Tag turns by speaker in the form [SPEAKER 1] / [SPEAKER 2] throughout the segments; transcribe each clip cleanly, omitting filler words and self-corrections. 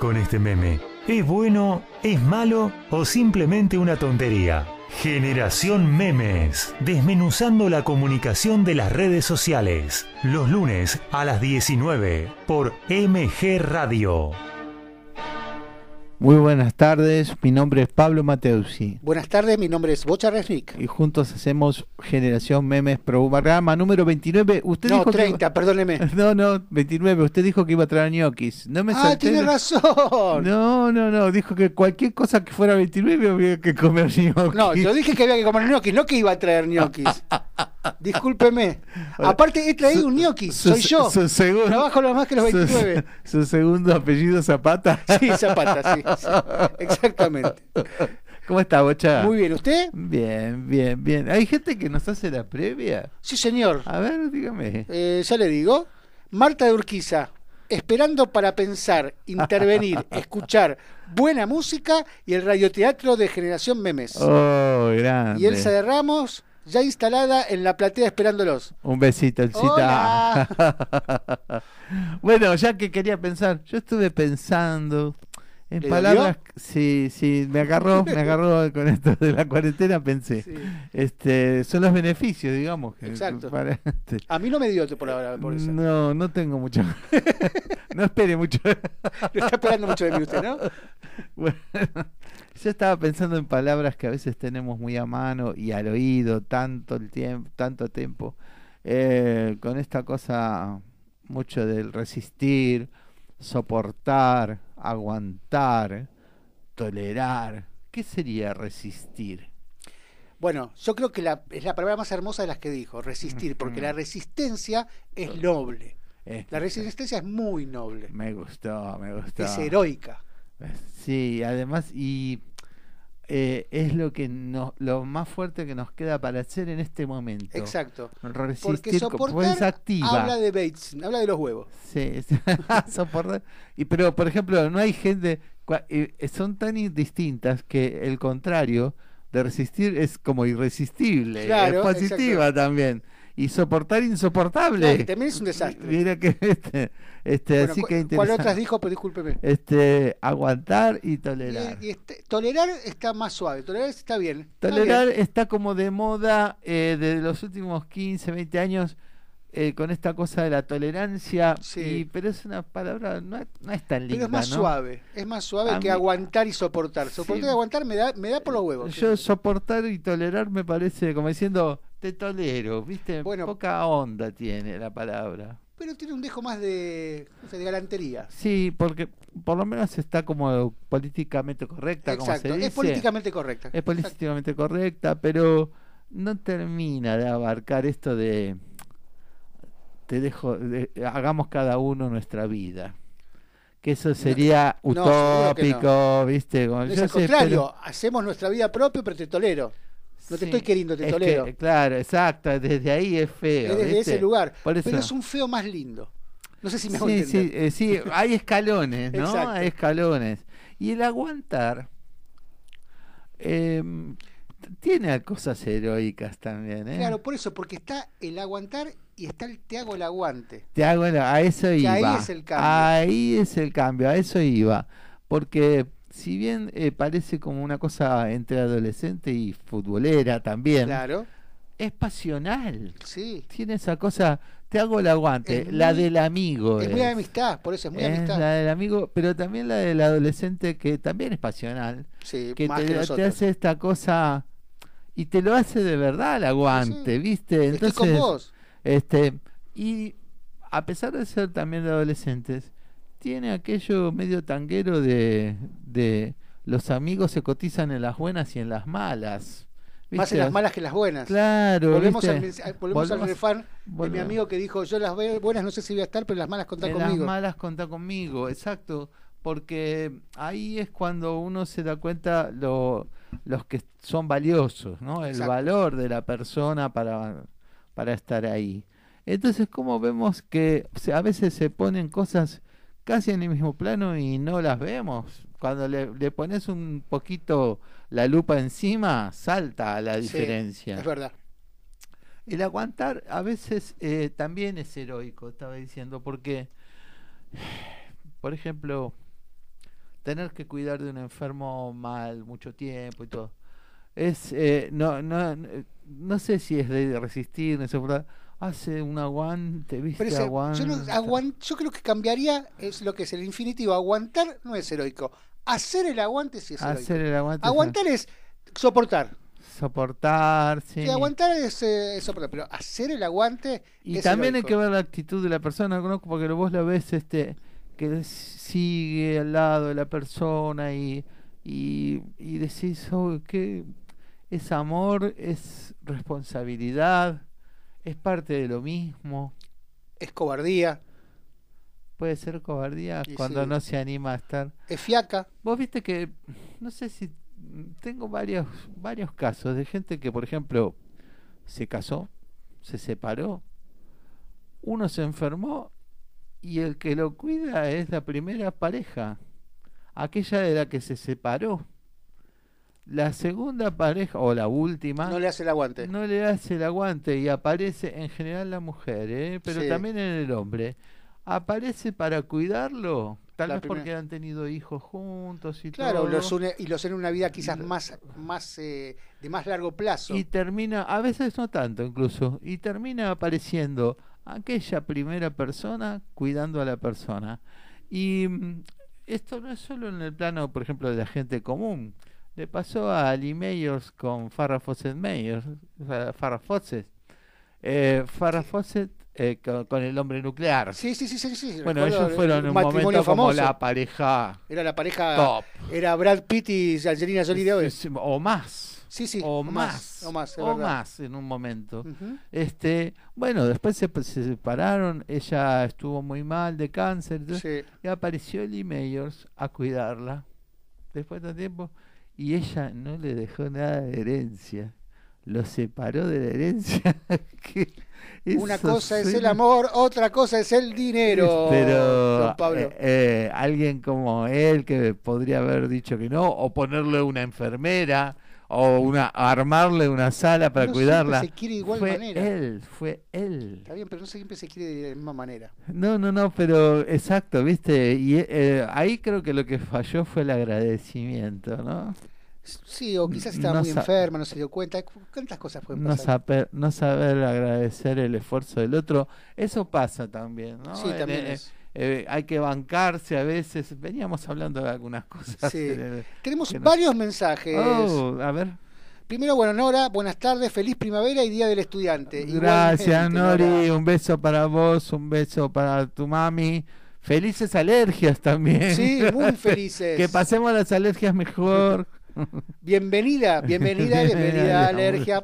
[SPEAKER 1] con este meme? ¿Es bueno, es malo o simplemente una tontería? Generación Memes, desmenuzando la comunicación de las redes sociales. Los lunes a las 19 por MG Radio.
[SPEAKER 2] Muy buenas tardes, mi nombre es Pablo Mateusi.
[SPEAKER 3] Buenas tardes, mi nombre es Bocha Resnick.
[SPEAKER 2] Y juntos hacemos Generación Memes, programa número 29. Usted
[SPEAKER 3] no,
[SPEAKER 2] dijo
[SPEAKER 3] 30, perdóneme.
[SPEAKER 2] No, 29. Usted dijo que iba a traer ñoquis. No me
[SPEAKER 3] tiene razón.
[SPEAKER 2] No, dijo que cualquier cosa que fuera 29 había que comer ñoquis.
[SPEAKER 3] No, yo dije que había que comer ñoquis, no que iba a traer ñoquis. Discúlpeme. Aparte, he traído un ñoquis, soy yo. Trabajo lo más que los 29.
[SPEAKER 2] ¿Su segundo apellido Zapata?
[SPEAKER 3] Sí, Zapata, sí. Exactamente.
[SPEAKER 2] ¿Cómo está, Bocha?
[SPEAKER 3] Muy bien, ¿usted?
[SPEAKER 2] Bien. ¿Hay gente que nos hace la previa?
[SPEAKER 3] Sí, señor.
[SPEAKER 2] A ver, dígame.
[SPEAKER 3] Ya le digo. Marta de Urquiza, esperando para pensar, intervenir, escuchar buena música y el radioteatro de Generación Memes.
[SPEAKER 2] Oh, grande.
[SPEAKER 3] Y Elsa de Ramos, ya instalada en la platea esperándolos.
[SPEAKER 2] Un besito, Elsita. Bueno, ya que quería pensar, yo estuve pensando en palabras. Sí, me agarró con esto de la cuarentena, pensé. Sí. Son los beneficios, digamos.
[SPEAKER 3] Exacto. A mí no me dio por ahora por eso.
[SPEAKER 2] No tengo mucho. No espere mucho.
[SPEAKER 3] Lo está esperando mucho de mí usted, ¿no?
[SPEAKER 2] Bueno, yo estaba pensando en palabras que a veces tenemos muy a mano y al oído tanto tiempo, con esta cosa mucho del resistir, soportar, aguantar, tolerar. ¿Qué sería resistir?
[SPEAKER 3] Bueno, yo creo que es la palabra más hermosa de las que dijo, resistir, porque la resistencia es noble. La resistencia es muy noble.
[SPEAKER 2] Me gustó.
[SPEAKER 3] Es heroica.
[SPEAKER 2] Sí, además, es lo más fuerte que nos queda para hacer en este momento.
[SPEAKER 3] Exacto.
[SPEAKER 2] Resistir,
[SPEAKER 3] porque soportar
[SPEAKER 2] activa.
[SPEAKER 3] Habla de Bates, habla de los huevos.
[SPEAKER 2] Sí, soportar. Pero, por ejemplo, no hay gente, son tan distintas que el contrario de resistir es como irresistible.
[SPEAKER 3] Claro,
[SPEAKER 2] es positiva
[SPEAKER 3] exacto.
[SPEAKER 2] También. Y soportar insoportable.
[SPEAKER 3] Claro, que también es un desastre.
[SPEAKER 2] Mira que
[SPEAKER 3] bueno,
[SPEAKER 2] así que interesante.
[SPEAKER 3] ¿Cuál otras dijo? Pero discúlpeme.
[SPEAKER 2] Aguantar y tolerar.
[SPEAKER 3] Tolerar está más suave, tolerar está bien.
[SPEAKER 2] Tolerar está como de moda desde los últimos 15, 20 años, con esta cosa de la tolerancia.
[SPEAKER 3] Sí.
[SPEAKER 2] Pero es una palabra, no es tan linda.
[SPEAKER 3] Pero es más suave, es más suave que aguantar y soportar. Soportar y aguantar me da por los huevos.
[SPEAKER 2] Yo soportar y tolerar me parece como diciendo, te tolero, ¿viste?
[SPEAKER 3] Bueno,
[SPEAKER 2] poca onda tiene la palabra.
[SPEAKER 3] Pero tiene un dejo más de galantería.
[SPEAKER 2] Sí, porque por lo menos está como políticamente correcta.
[SPEAKER 3] Exacto,
[SPEAKER 2] como se dice.
[SPEAKER 3] Es políticamente correcta.
[SPEAKER 2] Es políticamente correcta, pero no termina de abarcar esto de hagamos cada uno nuestra vida. Que eso sería utópico,
[SPEAKER 3] no.
[SPEAKER 2] ¿Viste? Como
[SPEAKER 3] es al contrario, hacemos nuestra vida propia, pero te tolero. No te estoy queriendo, te tolero.
[SPEAKER 2] Claro, exacto, desde ahí es feo.
[SPEAKER 3] Es desde ese lugar.
[SPEAKER 2] Por eso.
[SPEAKER 3] Pero es un feo más lindo. No sé si me hago entender.
[SPEAKER 2] Sí, hay escalones, ¿no?
[SPEAKER 3] Exacto.
[SPEAKER 2] Hay escalones. Y el aguantar tiene cosas heroicas también, ¿eh?
[SPEAKER 3] Claro, por eso, porque está el aguantar y está el te hago el aguante.
[SPEAKER 2] A eso iba.
[SPEAKER 3] Ahí es el cambio.
[SPEAKER 2] Ahí es el cambio, a eso iba. Porque si bien parece como una cosa entre adolescente y futbolera también,
[SPEAKER 3] claro,
[SPEAKER 2] es pasional.
[SPEAKER 3] Sí.
[SPEAKER 2] Tiene esa cosa, te hago el aguante, del amigo.
[SPEAKER 3] Es muy de amistad, por eso es muy amistad.
[SPEAKER 2] La del amigo, pero también la del adolescente que también es pasional.
[SPEAKER 3] Sí,
[SPEAKER 2] que
[SPEAKER 3] más
[SPEAKER 2] te hace esta cosa y te lo hace de verdad el aguante, ¿viste? Entonces,
[SPEAKER 3] estoy con vos.
[SPEAKER 2] Y a pesar de ser también de adolescentes, tiene aquello medio tanguero de los amigos se cotizan en las buenas y en las malas. ¿Viste?
[SPEAKER 3] Más en las malas que en las buenas.
[SPEAKER 2] Claro.
[SPEAKER 3] Volvemos al refrán de mi amigo que dijo, yo las buenas no sé si voy a estar, pero las malas contá conmigo.
[SPEAKER 2] Las malas contá conmigo, exacto. Porque ahí es cuando uno se da cuenta los que son valiosos, ¿no? El valor de la persona para estar ahí. Entonces, como vemos que a veces se ponen cosas casi en el mismo plano y no las vemos. Cuando le pones un poquito la lupa encima, salta a la diferencia.
[SPEAKER 3] Es verdad.
[SPEAKER 2] El aguantar a veces también es heroico, estaba diciendo, porque, por ejemplo, tener que cuidar de un enfermo mal mucho tiempo y todo. Es no sé si es de resistir, de soportar. Hace un aguante, ¿viste?
[SPEAKER 3] Pero
[SPEAKER 2] Aguanta.
[SPEAKER 3] yo creo que cambiaría, es lo que es el infinitivo. Aguantar no es heroico. Hacer el aguante sí es heroico.
[SPEAKER 2] Hacer el aguante.
[SPEAKER 3] Aguantar es soportar.
[SPEAKER 2] Soportar, sí.
[SPEAKER 3] Sí, aguantar es soportar, pero hacer el aguante
[SPEAKER 2] Y
[SPEAKER 3] es
[SPEAKER 2] también
[SPEAKER 3] heroico.
[SPEAKER 2] hay que ver la actitud de la persona, ¿no? Porque vos la ves que sigue al lado de la persona y decís, oh, que es amor, es responsabilidad, es parte de lo mismo.
[SPEAKER 3] Es cobardía,
[SPEAKER 2] Puede ser cobardía
[SPEAKER 3] Y
[SPEAKER 2] cuando
[SPEAKER 3] sí.
[SPEAKER 2] no se anima a estar.
[SPEAKER 3] es fiaca.
[SPEAKER 2] Vos viste que, no sé si tengo varios casos de gente que, por ejemplo, se casó, se separó, uno se enfermó y el que lo cuida es la primera pareja, aquella de la que se separó. La segunda pareja, o la última,
[SPEAKER 3] No le hace el aguante.
[SPEAKER 2] no le hace el aguante y aparece en general la mujer, pero
[SPEAKER 3] Sí.
[SPEAKER 2] también en el hombre. Aparece para cuidarlo, tal
[SPEAKER 3] La
[SPEAKER 2] vez
[SPEAKER 3] primera-
[SPEAKER 2] porque han tenido hijos juntos y
[SPEAKER 3] Claro,
[SPEAKER 2] todo.
[SPEAKER 3] los une en una vida quizás más de más largo plazo.
[SPEAKER 2] Y termina, a veces no tanto incluso, y termina apareciendo aquella primera persona cuidando a la persona. Y esto no es solo en el plano, por ejemplo, de la gente común. Le pasó a Lee Mayors con Farrah Fawcett Mayors, Farrah Fawcett. Farrah Fawcett con el hombre nuclear.
[SPEAKER 3] Sí.
[SPEAKER 2] Bueno,
[SPEAKER 3] recuerdo
[SPEAKER 2] ellos fueron
[SPEAKER 3] un
[SPEAKER 2] en un
[SPEAKER 3] matrimonio
[SPEAKER 2] momento como
[SPEAKER 3] famoso.
[SPEAKER 2] la pareja
[SPEAKER 3] Era la pareja,
[SPEAKER 2] top.
[SPEAKER 3] era Brad Pitt y Angelina Jolie de hoy.
[SPEAKER 2] O más.
[SPEAKER 3] Sí,
[SPEAKER 2] O más.
[SPEAKER 3] es
[SPEAKER 2] O
[SPEAKER 3] verdad.
[SPEAKER 2] más en un momento.
[SPEAKER 3] Ujú.
[SPEAKER 2] Bueno, después se separaron, ella estuvo muy mal de cáncer, entonces,
[SPEAKER 3] Sí.
[SPEAKER 2] y apareció Lee Mayors a cuidarla después de tanto tiempo y ella no le dejó nada de herencia, lo separó de la herencia. Que
[SPEAKER 3] Una
[SPEAKER 2] eso
[SPEAKER 3] cosa es el
[SPEAKER 2] suena-
[SPEAKER 3] amor, otra cosa es el dinero.
[SPEAKER 2] pero
[SPEAKER 3] Don Pablo.
[SPEAKER 2] alguien como él que podría haber dicho que no, o ponerle una enfermera, o armarle una sala para
[SPEAKER 3] No
[SPEAKER 2] cuidarla.
[SPEAKER 3] siempre se quiere de igual
[SPEAKER 2] fue
[SPEAKER 3] manera.
[SPEAKER 2] fue él.
[SPEAKER 3] Está bien, pero no siempre se quiere de la misma manera.
[SPEAKER 2] No, pero exacto, ¿viste? Y ahí creo que lo que falló fue el agradecimiento, ¿no?
[SPEAKER 3] Sí, o quizás estaba
[SPEAKER 2] No
[SPEAKER 3] muy
[SPEAKER 2] sa-
[SPEAKER 3] enferma, no se dio cuenta. ¿Cuántas cosas pueden pasar?
[SPEAKER 2] No saber agradecer el esfuerzo del otro, eso pasa también, ¿no?
[SPEAKER 3] Sí, también es.
[SPEAKER 2] Hay que bancarse a veces. Veníamos hablando de algunas cosas.
[SPEAKER 3] Sí. Tenemos
[SPEAKER 2] que no-
[SPEAKER 3] varios mensajes.
[SPEAKER 2] Oh, a ver.
[SPEAKER 3] Primero, bueno, Nora, buenas tardes, feliz primavera y Día del Estudiante.
[SPEAKER 2] Gracias,
[SPEAKER 3] Igualmente,
[SPEAKER 2] Nori.
[SPEAKER 3] Nora.
[SPEAKER 2] Un beso para vos, un beso para tu mami. Felices alergias también.
[SPEAKER 3] Sí, muy felices.
[SPEAKER 2] Que pasemos las alergias mejor.
[SPEAKER 3] Bienvenida, alergia.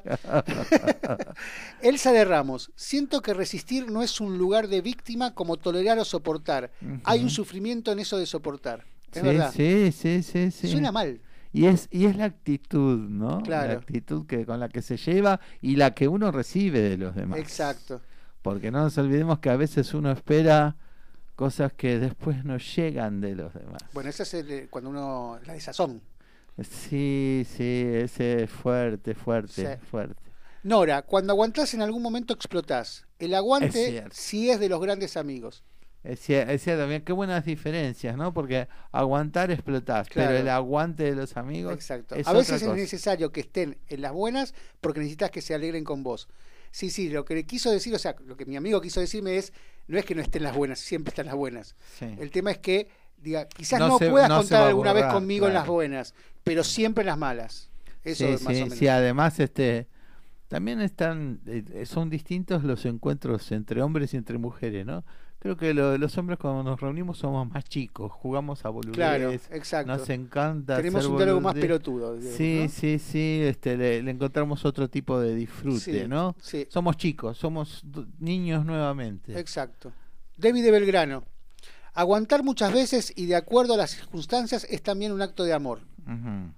[SPEAKER 3] Elsa de Ramos, siento que resistir no es un lugar de víctima como tolerar o soportar. Hay un sufrimiento en eso de soportar. Es verdad.
[SPEAKER 2] Sí.
[SPEAKER 3] Suena mal.
[SPEAKER 2] Y es la actitud, ¿no?
[SPEAKER 3] Claro.
[SPEAKER 2] La actitud con la que se lleva y la que uno recibe de los demás.
[SPEAKER 3] Exacto.
[SPEAKER 2] Porque no nos olvidemos que a veces uno espera cosas que después no llegan de los demás.
[SPEAKER 3] Bueno, esa es cuando uno, la desazón.
[SPEAKER 2] Sí, ese es fuerte.
[SPEAKER 3] Sí. Nora, cuando aguantás en algún momento explotás. El
[SPEAKER 2] Es
[SPEAKER 3] aguante
[SPEAKER 2] cierto.
[SPEAKER 3] sí es de los grandes amigos.
[SPEAKER 2] Es cierto también, qué buenas diferencias, ¿no? Porque aguantar explotás,
[SPEAKER 3] Claro.
[SPEAKER 2] pero el aguante de los amigos
[SPEAKER 3] Exacto.
[SPEAKER 2] es
[SPEAKER 3] A veces
[SPEAKER 2] otra
[SPEAKER 3] es
[SPEAKER 2] cosa.
[SPEAKER 3] necesario que estén en las buenas porque necesitas que se alegren con vos. Sí, lo que le quiso decir, o sea, lo que mi amigo quiso decirme es, no es que no estén las buenas, siempre están las buenas.
[SPEAKER 2] Sí.
[SPEAKER 3] El tema es que, diga, quizás
[SPEAKER 2] No
[SPEAKER 3] no
[SPEAKER 2] se-
[SPEAKER 3] puedas
[SPEAKER 2] no se
[SPEAKER 3] contar
[SPEAKER 2] va a
[SPEAKER 3] alguna vez
[SPEAKER 2] borrar,
[SPEAKER 3] conmigo en
[SPEAKER 2] claro.
[SPEAKER 3] las buenas, pero siempre en las malas. Eso es más o menos.
[SPEAKER 2] Sí, además también son distintos los encuentros entre hombres y entre mujeres, ¿no? Creo que los hombres cuando nos reunimos somos más chicos, jugamos a boludez,
[SPEAKER 3] Claro, exacto.
[SPEAKER 2] nos encanta
[SPEAKER 3] Tenemos
[SPEAKER 2] hacer
[SPEAKER 3] un diálogo más
[SPEAKER 2] boludez.
[SPEAKER 3] pelotudo. digamos,
[SPEAKER 2] Sí,
[SPEAKER 3] ¿no?
[SPEAKER 2] le encontramos otro tipo de disfrute,
[SPEAKER 3] Sí,
[SPEAKER 2] ¿no?
[SPEAKER 3] sí.
[SPEAKER 2] Somos chicos, somos niños nuevamente.
[SPEAKER 3] Exacto. David de Belgrano. Aguantar muchas veces y de acuerdo a las circunstancias es también un acto de amor.
[SPEAKER 2] Ujú.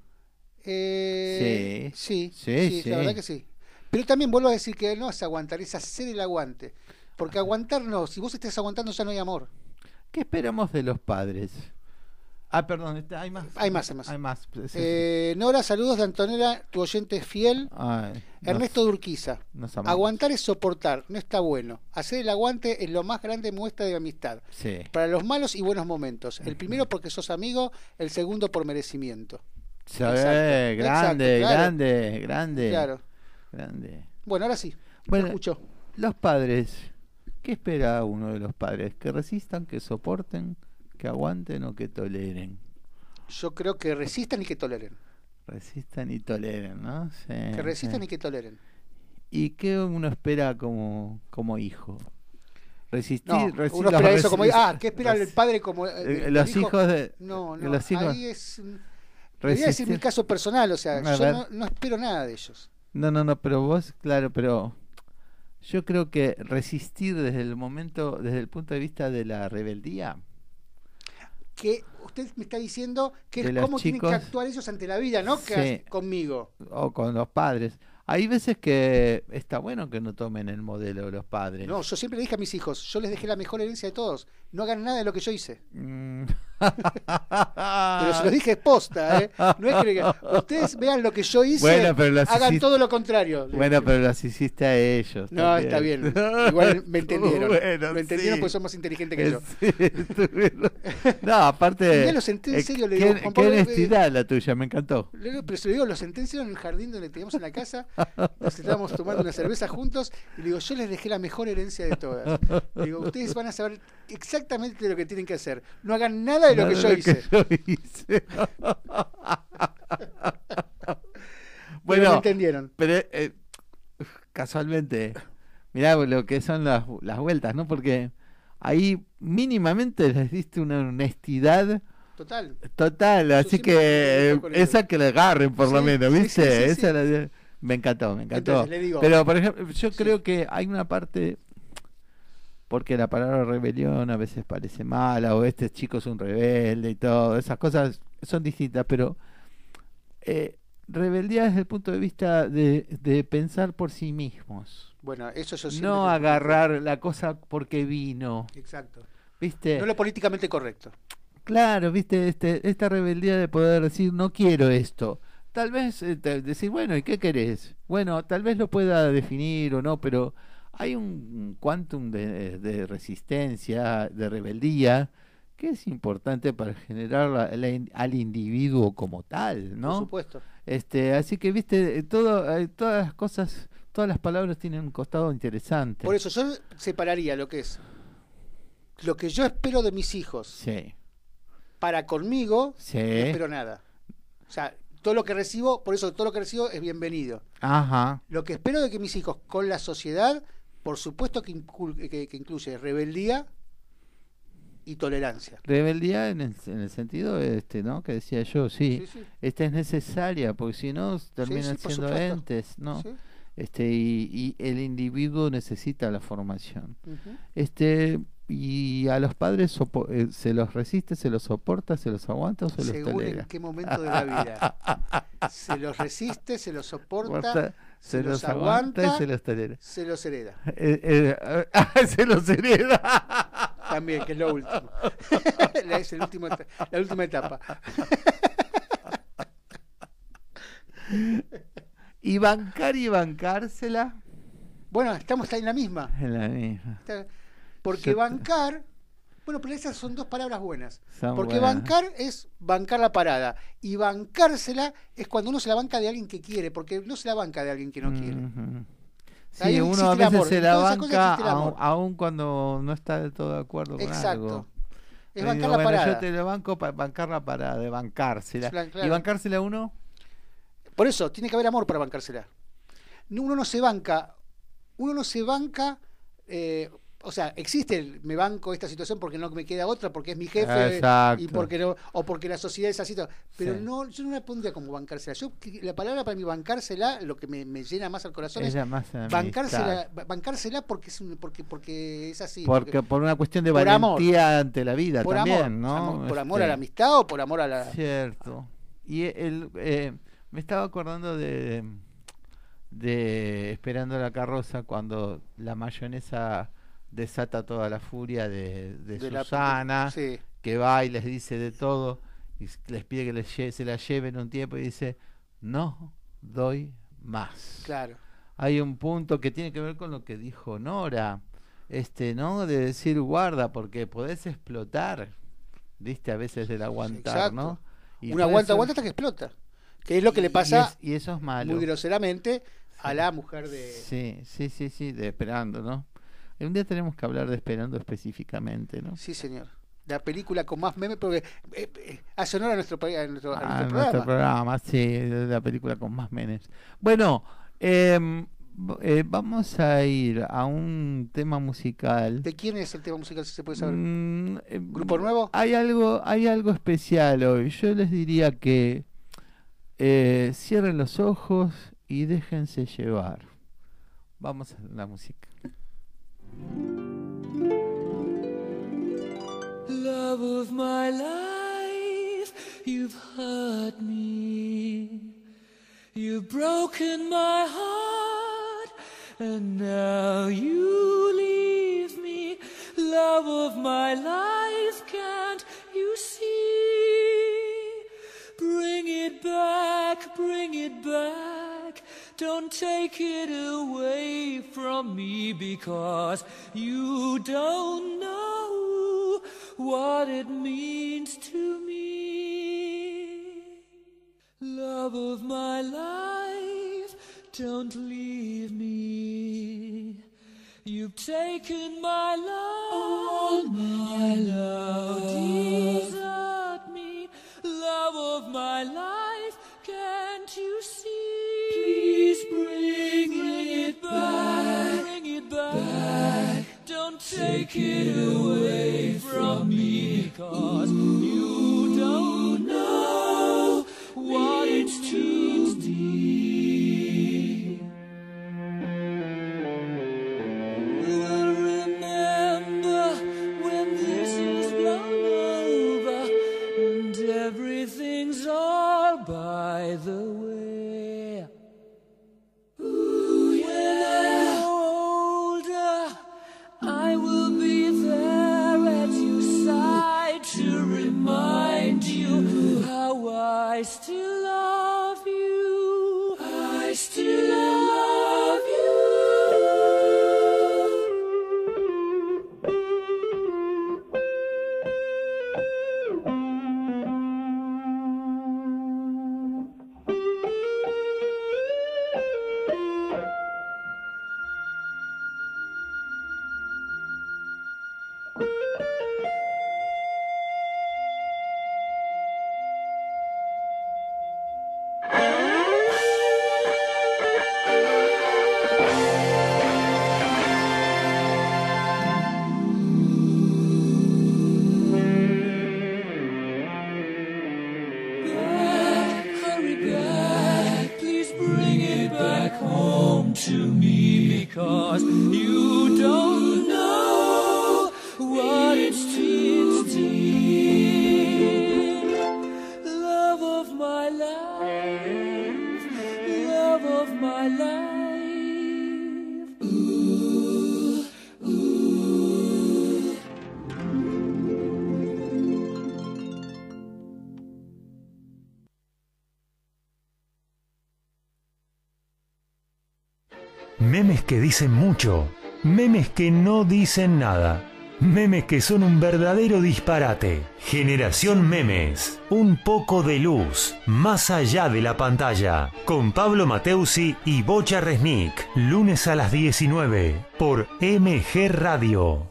[SPEAKER 3] Sí,
[SPEAKER 2] Sí.
[SPEAKER 3] la verdad que sí. Pero también vuelvo a decir que no es aguantar, es hacer el aguante. Porque aguantar no, si vos estés aguantando ya no hay amor.
[SPEAKER 2] ¿Qué esperamos de los padres? Perdón, hay más.
[SPEAKER 3] Hay más.
[SPEAKER 2] Hay más.
[SPEAKER 3] Nora, saludos de Antonella, tu oyente fiel.
[SPEAKER 2] Ay,
[SPEAKER 3] Ernesto de Urquiza.
[SPEAKER 2] nos amamos.
[SPEAKER 3] Aguantar es soportar, no está bueno. Hacer el aguante es lo más grande muestra de amistad.
[SPEAKER 2] Sí.
[SPEAKER 3] Para los malos y buenos momentos. El primero porque sos amigo, el segundo por merecimiento.
[SPEAKER 2] Sí,
[SPEAKER 3] Exacto,
[SPEAKER 2] grande,
[SPEAKER 3] claro.
[SPEAKER 2] grande.
[SPEAKER 3] Claro.
[SPEAKER 2] Grande.
[SPEAKER 3] Bueno, ahora sí.
[SPEAKER 2] Bueno,
[SPEAKER 3] Lo escucho.
[SPEAKER 2] los padres. ¿Qué espera uno de los padres? ¿Que resistan, que soporten, que aguanten o que toleren?
[SPEAKER 3] Yo creo que resistan y que toleren.
[SPEAKER 2] Resistan y toleren, ¿no? Sí,
[SPEAKER 3] Que resistan
[SPEAKER 2] sí.
[SPEAKER 3] y que toleren.
[SPEAKER 2] ¿Y qué uno espera como hijo? Resistir,
[SPEAKER 3] No,
[SPEAKER 2] resi-
[SPEAKER 3] uno
[SPEAKER 2] los
[SPEAKER 3] espera eso como...
[SPEAKER 2] resi-
[SPEAKER 3] ¿qué espera el padre como... el
[SPEAKER 2] los
[SPEAKER 3] hijo?
[SPEAKER 2] hijos de...
[SPEAKER 3] No,
[SPEAKER 2] los hijos-
[SPEAKER 3] ahí es... Voy a decir mi caso personal, o sea,
[SPEAKER 2] A
[SPEAKER 3] yo
[SPEAKER 2] ver.
[SPEAKER 3] no espero nada de ellos.
[SPEAKER 2] No, pero vos, claro, pero yo creo que resistir desde el punto de vista de la rebeldía,
[SPEAKER 3] Que usted me está diciendo que
[SPEAKER 2] De
[SPEAKER 3] es
[SPEAKER 2] los
[SPEAKER 3] cómo tienen que
[SPEAKER 2] chicos,
[SPEAKER 3] actuar ellos ante la vida, no
[SPEAKER 2] sí.
[SPEAKER 3] que conmigo.
[SPEAKER 2] o con los padres, hay veces que está bueno que no tomen el modelo de los padres.
[SPEAKER 3] No, yo siempre le dije a mis hijos, yo les dejé la mejor herencia de todos. No hagan nada de lo que yo hice.
[SPEAKER 2] Mm.
[SPEAKER 3] Pero se los dije posta, ¿eh? No es que ustedes vean lo que yo hice,
[SPEAKER 2] Bueno, pero las
[SPEAKER 3] hagan
[SPEAKER 2] hiciste-
[SPEAKER 3] todo lo contrario. le
[SPEAKER 2] Bueno,
[SPEAKER 3] dije.
[SPEAKER 2] pero las hiciste a ellos.
[SPEAKER 3] No,
[SPEAKER 2] también.
[SPEAKER 3] está bien. Igual me entendieron.
[SPEAKER 2] Bueno,
[SPEAKER 3] me entendieron
[SPEAKER 2] sí.
[SPEAKER 3] porque son más inteligentes que yo.
[SPEAKER 2] Sí, estuvieron- No, aparte.
[SPEAKER 3] Y ya lo senté en serio, le digo,
[SPEAKER 2] qué
[SPEAKER 3] Juan Pablo,
[SPEAKER 2] honestidad la tuya, me encantó.
[SPEAKER 3] Pero se lo digo, lo senté en serio en el jardín donde teníamos en la casa. Nos estábamos tomando una cerveza juntos. Y le digo, yo les dejé la mejor herencia de todas. Le digo, ustedes van a saber exactamente lo que tienen que hacer. No hagan nada de lo que yo hice.
[SPEAKER 2] yo hice.
[SPEAKER 3] Pero me
[SPEAKER 2] Bueno,
[SPEAKER 3] entendieron.
[SPEAKER 2] pero casualmente, mirá lo que son las vueltas, ¿no? Porque ahí mínimamente les diste una honestidad
[SPEAKER 3] Total.
[SPEAKER 2] total, así
[SPEAKER 3] siempre
[SPEAKER 2] que
[SPEAKER 3] estoy con ellos.
[SPEAKER 2] esa que le agarren por lo
[SPEAKER 3] Sí,
[SPEAKER 2] menos,
[SPEAKER 3] sí,
[SPEAKER 2] ¿viste?
[SPEAKER 3] sí, sí,
[SPEAKER 2] Esa
[SPEAKER 3] sí.
[SPEAKER 2] me encantó.
[SPEAKER 3] Entonces, le digo,
[SPEAKER 2] Pero, por ejemplo, yo
[SPEAKER 3] sí.
[SPEAKER 2] creo que hay una parte, porque la palabra rebelión a veces parece mala, o este chico es un rebelde y todo, esas cosas son distintas, pero rebeldía desde el punto de vista de pensar por sí mismos,
[SPEAKER 3] bueno, eso yo siempre...
[SPEAKER 2] no agarrar la cosa porque vino,
[SPEAKER 3] Exacto.
[SPEAKER 2] ¿viste?
[SPEAKER 3] No lo políticamente correcto.
[SPEAKER 2] Claro, viste, esta rebeldía de poder decir, no quiero esto. Tal vez decir, bueno, ¿y qué querés? Bueno, tal vez lo pueda definir o no, pero hay un quantum de resistencia, de rebeldía, que es importante para generar al individuo como tal,
[SPEAKER 3] Por
[SPEAKER 2] ¿no?
[SPEAKER 3] supuesto.
[SPEAKER 2] Así que, viste, todas las cosas, todas las palabras tienen un costado interesante.
[SPEAKER 3] Por eso yo separaría lo que es lo que yo espero de mis hijos
[SPEAKER 2] Sí,
[SPEAKER 3] para conmigo,
[SPEAKER 2] sí.
[SPEAKER 3] no espero nada. O sea, todo lo que recibo, por eso todo lo que recibo es bienvenido.
[SPEAKER 2] Ajá.
[SPEAKER 3] Lo que espero de que mis hijos con la sociedad, por supuesto que incluye rebeldía y tolerancia.
[SPEAKER 2] Rebeldía en el sentido ¿no? Que decía yo, sí,
[SPEAKER 3] Sí, sí.
[SPEAKER 2] esta es necesaria, porque si no terminan
[SPEAKER 3] sí, por
[SPEAKER 2] siendo
[SPEAKER 3] supuesto.
[SPEAKER 2] entes, ¿no?
[SPEAKER 3] Sí.
[SPEAKER 2] Y el individuo necesita la formación.
[SPEAKER 3] Ujú.
[SPEAKER 2] Y a los padres se los resiste, se los soporta, se los aguanta o se los
[SPEAKER 3] Según
[SPEAKER 2] tolera.
[SPEAKER 3] en qué momento de la vida. Se los resiste, se los soporta,
[SPEAKER 2] Se los
[SPEAKER 3] los
[SPEAKER 2] aguanta y
[SPEAKER 3] aguanta,
[SPEAKER 2] se los tolera.
[SPEAKER 3] se los hereda.
[SPEAKER 2] Se los hereda.
[SPEAKER 3] También, que es lo último. Es el último, la última etapa.
[SPEAKER 2] Y bancar y bancársela
[SPEAKER 3] Bueno, estamos ahí en la misma.
[SPEAKER 2] es la misma.
[SPEAKER 3] Porque
[SPEAKER 2] Yo-
[SPEAKER 3] bancar, bueno, pero esas son dos palabras buenas.
[SPEAKER 2] Son
[SPEAKER 3] Porque
[SPEAKER 2] buenas.
[SPEAKER 3] bancar es bancar la parada. Y bancársela es cuando uno se la banca de alguien que quiere, porque no se la banca de alguien que no quiere.
[SPEAKER 2] Ujú.
[SPEAKER 3] Ahí
[SPEAKER 2] Sí, uno
[SPEAKER 3] existe
[SPEAKER 2] a
[SPEAKER 3] el
[SPEAKER 2] veces
[SPEAKER 3] amor.
[SPEAKER 2] se
[SPEAKER 3] En
[SPEAKER 2] la
[SPEAKER 3] todas esas cosas
[SPEAKER 2] banca
[SPEAKER 3] existe el amor.
[SPEAKER 2] aun cuando no está del todo de acuerdo con
[SPEAKER 3] Exacto.
[SPEAKER 2] algo.
[SPEAKER 3] Es
[SPEAKER 2] Le
[SPEAKER 3] bancar
[SPEAKER 2] digo,
[SPEAKER 3] la
[SPEAKER 2] bueno,
[SPEAKER 3] parada.
[SPEAKER 2] yo te lo banco para bancar la parada, de bancársela.
[SPEAKER 3] Claro.
[SPEAKER 2] ¿Y bancársela a uno?
[SPEAKER 3] Por eso, tiene que haber amor para bancársela. Uno no se banca, o sea, existe me banco esta situación porque no me queda otra, porque es mi jefe,
[SPEAKER 2] Exacto.
[SPEAKER 3] y porque no, o porque la sociedad es así, pero
[SPEAKER 2] Sí.
[SPEAKER 3] no, yo no la pondría como bancársela. La palabra para mí bancársela, lo que me llena más al corazón es
[SPEAKER 2] Ella más
[SPEAKER 3] bancársela porque es así.
[SPEAKER 2] Porque por una cuestión de
[SPEAKER 3] por amor.
[SPEAKER 2] valentía ante la vida
[SPEAKER 3] por
[SPEAKER 2] también,
[SPEAKER 3] amor,
[SPEAKER 2] ¿no?
[SPEAKER 3] por amor a la amistad o por amor a la...
[SPEAKER 2] Cierto. Y me estaba acordando de Esperando la carroza, cuando la mayonesa desata toda la furia de
[SPEAKER 3] la-
[SPEAKER 2] Susana,
[SPEAKER 3] sí.
[SPEAKER 2] que va y les dice de todo, y les pide que se la lleven un tiempo y dice, no doy más.
[SPEAKER 3] Claro.
[SPEAKER 2] Hay un punto que tiene que ver con lo que dijo Nora, ¿no? De decir guarda, porque podés explotar, ¿viste? A veces del aguantar,
[SPEAKER 3] Exacto.
[SPEAKER 2] ¿no? Y
[SPEAKER 3] Un aguanta hasta que explota. Que es lo que le pasa
[SPEAKER 2] y eso es malo.
[SPEAKER 3] muy groseramente a la mujer de...
[SPEAKER 2] Sí, de Esperando, ¿no? Un día tenemos que hablar de Esperando específicamente, ¿no?
[SPEAKER 3] Sí, señor. La película con más memes, porque hace honor a nuestro programa.
[SPEAKER 2] Nuestro programa, sí, la película con más memes. Bueno, vamos a ir a un tema musical.
[SPEAKER 3] ¿De quién es el tema musical, si se puede saber? ¿Grupo nuevo?
[SPEAKER 2] Hay algo especial hoy. Yo les diría que cierren los ojos y déjense llevar. Vamos a la música.
[SPEAKER 4] Love of my life, you've hurt me. You've broken my heart, and now you leave me. Love of my life, can't you see? Bring it back, bring it back. Don't take it away from me, because you don't know what it means to me. Love of my life, don't leave me. You've taken my love, all my love, desert me. Love of my life, can't you see? Please bring it back, bring it back. Don't take it away from me, because you don't know what it means to me. I'll remember when this is blown over and everything's all by the way. Ooh, when I'm older, I will be there at your side to remind you how I still love you. I still love you. Hurry back, please bring it back home to me, because you don't know what it means to me. Love of my life, love of my life. Ooh, ooh.
[SPEAKER 1] Memes que dicen mucho, memes que no dicen nada, memes que son un verdadero disparate. Generación Memes, un poco de luz, más allá de la pantalla, con Pablo Mateusi y Bocha Resnick, lunes a las 19, por MG Radio.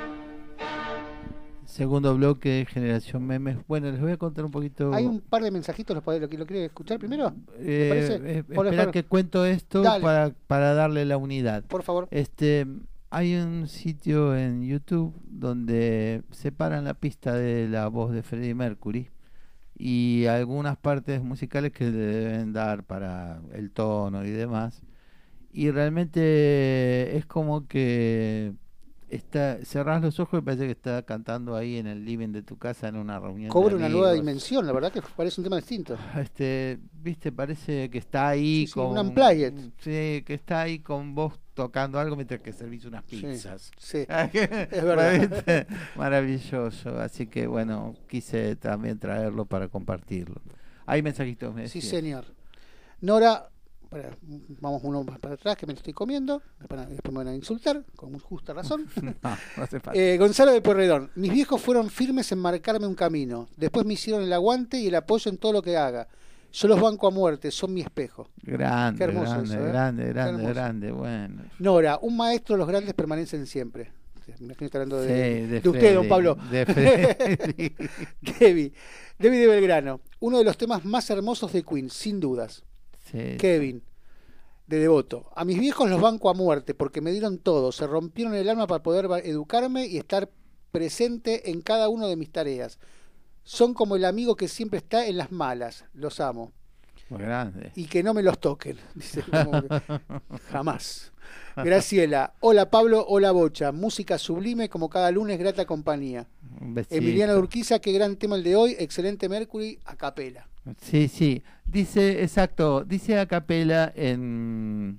[SPEAKER 2] Segundo bloque de Generación Memes. Bueno, les voy a contar un poquito.
[SPEAKER 3] Hay un par de mensajitos, ¿lo quiere escuchar primero? ¿Te parece?
[SPEAKER 2] Espera que cuento esto para darle la unidad.
[SPEAKER 3] Por favor.
[SPEAKER 2] Hay un sitio en YouTube donde separan la pista de la voz de Freddie Mercury y algunas partes musicales que le deben dar para el tono y demás. Y realmente es como que cerrás los ojos y parece que está cantando ahí en el living de tu casa en una reunión.
[SPEAKER 3] Cobra
[SPEAKER 2] de
[SPEAKER 3] una
[SPEAKER 2] amigos.
[SPEAKER 3] nueva dimensión, la verdad que parece un tema distinto.
[SPEAKER 2] Viste, parece que está ahí
[SPEAKER 3] Sí,
[SPEAKER 2] con
[SPEAKER 3] un unplugged.
[SPEAKER 2] sí, que está ahí con vos tocando algo mientras que servís unas
[SPEAKER 3] Sí,
[SPEAKER 2] pizzas.
[SPEAKER 3] sí.
[SPEAKER 2] Es
[SPEAKER 3] verdad.
[SPEAKER 2] Maravilloso, así que bueno, quise también traerlo para compartirlo. Hay mensajitos, me
[SPEAKER 3] Sí,
[SPEAKER 2] decía.
[SPEAKER 3] señor. Nora, vamos uno más para atrás que me lo estoy comiendo. Después me van a insultar, con justa razón.
[SPEAKER 2] No hace falta.
[SPEAKER 3] Gonzalo de Pueyrredón. Mis viejos fueron firmes en marcarme un camino. Después me hicieron el aguante y el apoyo en todo lo que haga. Yo los banco a muerte, son mi espejo.
[SPEAKER 2] Grande,
[SPEAKER 3] Qué hermoso
[SPEAKER 2] grande,
[SPEAKER 3] eso, ¿eh?
[SPEAKER 2] grande,
[SPEAKER 3] Qué
[SPEAKER 2] grande,
[SPEAKER 3] hermoso.
[SPEAKER 2] grande, bueno.
[SPEAKER 3] Nora, un maestro, los grandes permanecen siempre. Me imagino que está hablando
[SPEAKER 2] Sí,
[SPEAKER 3] de usted,
[SPEAKER 2] Freddy,
[SPEAKER 3] don Pablo.
[SPEAKER 2] de Freddy.
[SPEAKER 3] Debbie de Belgrano. Uno de los temas más hermosos de Queen, sin dudas.
[SPEAKER 2] Sí,
[SPEAKER 3] Kevin, de Devoto. A mis viejos los banco a muerte porque me dieron todo, se rompieron el alma para poder educarme y estar presente en cada una de mis tareas. Son como el amigo que siempre está en las malas. Los amo.
[SPEAKER 2] muy grande.
[SPEAKER 3] Y que no me los toquen. Dice, como que, jamás. Graciela. Hola Pablo, hola Bocha. Música sublime como cada lunes, grata compañía.
[SPEAKER 2] Un besito.
[SPEAKER 3] Emiliano de Urquiza, qué gran tema el de hoy. Excelente Mercury, a capela.
[SPEAKER 2] Sí, sí. Dice, exacto, dice a capela en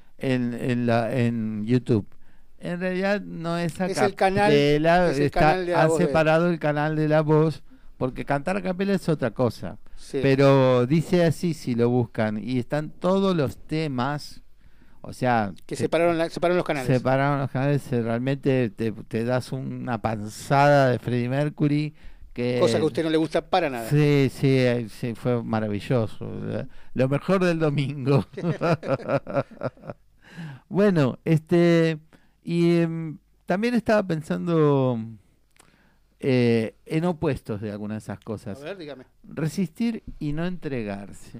[SPEAKER 2] YouTube. En realidad no es a
[SPEAKER 3] Es el
[SPEAKER 2] capela,
[SPEAKER 3] canal- es el canal de la
[SPEAKER 2] han
[SPEAKER 3] voz de él.
[SPEAKER 2] separado el canal de la voz, porque cantar a capela es otra cosa.
[SPEAKER 3] Sí.
[SPEAKER 2] Pero dice así si lo buscan, y están todos los temas, o sea,
[SPEAKER 3] Que separaron los canales.
[SPEAKER 2] separaron los canales, realmente te das una panzada de Freddie Mercury.
[SPEAKER 3] Cosa que a usted no le gusta para nada.
[SPEAKER 2] Sí, sí, sí, fue maravilloso. Lo mejor del domingo. Bueno, y también estaba pensando en opuestos de algunas de esas
[SPEAKER 3] A
[SPEAKER 2] cosas.
[SPEAKER 3] ver, dígame.
[SPEAKER 2] Resistir y no entregarse.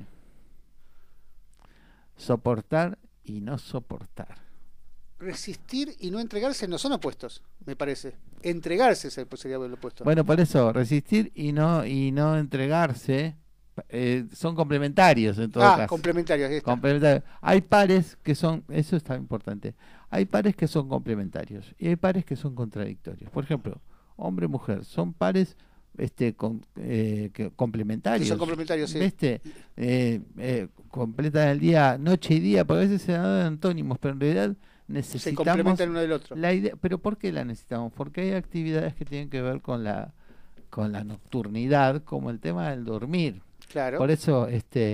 [SPEAKER 2] Soportar y no soportar.
[SPEAKER 3] Resistir y no entregarse no son opuestos, me parece. Entregarse sería el opuesto.
[SPEAKER 2] Bueno, por eso, resistir y no entregarse son complementarios en todo caso.
[SPEAKER 3] complementarios. Ahí está.
[SPEAKER 2] Complementarios. Hay pares que son, eso está importante, hay pares que son complementarios y hay pares que son contradictorios. Por ejemplo, hombre-mujer, son pares complementarios.
[SPEAKER 3] Sí, son complementarios, sí.
[SPEAKER 2] ¿Viste? Completan el día, noche y día, porque a veces se dan antónimos, pero en realidad
[SPEAKER 3] Se
[SPEAKER 2] necesitamos
[SPEAKER 3] complementan uno del otro.
[SPEAKER 2] la idea. ¿Pero por qué la necesitamos? Porque hay actividades que tienen que ver con la nocturnidad, como el tema del dormir.
[SPEAKER 3] Claro.
[SPEAKER 2] Por eso,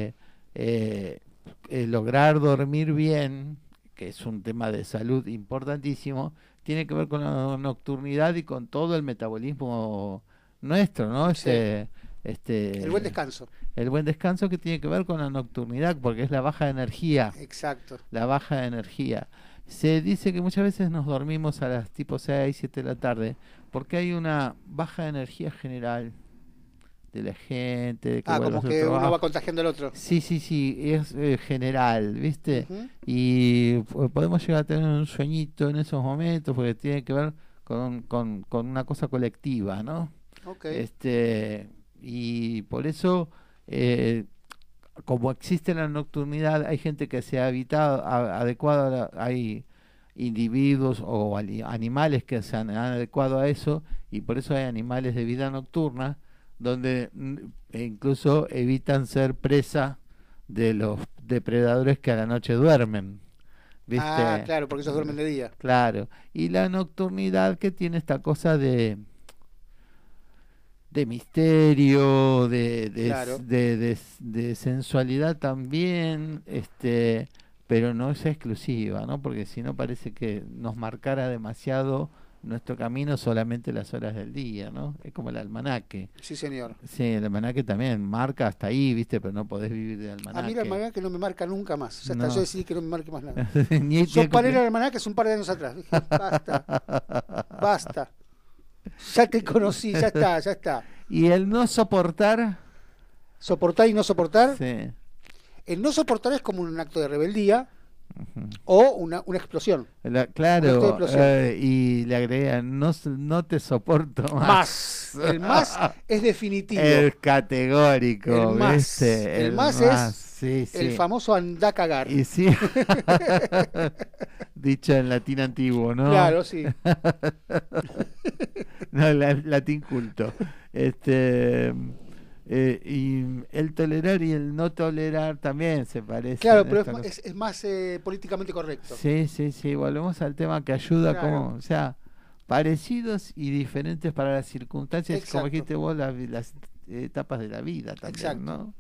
[SPEAKER 2] lograr dormir bien, que es un tema de salud importantísimo, tiene que ver con la nocturnidad y con todo el metabolismo nuestro, ¿no?
[SPEAKER 3] Sí. El buen descanso.
[SPEAKER 2] El buen descanso que tiene que ver con la nocturnidad, porque es la baja energía.
[SPEAKER 3] Exacto.
[SPEAKER 2] La baja energía. Se dice que muchas veces nos dormimos a las tipo 6, 7 de la tarde, porque hay una baja energía general de la gente. De que vuelve a
[SPEAKER 3] Como
[SPEAKER 2] su
[SPEAKER 3] que uno
[SPEAKER 2] trabajo.
[SPEAKER 3] va contagiando al otro.
[SPEAKER 2] Sí, sí, sí, es general, ¿viste?
[SPEAKER 3] Ujú.
[SPEAKER 2] Y podemos llegar a tener un sueñito en esos momentos, porque tiene que ver con una cosa colectiva, ¿no?
[SPEAKER 3] Ok.
[SPEAKER 2] Y por eso, como existe la nocturnidad, hay gente que se ha adecuado, hay individuos o animales que se han adecuado a eso, y por eso hay animales de vida nocturna, donde incluso evitan ser presa de los depredadores que a la noche duermen. ¿Viste?
[SPEAKER 3] Claro, porque ellos duermen de día.
[SPEAKER 2] Claro. Y la nocturnidad que tiene esta cosa de misterio,
[SPEAKER 3] Claro.
[SPEAKER 2] de sensualidad también, pero no es exclusiva, ¿no? Porque si no parece que nos marcara demasiado nuestro camino solamente las horas del día, ¿no? Es como el almanaque.
[SPEAKER 3] Sí, señor.
[SPEAKER 2] Sí, el almanaque también marca hasta ahí, ¿viste? Pero no podés vivir de almanaque.
[SPEAKER 3] A mí el almanaque no me marca nunca más. Ya está,
[SPEAKER 2] No.
[SPEAKER 3] yo decidí que no me marque más nada.
[SPEAKER 2] Ni
[SPEAKER 3] Yo
[SPEAKER 2] tiene
[SPEAKER 3] paré el almanaque hace un par de años atrás. Dije, basta, basta. Ya te conocí, ya está, ya está.
[SPEAKER 2] Y el no soportar,
[SPEAKER 3] Soportar y no soportar.
[SPEAKER 2] sí.
[SPEAKER 3] El no soportar es como un acto de rebeldía
[SPEAKER 2] Ujú.
[SPEAKER 3] o una explosión.
[SPEAKER 2] Claro,
[SPEAKER 3] Una explosión.
[SPEAKER 2] y le agregan, no te soporto más.
[SPEAKER 3] Más. El más es definitivo.
[SPEAKER 2] Es categórico,
[SPEAKER 3] El más.
[SPEAKER 2] ¿viste?
[SPEAKER 3] El más es
[SPEAKER 2] sí, sí.
[SPEAKER 3] El famoso andá a cagar.
[SPEAKER 2] Y sí. Dicho en latín antiguo, ¿no?
[SPEAKER 3] Claro, sí.
[SPEAKER 2] No, latín culto. Y el tolerar y el no tolerar también se parecen.
[SPEAKER 3] Claro, pero
[SPEAKER 2] Esto no-
[SPEAKER 3] es más políticamente correcto.
[SPEAKER 2] Sí, volvemos al tema que ayuda
[SPEAKER 3] Claro.
[SPEAKER 2] como, o sea, parecidos y diferentes para las circunstancias, como
[SPEAKER 3] Exacto.
[SPEAKER 2] dijiste vos, las etapas de la vida también,
[SPEAKER 3] Exacto.
[SPEAKER 2] ¿no?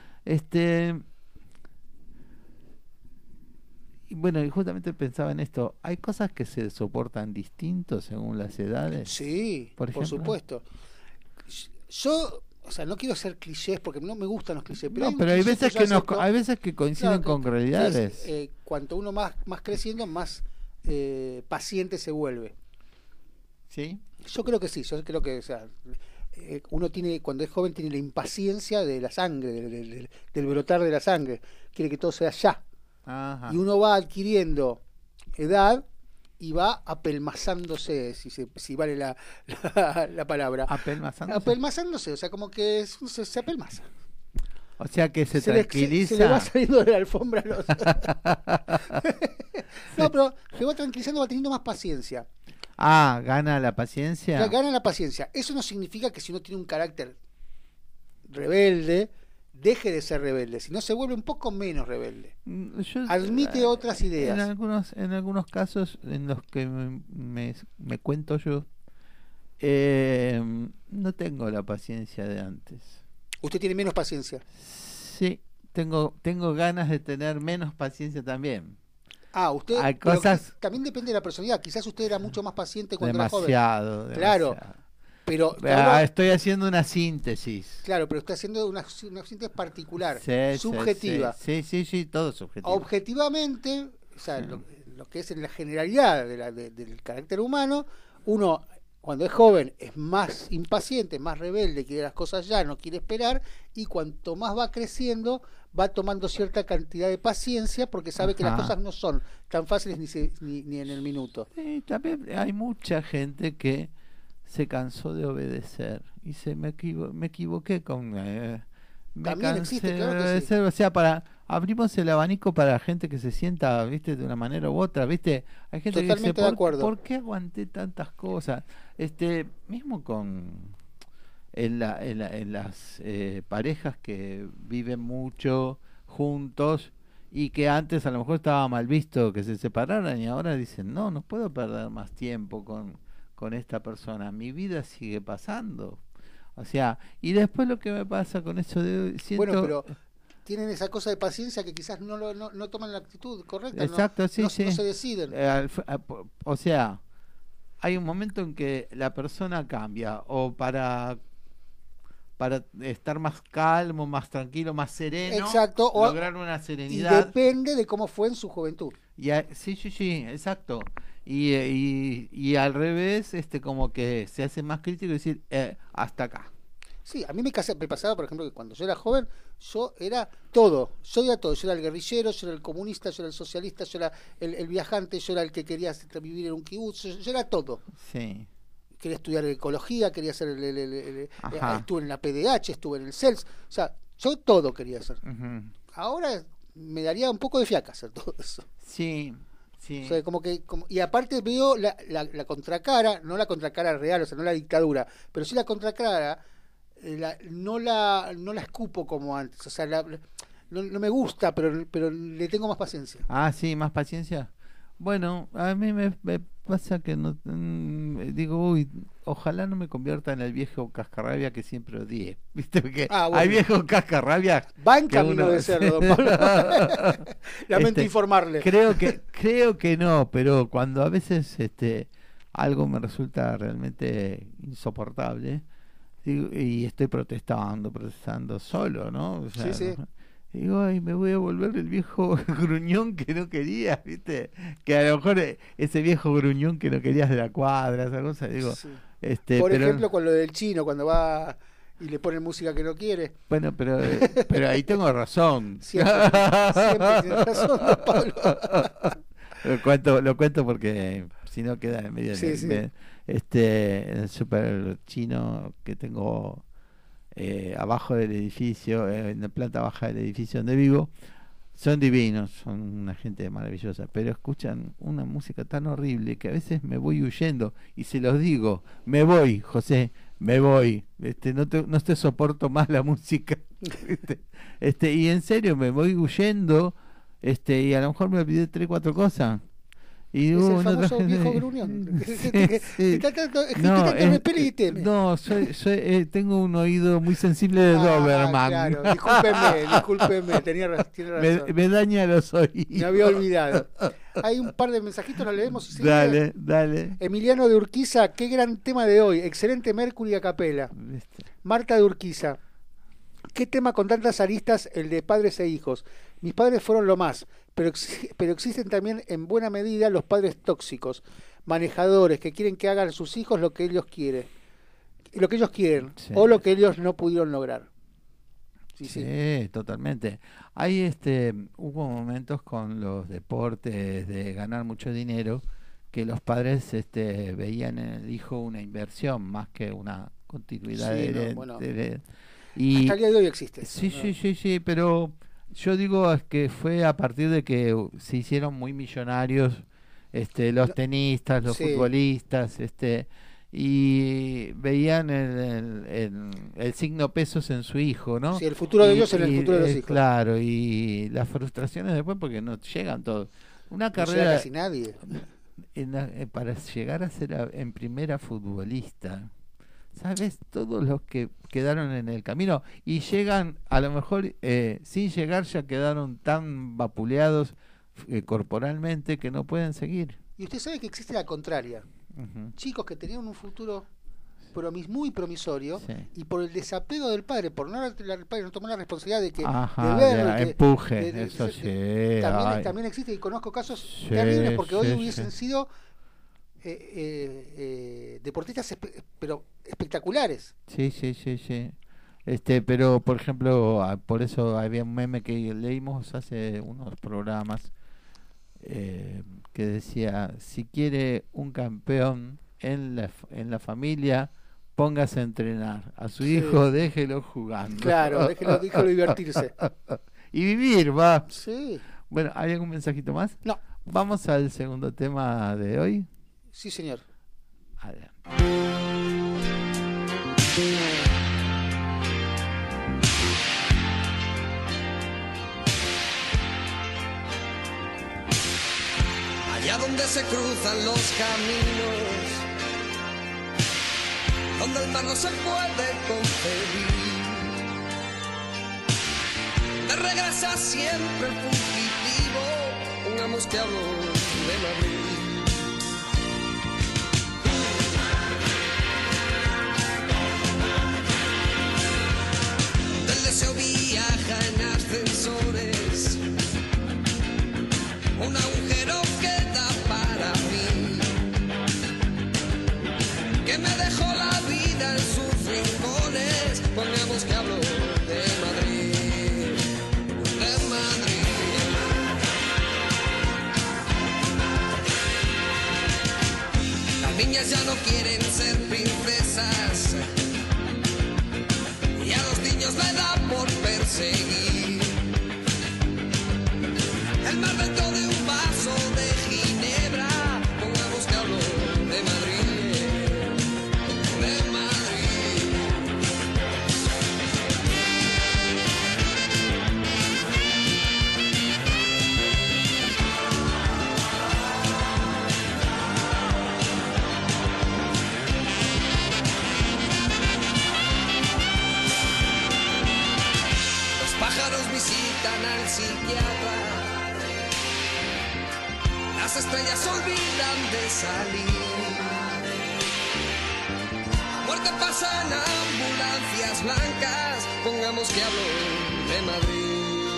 [SPEAKER 2] Y bueno, y justamente pensaba en esto, ¿hay cosas que se soportan distintos según las edades?
[SPEAKER 3] Sí,
[SPEAKER 2] Por
[SPEAKER 3] por
[SPEAKER 2] ejemplo.
[SPEAKER 3] supuesto. Yo, o sea, no quiero ser clichés porque no me gustan los clichés, pero
[SPEAKER 2] No,
[SPEAKER 3] hay un
[SPEAKER 2] pero hay
[SPEAKER 3] cliché
[SPEAKER 2] veces
[SPEAKER 3] yo
[SPEAKER 2] que
[SPEAKER 3] acepto.
[SPEAKER 2] hay veces que coinciden
[SPEAKER 3] Claro,
[SPEAKER 2] con
[SPEAKER 3] que
[SPEAKER 2] realidades.
[SPEAKER 3] es, cuanto uno más creciendo, más paciente se vuelve.
[SPEAKER 2] ¿Sí?
[SPEAKER 3] Yo creo que sí, yo creo que, o sea, uno tiene, cuando es joven, tiene la impaciencia de la sangre, del brotar de la sangre, quiere que todo sea ya.
[SPEAKER 2] Ajá.
[SPEAKER 3] Y uno va adquiriendo edad y va apelmazándose, si vale la palabra.
[SPEAKER 2] Apelmazándose.
[SPEAKER 3] Apelmazándose, o sea, como que se apelmaza.
[SPEAKER 2] O sea que se
[SPEAKER 3] Se
[SPEAKER 2] tranquiliza.
[SPEAKER 3] le va saliendo de la alfombra los... No, pero se va tranquilizando, va teniendo más paciencia.
[SPEAKER 2] Ah, gana la paciencia.
[SPEAKER 3] Gana la paciencia. Eso no significa que si uno tiene un carácter rebelde, deje de ser rebelde, sino se vuelve un poco menos rebelde.
[SPEAKER 2] Yo,
[SPEAKER 3] Admite otras ideas.
[SPEAKER 2] En algunos casos en los que me cuento yo, no tengo la paciencia de antes.
[SPEAKER 3] Usted tiene menos paciencia.
[SPEAKER 2] Sí, tengo ganas de tener menos paciencia también.
[SPEAKER 3] Ah, usted.
[SPEAKER 2] Hay
[SPEAKER 3] pero
[SPEAKER 2] cosas-
[SPEAKER 3] también depende de la personalidad. Quizás usted era mucho más paciente cuando era joven.
[SPEAKER 2] Demasiado.
[SPEAKER 3] Claro. Pero.
[SPEAKER 2] Estoy haciendo una síntesis.
[SPEAKER 3] Claro, pero está haciendo una síntesis particular,
[SPEAKER 2] Sí,
[SPEAKER 3] subjetiva.
[SPEAKER 2] Sí, todo subjetivo.
[SPEAKER 3] Objetivamente, o sea,
[SPEAKER 2] Sí.
[SPEAKER 3] lo que es en la generalidad del carácter humano, uno cuando es joven es más impaciente, más rebelde, quiere las cosas ya, no quiere esperar, y cuanto más va creciendo, va tomando cierta cantidad de paciencia porque sabe que las
[SPEAKER 2] Ajá.
[SPEAKER 3] cosas no son tan fáciles ni en el minuto.
[SPEAKER 2] Sí, también hay mucha gente que se cansó de obedecer y me equivoqué con me
[SPEAKER 3] También
[SPEAKER 2] cansé
[SPEAKER 3] existe,
[SPEAKER 2] de
[SPEAKER 3] claro que sí.
[SPEAKER 2] obedecer, o sea, abrimos el abanico para gente que se sienta, viste, de una manera u otra, viste, hay gente que dice,
[SPEAKER 3] Totalmente de acuerdo.
[SPEAKER 2] ¿por qué aguanté tantas cosas? Mismo con en las parejas que viven mucho juntos y que antes a lo mejor estaba mal visto que se separaran y ahora dicen, no puedo perder más tiempo con esta persona, mi vida sigue pasando. O sea, y después lo que me pasa con eso de siento
[SPEAKER 3] Bueno, pero tienen esa cosa de paciencia que quizás no toman la actitud correcta.
[SPEAKER 2] exacto, sí,
[SPEAKER 3] no
[SPEAKER 2] sí.
[SPEAKER 3] se deciden.
[SPEAKER 2] O sea, hay un momento en que la persona cambia o para estar más calmo, más tranquilo, más sereno,
[SPEAKER 3] Exacto, o-
[SPEAKER 2] lograr una
[SPEAKER 3] Y
[SPEAKER 2] serenidad.
[SPEAKER 3] depende de cómo fue en su juventud.
[SPEAKER 2] Sí, exacto. Y al revés, como que se hace más crítico y decir, hasta acá.
[SPEAKER 3] Sí, a mí me pasaba, por ejemplo, que cuando yo era joven, yo era todo. Yo era el guerrillero, yo era el comunista, yo era el socialista, yo era el viajante, yo era el que quería vivir en un kibutz, yo era todo.
[SPEAKER 2] Sí.
[SPEAKER 3] Quería estudiar ecología, quería hacer
[SPEAKER 2] Ajá.
[SPEAKER 3] estuve en la PDH, estuve en el CELS, o sea, yo todo quería hacer.
[SPEAKER 2] Ujú.
[SPEAKER 3] Ahora me daría un poco de fiaca hacer todo eso.
[SPEAKER 2] Sí.
[SPEAKER 3] O sea, y aparte veo la contracara, no la contracara real, o sea, no la dictadura, pero sí la contracara, no la escupo como antes, o sea, no me gusta, pero le tengo más paciencia.
[SPEAKER 2] Ah, sí, más paciencia. Bueno, a mí me pasa que no digo, uy, ojalá no me convierta en el viejo cascarrabia que siempre odié. ¿Viste? Porque
[SPEAKER 3] Ah, bueno.
[SPEAKER 2] hay viejos cascarrabias.
[SPEAKER 3] Va en
[SPEAKER 2] que
[SPEAKER 3] camino
[SPEAKER 2] uno-
[SPEAKER 3] de serlo, don Pablo. Lamento informarle.
[SPEAKER 2] Creo que no, pero cuando a veces algo me resulta realmente insoportable y estoy protestando solo, ¿no? O sea,
[SPEAKER 3] Sí, sí.
[SPEAKER 2] digo, ay, me voy a volver el viejo gruñón que no querías, ¿viste? Que a lo mejor ese viejo gruñón que no querías de la cuadra, esa cosa, digo,
[SPEAKER 3] Sí.
[SPEAKER 2] pero,
[SPEAKER 3] Por ejemplo, con lo del chino, cuando va y le ponen música que no quiere.
[SPEAKER 2] bueno, pero ahí tengo razón.
[SPEAKER 3] Siempre tiene razón, don Pablo.
[SPEAKER 2] Lo cuento porque si no queda en medio
[SPEAKER 3] Sí, sí.
[SPEAKER 2] en el super chino que tengo abajo del edificio, en la planta baja del edificio donde vivo, Son divinos, son una gente maravillosa, pero escuchan una música tan horrible que a veces me voy huyendo y se los digo, me voy, José, me voy, no te soporto más la música, y en serio me voy huyendo, y a lo mejor me olvidé 3, 4 cosas. Y
[SPEAKER 3] es el famoso viejo gruñón. No,
[SPEAKER 2] tengo un oído muy sensible de Doberman.
[SPEAKER 3] Claro, discúlpeme, tiene razón.
[SPEAKER 2] Me daña los oídos.
[SPEAKER 3] Me había olvidado. Hay un par de mensajitos, los leemos. ¿Sí?
[SPEAKER 2] Dale.
[SPEAKER 3] Emiliano de Urquiza, qué gran tema de hoy. Excelente Mercury a capela. Marta de Urquiza, qué tema con tantas aristas, el de padres e hijos. Mis padres fueron lo más, pero existen también en buena medida los padres tóxicos, manejadores que quieren que hagan sus hijos lo que ellos quieren, sí, o lo que ellos no pudieron lograr.
[SPEAKER 2] Sí, totalmente. Hay hubo momentos con los deportes de ganar mucho dinero que los padres veían en el hijo una inversión más que una continuidad
[SPEAKER 3] y
[SPEAKER 2] hasta
[SPEAKER 3] el día de hoy existe eso,
[SPEAKER 2] sí, pero yo digo que fue a partir de que se hicieron muy millonarios los tenistas, los futbolistas, y veían el signo pesos en su hijo, ¿no?
[SPEAKER 3] Sí, el futuro de ellos en el futuro de los hijos.
[SPEAKER 2] Claro, y las frustraciones después porque no llegan todos. Una carrera...
[SPEAKER 3] No llega casi nadie.
[SPEAKER 2] Para llegar a ser en primera futbolista, ¿sabes? Todos los que quedaron en el camino y llegan, a lo mejor sin llegar ya quedaron tan vapuleados corporalmente que no pueden seguir.
[SPEAKER 3] Y usted sabe que existe la contraria. Chicos que tenían un futuro muy promisorio, sí, y por el desapego del padre, por no el padre no tomó la responsabilidad de verlo,
[SPEAKER 2] empuje, eso sí.
[SPEAKER 3] También existe, y conozco casos terribles porque hoy hubiesen sido deportistas pero espectaculares.
[SPEAKER 2] Sí. Pero por ejemplo, por eso había un meme que leímos hace unos programas que decía: si quiere un campeón en la familia, póngase a entrenar a su hijo, déjelo jugando.
[SPEAKER 3] Claro, déjelo divertirse
[SPEAKER 2] y vivir, va.
[SPEAKER 3] Sí.
[SPEAKER 2] Bueno, ¿hay algún mensajito más?
[SPEAKER 3] No.
[SPEAKER 2] Vamos al segundo tema de hoy.
[SPEAKER 3] Sí, señor.
[SPEAKER 2] Adelante.
[SPEAKER 5] Allá donde se cruzan los caminos, donde el mar no se puede concebir, te regresa siempre el fugitivo, un amosqueado de Madrid. Del deseo viaja en ascensores, un agujero queda para mí, que me dejó la vida en sus rincones. Pongamos que hablo de Madrid, de Madrid. Las niñas ya no quieren ser princesas y a los niños le da por perseguir el mar dentro de un vaso de ginebra. Pongamos que hablo de Madrid, de Madrid. Los pájaros visitan al psiquiatra, las estrellas olvidan de salir, la muerte pasa en ambulancias blancas. Pongamos que hablo de Madrid.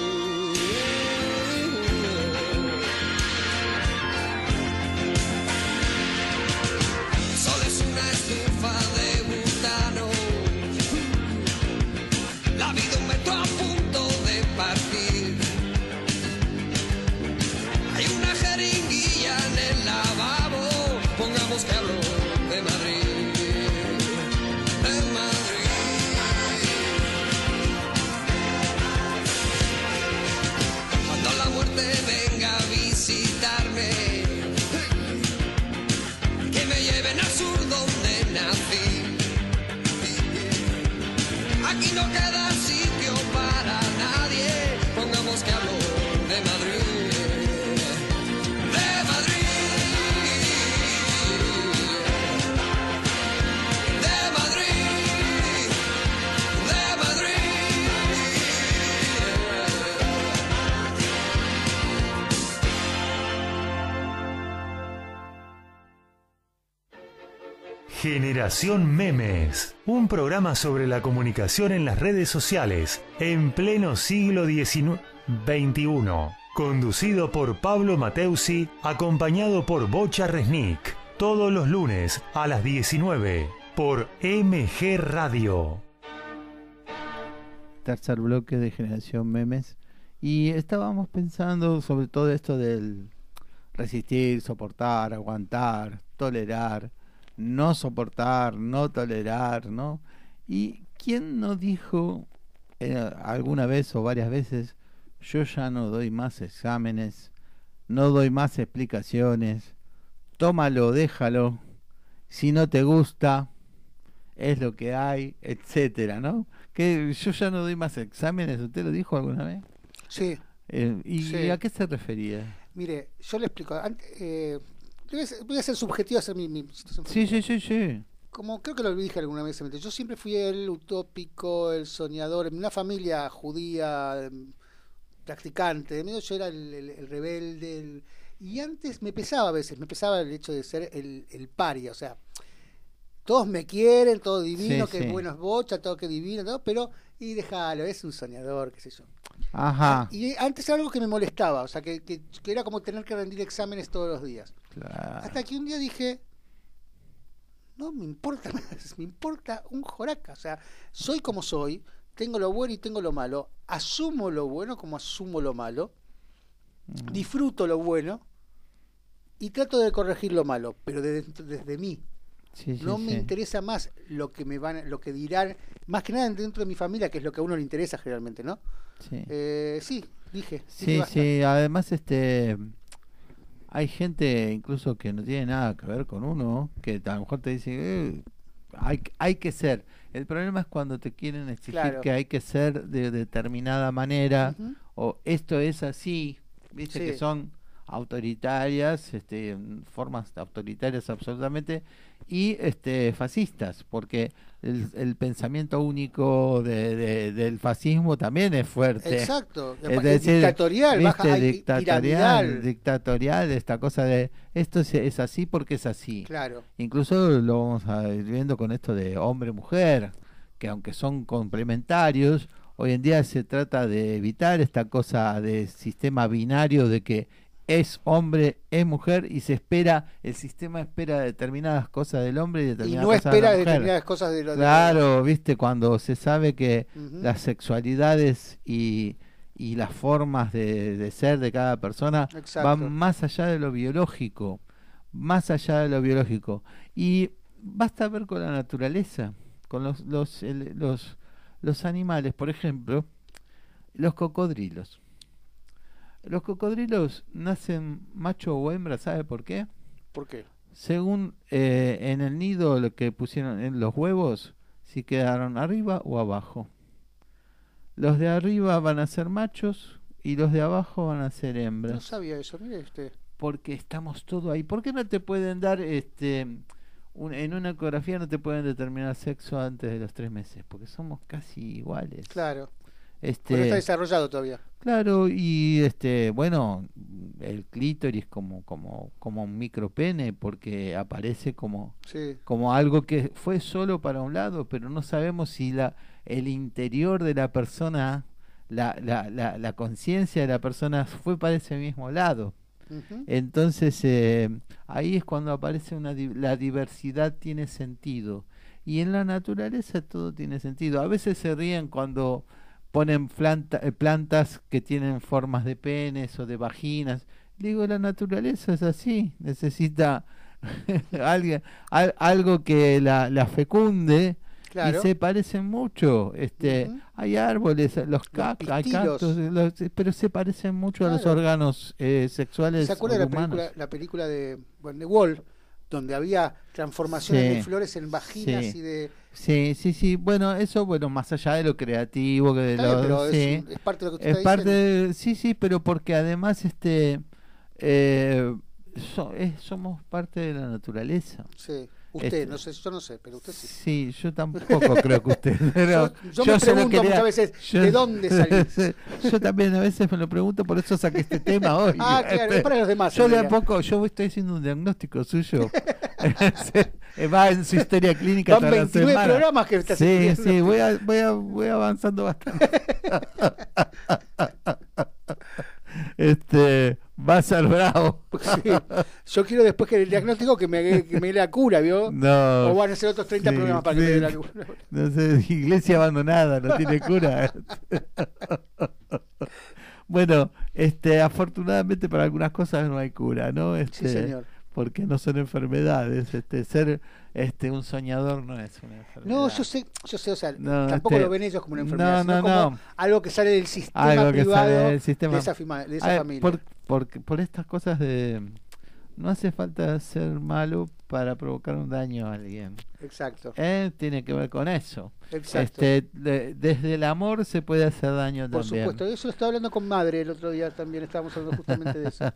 [SPEAKER 5] El sol es una estufa de butano, la vida un metro a punto de partir. Hay una jeringuilla en el lavabo. Pongamos que hablo de Madrid, de Madrid.
[SPEAKER 1] Generación Memes, un programa sobre la comunicación en las redes sociales en pleno siglo XXI, conducido por Pablo Mateusi, acompañado por Bocha Resnick, todos los lunes a las 19 por MG Radio.
[SPEAKER 2] Tercer bloque de Generación Memes, y estábamos pensando sobre todo esto del resistir, soportar, aguantar, tolerar, no soportar, no tolerar, ¿no? ¿Y quién no dijo alguna vez o varias veces, yo ya no doy más exámenes, no doy más explicaciones, tómalo, déjalo, si no te gusta, es lo que hay, etcétera, ¿no? Que yo ya no doy más exámenes, ¿usted lo dijo alguna vez?
[SPEAKER 3] Sí.
[SPEAKER 2] ¿Y
[SPEAKER 3] Sí.
[SPEAKER 2] a qué se refería?
[SPEAKER 3] Mire, yo le explico. Voy a ser subjetivo, a hacer mi situación.
[SPEAKER 2] Sí.
[SPEAKER 3] Como creo que lo dije alguna vez, yo siempre fui el utópico, el soñador, en una familia judía, practicante, yo era el rebelde, y antes me pesaba a veces, me pesaba el hecho de ser el paria, o sea, todos me quieren, todo divino,
[SPEAKER 2] Sí,
[SPEAKER 3] que
[SPEAKER 2] sí.
[SPEAKER 3] bueno es Bocha, todo que divino, todo, pero, y déjalo, es un soñador, qué sé yo.
[SPEAKER 2] Ajá.
[SPEAKER 3] Y antes era algo que me molestaba, o sea, que era como tener que rendir exámenes todos los días.
[SPEAKER 2] Claro.
[SPEAKER 3] Hasta que un día dije, no me importa más, me importa un joraca, o sea, soy como soy, tengo lo bueno y tengo lo malo, asumo lo bueno como asumo lo malo, disfruto lo bueno y trato de corregir lo malo, pero desde mí.
[SPEAKER 2] Sí,
[SPEAKER 3] No me interesa más lo que lo que dirán, más que nada dentro de mi familia, que es lo que a uno le interesa generalmente, ¿no?
[SPEAKER 2] Sí.
[SPEAKER 3] Sí, dije
[SPEAKER 2] Sí,
[SPEAKER 3] basta.
[SPEAKER 2] sí, además hay gente incluso que no tiene nada que ver con uno, que a lo mejor te dice, hay que ser. El problema es cuando te quieren exigir
[SPEAKER 3] Claro.
[SPEAKER 2] que hay que ser de determinada manera,
[SPEAKER 3] Ujú.
[SPEAKER 2] o esto es así, viste,
[SPEAKER 3] Sí.
[SPEAKER 2] que son autoritarias, formas autoritarias absolutamente, y fascistas, porque el pensamiento único del fascismo también es fuerte.
[SPEAKER 3] Exacto,
[SPEAKER 2] Es decir,
[SPEAKER 3] dictatorial,
[SPEAKER 2] ¿viste?
[SPEAKER 3] baja, hay piramidal.
[SPEAKER 2] Dictatorial, esta cosa de esto es así porque es así.
[SPEAKER 3] Claro,
[SPEAKER 2] Incluso lo vamos a ir viendo con esto de hombre-mujer, que aunque son complementarios, hoy en día se trata de evitar esta cosa de sistema binario de que es hombre, es mujer, y el sistema espera determinadas cosas del hombre y
[SPEAKER 3] y
[SPEAKER 2] determinadas
[SPEAKER 3] no
[SPEAKER 2] cosas de
[SPEAKER 3] espera
[SPEAKER 2] la mujer.
[SPEAKER 3] determinadas cosas de lo
[SPEAKER 2] Claro, viste, cuando se sabe que
[SPEAKER 3] Ujú.
[SPEAKER 2] las sexualidades y las formas de ser de cada persona
[SPEAKER 3] Exacto.
[SPEAKER 2] van más allá de lo biológico, y basta ver con la naturaleza, con los animales, por ejemplo, los cocodrilos. Los cocodrilos nacen macho o hembra, ¿sabe por qué?
[SPEAKER 3] ¿Por qué?
[SPEAKER 2] Según en el nido lo que pusieron en los huevos, si quedaron arriba o abajo. Los de arriba van a ser machos y los de abajo van a ser hembras.
[SPEAKER 3] No sabía eso, mire usted.
[SPEAKER 2] Porque estamos todo ahí. ¿Por qué no te pueden dar en una ecografía no te pueden determinar sexo antes de los 3 meses? Porque somos casi iguales.
[SPEAKER 3] Claro, porque no está desarrollado todavía.
[SPEAKER 2] Claro, y bueno, el clítoris como un micropene, porque aparece como
[SPEAKER 3] Sí,
[SPEAKER 2] algo que fue solo para un lado, pero no sabemos si el interior de la persona, la conciencia de la persona fue para ese mismo lado.
[SPEAKER 3] ujú.
[SPEAKER 2] Entonces ahí es cuando aparece la diversidad tiene sentido, y en la naturaleza todo tiene sentido. A veces se ríen cuando ponen plantas que tienen formas de penes o de vaginas. Digo, la naturaleza es así, necesita algo que la fecunde.
[SPEAKER 3] Claro.
[SPEAKER 2] Y se parecen mucho.
[SPEAKER 3] Ujú.
[SPEAKER 2] Hay árboles, hay
[SPEAKER 3] pistilos.
[SPEAKER 2] cactus, pero se parecen mucho a los
[SPEAKER 3] Claro.
[SPEAKER 2] órganos sexuales
[SPEAKER 3] ¿Se acuerda de
[SPEAKER 2] humanos.
[SPEAKER 3] la película de Wall, donde había transformaciones
[SPEAKER 2] Sí.
[SPEAKER 3] de flores en vaginas
[SPEAKER 2] Sí.
[SPEAKER 3] y de...
[SPEAKER 2] Sí. Bueno, eso, más allá de lo creativo, que de
[SPEAKER 3] Está bien,
[SPEAKER 2] lo...
[SPEAKER 3] pero
[SPEAKER 2] sí.
[SPEAKER 3] es parte de lo que usted
[SPEAKER 2] Es
[SPEAKER 3] está
[SPEAKER 2] parte
[SPEAKER 3] diciendo.
[SPEAKER 2] sí, pero porque además somos parte de la naturaleza.
[SPEAKER 3] Sí. Usted, no sé, yo no sé, pero usted sí.
[SPEAKER 2] Sí, yo tampoco creo que usted. Pero
[SPEAKER 3] Yo me
[SPEAKER 2] se lo
[SPEAKER 3] pregunto muchas veces, ¿de dónde salís?
[SPEAKER 2] Yo también a veces me lo pregunto, por eso saqué este tema hoy.
[SPEAKER 3] Ah, claro, es para los demás.
[SPEAKER 2] Yo
[SPEAKER 3] en
[SPEAKER 2] de a
[SPEAKER 3] realidad.
[SPEAKER 2] poco, yo estoy haciendo un diagnóstico suyo. Va en su historia clínica
[SPEAKER 3] Van
[SPEAKER 2] toda la
[SPEAKER 3] 29
[SPEAKER 2] semana.
[SPEAKER 3] programas que estás
[SPEAKER 2] Sí,
[SPEAKER 3] estudiando.
[SPEAKER 2] sí, voy avanzando bastante. Va a ser bravo.
[SPEAKER 3] Sí. Yo quiero después que el diagnóstico que me dé la cura, ¿vio?
[SPEAKER 2] No.
[SPEAKER 3] O van a ser otros 30
[SPEAKER 2] Sí,
[SPEAKER 3] programas para que
[SPEAKER 2] sí.
[SPEAKER 3] me dé la cura.
[SPEAKER 2] No sé, iglesia abandonada, no tiene cura. Bueno, afortunadamente para algunas cosas no hay cura, ¿no?
[SPEAKER 3] Sí, señor.
[SPEAKER 2] Porque no son enfermedades. Ser un soñador no es una enfermedad.
[SPEAKER 3] No, yo sé, o sea,
[SPEAKER 2] No,
[SPEAKER 3] tampoco lo ven ellos como una enfermedad,
[SPEAKER 2] no,
[SPEAKER 3] sino como
[SPEAKER 2] no.
[SPEAKER 3] algo que sale del sistema
[SPEAKER 2] Algo que
[SPEAKER 3] privado
[SPEAKER 2] sale del sistema.
[SPEAKER 3] de esa, de esa familia.
[SPEAKER 2] Por estas cosas de... No hace falta ser malo para provocar un daño a alguien.
[SPEAKER 3] Exacto.
[SPEAKER 2] Tiene que ver con eso.
[SPEAKER 3] Exacto.
[SPEAKER 2] Desde el amor se puede hacer daño
[SPEAKER 3] Por
[SPEAKER 2] también.
[SPEAKER 3] supuesto, eso lo estaba hablando con madre el otro día también, estábamos hablando justamente de eso.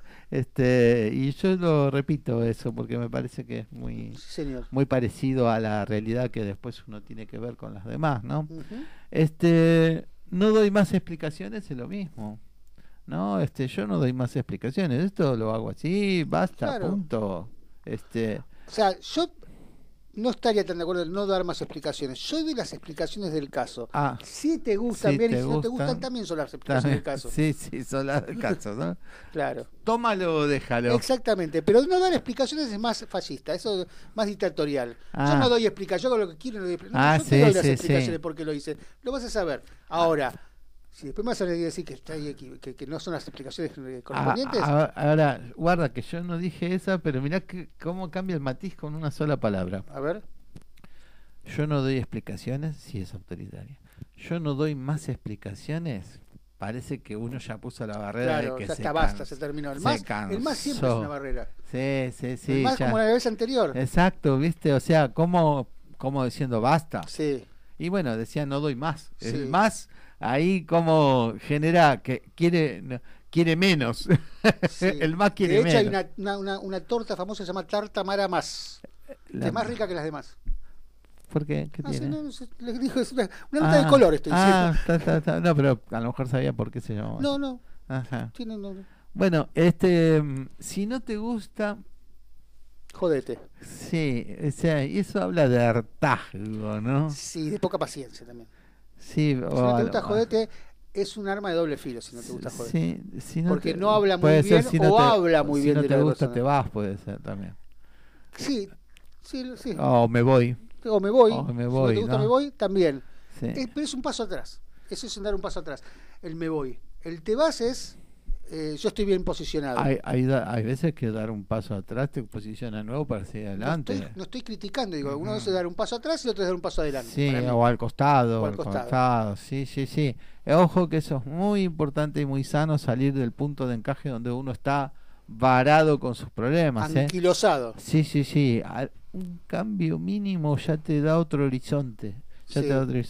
[SPEAKER 2] Y yo lo repito eso porque me parece que es muy,
[SPEAKER 3] Sí, señor.
[SPEAKER 2] muy parecido a la realidad que después uno tiene que ver con las demás, ¿no?
[SPEAKER 3] Ujú.
[SPEAKER 2] No doy más explicaciones, es lo mismo. No, yo no doy más explicaciones, esto lo hago así, basta,
[SPEAKER 3] Claro.
[SPEAKER 2] punto.
[SPEAKER 3] O sea, yo no estaría tan de acuerdo en no dar más explicaciones. Yo doy las explicaciones del caso. Si te gustan
[SPEAKER 2] si
[SPEAKER 3] bien y
[SPEAKER 2] te
[SPEAKER 3] si no te
[SPEAKER 2] gustan,
[SPEAKER 3] gustan, también son las explicaciones del caso.
[SPEAKER 2] Sí, son las del caso, ¿no?
[SPEAKER 3] Claro.
[SPEAKER 2] Tómalo o déjalo.
[SPEAKER 3] Exactamente, pero no dar explicaciones es más fascista, eso es más dictatorial. Yo no doy explicaciones, yo hago lo que quiero y no doy explicaciones. Yo te doy las explicaciones de por qué lo hice. Lo vas a saber. Ahora, si después me vas a decir que no son las explicaciones correspondientes.
[SPEAKER 2] Ahora, guarda que yo no dije esa, pero mirá cómo cambia el matiz con una sola palabra.
[SPEAKER 3] A ver.
[SPEAKER 2] Yo no doy explicaciones si es autoritaria. Yo no doy más explicaciones. Parece que uno ya puso la barrera
[SPEAKER 3] Claro,
[SPEAKER 2] de que
[SPEAKER 3] ya
[SPEAKER 2] se
[SPEAKER 3] está, basta, se terminó. El más siempre es una barrera.
[SPEAKER 2] Sí,
[SPEAKER 3] El más
[SPEAKER 2] ya.
[SPEAKER 3] como la vez anterior.
[SPEAKER 2] Exacto, ¿viste? O sea, como diciendo basta.
[SPEAKER 3] Sí.
[SPEAKER 2] Y bueno, decía no doy más.
[SPEAKER 3] Sí.
[SPEAKER 2] El más ahí como genera que quiere menos.
[SPEAKER 3] Sí.
[SPEAKER 2] El más quiere
[SPEAKER 3] de hecho,
[SPEAKER 2] menos.
[SPEAKER 3] hay una torta famosa que se llama Tarta Mara Más, que es más rica que las demás.
[SPEAKER 2] ¿Por qué? ¿Qué tiene?
[SPEAKER 3] No sé, les dijo, es una nota de color, estoy diciendo.
[SPEAKER 2] No, pero a lo mejor sabía por qué se llamaba.
[SPEAKER 3] No.
[SPEAKER 2] Ajá.
[SPEAKER 3] No.
[SPEAKER 2] Bueno, si no te gusta,
[SPEAKER 3] Jodete.
[SPEAKER 2] sí, o sea, y eso habla de hartazgo, ¿no?
[SPEAKER 3] Sí, de poca paciencia también.
[SPEAKER 2] Sí,
[SPEAKER 3] Si no te gusta jodete, es un arma de doble filo si no te gusta joder.
[SPEAKER 2] Sí, si no
[SPEAKER 3] porque no habla muy
[SPEAKER 2] puede ser,
[SPEAKER 3] bien
[SPEAKER 2] si no
[SPEAKER 3] o
[SPEAKER 2] te-
[SPEAKER 3] habla muy
[SPEAKER 2] si
[SPEAKER 3] bien
[SPEAKER 2] no
[SPEAKER 3] de
[SPEAKER 2] te
[SPEAKER 3] la
[SPEAKER 2] gusta,
[SPEAKER 3] persona.
[SPEAKER 2] te vas, puede ser también.
[SPEAKER 3] Sí.
[SPEAKER 2] O me voy.
[SPEAKER 3] O me voy.
[SPEAKER 2] O me
[SPEAKER 3] Si
[SPEAKER 2] voy,
[SPEAKER 3] no te gusta,
[SPEAKER 2] ¿no?
[SPEAKER 3] me voy, también.
[SPEAKER 2] Sí.
[SPEAKER 3] Pero es un paso atrás. Eso es dar un paso atrás. El me voy. El te vas es yo estoy bien posicionado.
[SPEAKER 2] Hay veces que dar un paso atrás te posiciona nuevo para seguir adelante.
[SPEAKER 3] No estoy criticando, digo, uno es dar un paso atrás y otro es dar un paso adelante.
[SPEAKER 2] Sí,
[SPEAKER 3] para mí.
[SPEAKER 2] o al costado.
[SPEAKER 3] O al costado.
[SPEAKER 2] Sí. Ojo que eso es muy importante y muy sano, salir del punto de encaje donde uno está varado con sus problemas.
[SPEAKER 3] Anquilosado.
[SPEAKER 2] Sí. Un cambio mínimo ya te da otro horizonte.
[SPEAKER 3] Sí.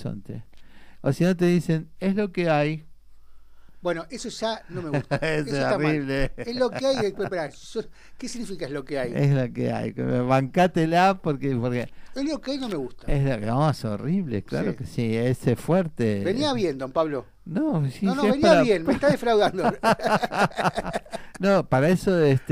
[SPEAKER 2] O si no te dicen, es lo que hay.
[SPEAKER 3] Bueno, eso ya no me gusta.
[SPEAKER 2] Es
[SPEAKER 3] Eso está mal.
[SPEAKER 2] horrible.
[SPEAKER 3] Es lo que hay. Espera, ¿qué significa es lo que hay?
[SPEAKER 2] Es lo que hay. Bancátela porque
[SPEAKER 3] Es lo que hay no me gusta.
[SPEAKER 2] es lo que es horrible, claro
[SPEAKER 3] Sí.
[SPEAKER 2] que sí, ese fuerte.
[SPEAKER 3] Venía bien, don Pablo.
[SPEAKER 2] No, sí,
[SPEAKER 3] No,
[SPEAKER 2] sí, es
[SPEAKER 3] venía
[SPEAKER 2] para-
[SPEAKER 3] bien, me está defraudando.
[SPEAKER 2] No, para eso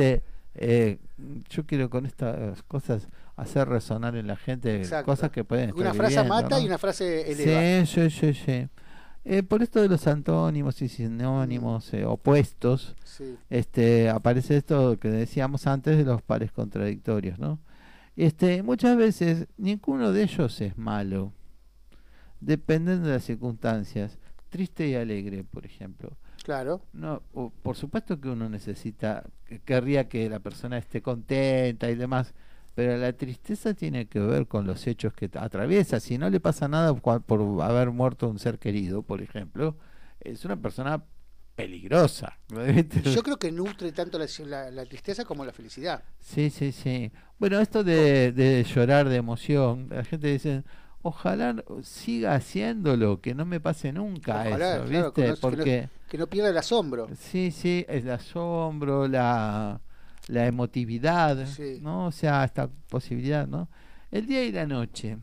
[SPEAKER 2] yo quiero con estas cosas hacer resonar en la gente
[SPEAKER 3] Exacto.
[SPEAKER 2] cosas que pueden estar
[SPEAKER 3] Una frase
[SPEAKER 2] viviendo,
[SPEAKER 3] mata
[SPEAKER 2] ¿no?
[SPEAKER 3] y una frase eleva.
[SPEAKER 2] Sí. Por esto de los antónimos y sinónimos opuestos,
[SPEAKER 3] Sí.
[SPEAKER 2] aparece esto que decíamos antes de los pares contradictorios, ¿no? Muchas veces ninguno de ellos es malo, dependen de las circunstancias. Triste y alegre, por ejemplo.
[SPEAKER 3] Claro.
[SPEAKER 2] No, por supuesto que uno querría que la persona esté contenta y demás, pero la tristeza tiene que ver con los hechos que atraviesa. Si no le pasa nada por haber muerto un ser querido, por ejemplo, es una persona peligrosa.
[SPEAKER 3] Yo creo que nutre tanto la tristeza como la felicidad.
[SPEAKER 2] Sí. Bueno, esto de llorar de emoción, la gente dice, ojalá siga haciéndolo, que no me pase nunca
[SPEAKER 3] Ojalá,
[SPEAKER 2] eso,
[SPEAKER 3] claro,
[SPEAKER 2] ¿viste?
[SPEAKER 3] que no
[SPEAKER 2] Porque
[SPEAKER 3] que no pierda el asombro.
[SPEAKER 2] sí, el asombro, la emotividad,
[SPEAKER 3] Sí.
[SPEAKER 2] ¿no? O sea, esta posibilidad, ¿no? El día y la noche.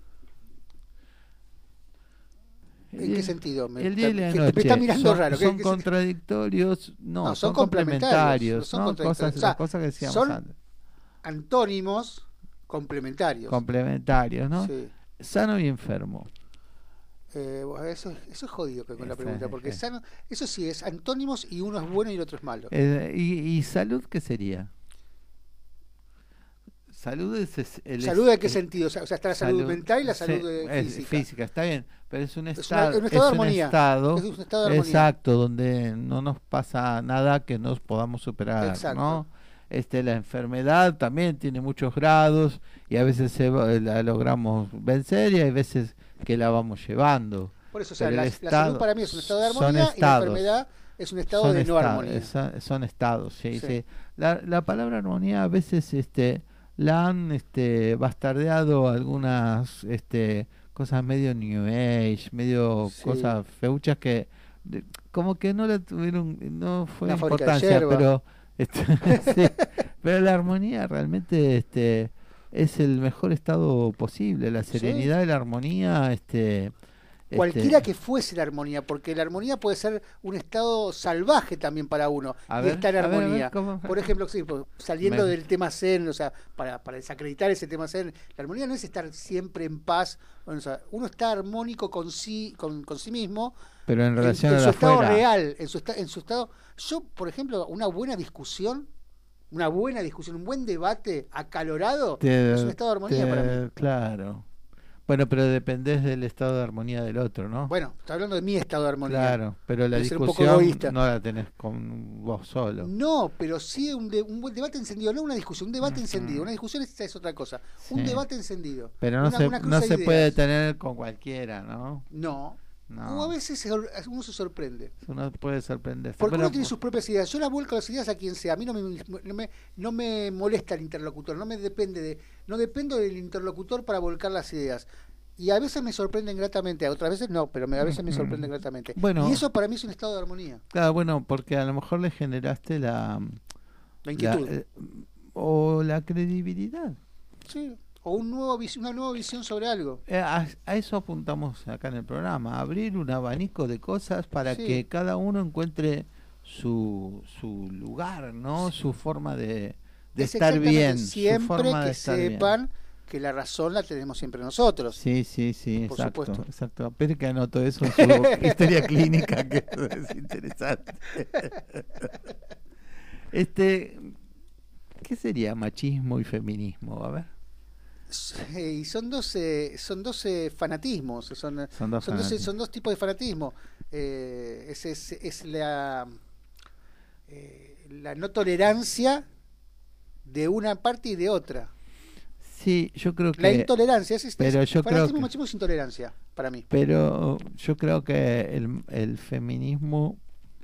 [SPEAKER 3] ¿En qué sentido?
[SPEAKER 2] El día y la
[SPEAKER 3] que
[SPEAKER 2] noche
[SPEAKER 3] me está mirando
[SPEAKER 2] son,
[SPEAKER 3] raro.
[SPEAKER 2] son
[SPEAKER 3] ¿Qué-
[SPEAKER 2] contradictorios, no,
[SPEAKER 3] No,
[SPEAKER 2] son
[SPEAKER 3] son complementarios,
[SPEAKER 2] complementarios,
[SPEAKER 3] son
[SPEAKER 2] ¿no?
[SPEAKER 3] contradictorios.
[SPEAKER 2] Cosas,
[SPEAKER 3] O sea,
[SPEAKER 2] las cosas que decíamos
[SPEAKER 3] son
[SPEAKER 2] antes.
[SPEAKER 3] Antónimos complementarios.
[SPEAKER 2] Complementarios, ¿no?
[SPEAKER 3] Sí.
[SPEAKER 2] Sano y enfermo.
[SPEAKER 3] Bueno, eso es jodido con la
[SPEAKER 2] Ese-
[SPEAKER 3] pregunta, porque
[SPEAKER 2] ese.
[SPEAKER 3] sano, eso sí, es antónimos y uno es bueno y el otro es malo.
[SPEAKER 2] ¿Y salud qué sería? Salud es el
[SPEAKER 3] ¿Salud en qué sentido? O sea, está la salud mental y la
[SPEAKER 2] sí,
[SPEAKER 3] salud
[SPEAKER 2] es
[SPEAKER 3] física.
[SPEAKER 2] física, está bien, pero es un
[SPEAKER 3] Es
[SPEAKER 2] estado,
[SPEAKER 3] un estado de
[SPEAKER 2] es un
[SPEAKER 3] armonía.
[SPEAKER 2] estado,
[SPEAKER 3] Es un estado de armonía.
[SPEAKER 2] exacto, donde no nos pasa nada que nos podamos superar,
[SPEAKER 3] Exacto.
[SPEAKER 2] ¿no? La enfermedad también tiene muchos grados y a veces la logramos vencer y hay veces que la vamos llevando.
[SPEAKER 3] Por eso, o sea,
[SPEAKER 2] Pero
[SPEAKER 3] la
[SPEAKER 2] el
[SPEAKER 3] salud
[SPEAKER 2] estado-
[SPEAKER 3] para mí es un estado de
[SPEAKER 2] son
[SPEAKER 3] armonía y la
[SPEAKER 2] estados.
[SPEAKER 3] enfermedad es un estado
[SPEAKER 2] Son
[SPEAKER 3] de no
[SPEAKER 2] estados,
[SPEAKER 3] armonía.
[SPEAKER 2] son estados, sí,
[SPEAKER 3] Sí.
[SPEAKER 2] sí. La palabra armonía a veces la han bastardeado algunas cosas medio New Age, medio
[SPEAKER 3] Sí.
[SPEAKER 2] cosas feuchas que como que no la tuvieron, no fue
[SPEAKER 3] Una fábrica de
[SPEAKER 2] importancia,
[SPEAKER 3] yerba.
[SPEAKER 2] pero sí, pero la armonía realmente es el mejor estado posible, la
[SPEAKER 3] Sí.
[SPEAKER 2] serenidad y la armonía
[SPEAKER 3] Cualquiera que fuese la armonía, porque la armonía puede ser un estado salvaje también para uno
[SPEAKER 2] A
[SPEAKER 3] y
[SPEAKER 2] ver,
[SPEAKER 3] estar en
[SPEAKER 2] a ver, a ver,
[SPEAKER 3] armonía.
[SPEAKER 2] ¿cómo?
[SPEAKER 3] Por ejemplo, sí, saliendo
[SPEAKER 2] Me-
[SPEAKER 3] del tema zen, o sea, para desacreditar ese tema zen, la armonía no es estar siempre en paz, o sea, uno está armónico con sí mismo,
[SPEAKER 2] pero en relación
[SPEAKER 3] en
[SPEAKER 2] a
[SPEAKER 3] su
[SPEAKER 2] la
[SPEAKER 3] estado
[SPEAKER 2] afuera.
[SPEAKER 3] real, en su estado. Yo, por ejemplo, una buena discusión, un buen debate acalorado, es un estado de armonía para mí.
[SPEAKER 2] Claro. Bueno, pero dependés del estado de armonía del otro, ¿no?
[SPEAKER 3] Bueno, está hablando de mi estado de armonía.
[SPEAKER 2] Claro, pero la
[SPEAKER 3] de ser un poco
[SPEAKER 2] discusión
[SPEAKER 3] egoísta.
[SPEAKER 2] no la tenés con vos solo.
[SPEAKER 3] No, pero sí un buen debate encendido, no una discusión, un debate encendido. Una discusión es otra cosa. Un
[SPEAKER 2] Sí.
[SPEAKER 3] debate encendido.
[SPEAKER 2] Pero no
[SPEAKER 3] Una
[SPEAKER 2] no
[SPEAKER 3] cruza de
[SPEAKER 2] se
[SPEAKER 3] ideas.
[SPEAKER 2] puede tener con cualquiera, ¿no?
[SPEAKER 3] No.
[SPEAKER 2] No.
[SPEAKER 3] O a veces uno se sorprende.
[SPEAKER 2] Uno puede sorprenderse.
[SPEAKER 3] Porque
[SPEAKER 2] Bueno,
[SPEAKER 3] uno tiene sus propias ideas. Yo las vuelco las ideas a quien sea. A mí no me molesta el interlocutor. No dependo del interlocutor para volcar las ideas. Y a veces me sorprenden gratamente, a otras veces no, pero a veces me sorprenden gratamente.
[SPEAKER 2] Bueno.
[SPEAKER 3] Y eso para mí es un estado de armonía.
[SPEAKER 2] claro, bueno, porque a lo mejor le generaste
[SPEAKER 3] La inquietud.
[SPEAKER 2] o la credibilidad.
[SPEAKER 3] Sí. O una nueva visión sobre algo.
[SPEAKER 2] A eso apuntamos acá en el programa, abrir un abanico de cosas para
[SPEAKER 3] Sí.
[SPEAKER 2] que cada uno encuentre su lugar, ¿no? Su forma de
[SPEAKER 3] Es
[SPEAKER 2] estar
[SPEAKER 3] exactamente
[SPEAKER 2] bien, su
[SPEAKER 3] siempre
[SPEAKER 2] forma de
[SPEAKER 3] que
[SPEAKER 2] estar bien.
[SPEAKER 3] sepan que la razón la tenemos siempre nosotros.
[SPEAKER 2] Sí,
[SPEAKER 3] Por
[SPEAKER 2] exacto,
[SPEAKER 3] supuesto.
[SPEAKER 2] exacto. Espere que anoto eso en su historia clínica, que es interesante. ¿Qué sería machismo y feminismo? A ver.
[SPEAKER 3] Y son dos fanatismos, son dos tipos de fanatismo. Es la no tolerancia de una parte y de otra.
[SPEAKER 2] Sí, yo creo que...
[SPEAKER 3] La intolerancia,
[SPEAKER 2] pero yo creo
[SPEAKER 3] fanatismo y
[SPEAKER 2] que-
[SPEAKER 3] machismo es intolerancia, para mí.
[SPEAKER 2] Pero yo creo que el feminismo,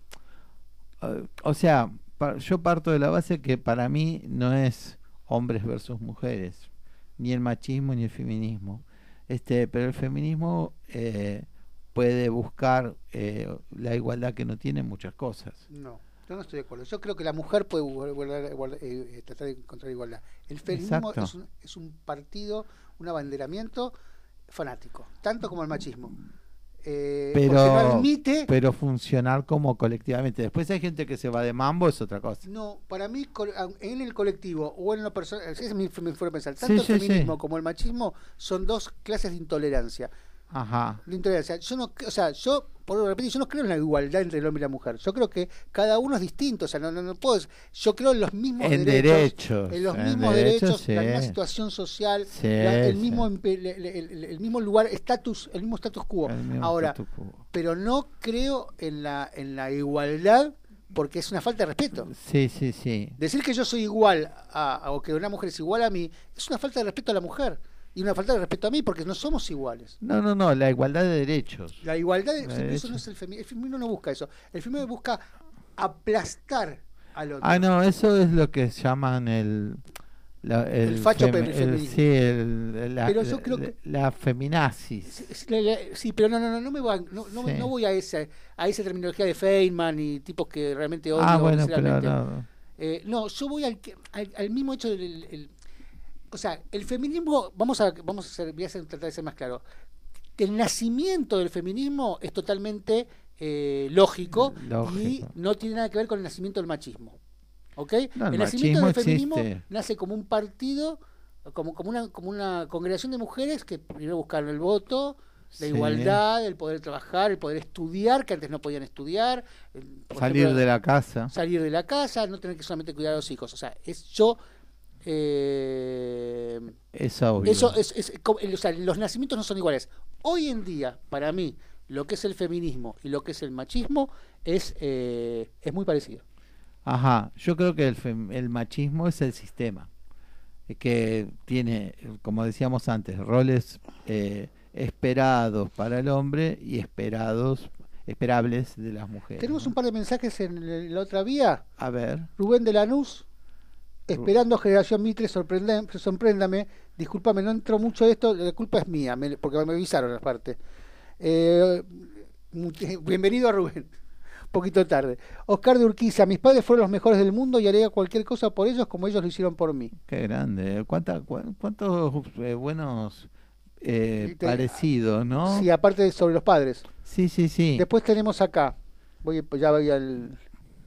[SPEAKER 2] o sea, yo parto de la base que para mí no es hombres versus mujeres, ni el machismo ni el feminismo. Pero el feminismo puede buscar la igualdad que no tiene en muchas cosas.
[SPEAKER 3] No, yo no estoy de acuerdo. Yo creo que la mujer puede tratar de encontrar igualdad. El feminismo
[SPEAKER 2] Exacto.
[SPEAKER 3] es un partido, un abanderamiento fanático, tanto como el machismo. Porque no admite...
[SPEAKER 2] Pero funcionar como colectivamente. Después hay gente que se va de mambo, es otra cosa.
[SPEAKER 3] No, para mí, en el colectivo o en lo personal, ese es mi forma de pensar.
[SPEAKER 2] Sí,
[SPEAKER 3] Tanto
[SPEAKER 2] sí,
[SPEAKER 3] el feminismo
[SPEAKER 2] sí.
[SPEAKER 3] como el machismo son dos clases de intolerancia.
[SPEAKER 2] Ajá.
[SPEAKER 3] De intolerancia. Yo no, o sea, por repetir, yo no creo en la igualdad entre el hombre y la mujer. Yo creo que cada uno es distinto. O sea, no puedo. Yo creo en los mismos
[SPEAKER 2] En
[SPEAKER 3] derechos.
[SPEAKER 2] derechos.
[SPEAKER 3] En los
[SPEAKER 2] en
[SPEAKER 3] mismos
[SPEAKER 2] derechos,
[SPEAKER 3] derechos, la misma
[SPEAKER 2] sí.
[SPEAKER 3] situación social,
[SPEAKER 2] Sí,
[SPEAKER 3] el
[SPEAKER 2] sí.
[SPEAKER 3] mismo el mismo lugar, el mismo status quo.
[SPEAKER 2] El mismo
[SPEAKER 3] Ahora,
[SPEAKER 2] statu quo.
[SPEAKER 3] pero no creo en la igualdad porque es una falta de respeto.
[SPEAKER 2] Sí, sí, sí.
[SPEAKER 3] Decir que yo soy igual o que una mujer es igual a mí es una falta de respeto a la mujer y una falta de respeto a mí porque no somos iguales.
[SPEAKER 2] No, la igualdad de derechos.
[SPEAKER 3] La igualdad,
[SPEAKER 2] La
[SPEAKER 3] eso
[SPEAKER 2] derecha.
[SPEAKER 3] no es el feminismo no busca eso. El feminismo busca aplastar al otro.
[SPEAKER 2] Ah, no, eso es lo que llaman el
[SPEAKER 3] facho feminismo.
[SPEAKER 2] Sí,
[SPEAKER 3] Pero yo creo que-
[SPEAKER 2] la feminazis.
[SPEAKER 3] Sí, pero no me voy,
[SPEAKER 2] Sí.
[SPEAKER 3] no voy a esa terminología de Feynman y tipos que realmente odio
[SPEAKER 2] Ah, bueno, pero
[SPEAKER 3] sinceramente.
[SPEAKER 2] no.
[SPEAKER 3] No, yo voy al mismo hecho o sea, el feminismo, voy a tratar de ser más claro. El nacimiento del feminismo es totalmente lógico y no tiene nada que ver con el nacimiento del machismo. ¿Ok?
[SPEAKER 2] No,
[SPEAKER 3] el nacimiento del feminismo
[SPEAKER 2] existe.
[SPEAKER 3] nace como un partido, como una congregación de mujeres que primero buscaron el voto, la igualdad, el poder trabajar, el poder estudiar, que antes no podían estudiar.
[SPEAKER 2] Salir de la casa.
[SPEAKER 3] Salir de la casa, no tener que solamente cuidar a los hijos. O sea, es obvio. Eso o sea, los nacimientos no son iguales. Hoy en día, para mí, lo que es el feminismo y lo que es el machismo es muy parecido.
[SPEAKER 2] Ajá, yo creo que el machismo es el sistema que tiene, como decíamos antes, roles esperados para el hombre y esperables de las mujeres.
[SPEAKER 3] Tenemos
[SPEAKER 2] ¿no?
[SPEAKER 3] un par de mensajes en la otra vía.
[SPEAKER 2] A ver.
[SPEAKER 3] Rubén de Lanús, esperando Generación Mitre, sorpréndame. Discúlpame, no entro mucho de esto, la culpa es mía, porque me avisaron aparte. Bienvenido a Rubén. Un poquito tarde. Oscar de Urquiza, mis padres fueron los mejores del mundo y haría cualquier cosa por ellos como ellos lo hicieron por mí.
[SPEAKER 2] Qué grande. ¿Cuántos buenos parecidos, ¿no?
[SPEAKER 3] Sí, aparte sobre los padres.
[SPEAKER 2] Sí.
[SPEAKER 3] Después tenemos acá, ya voy al...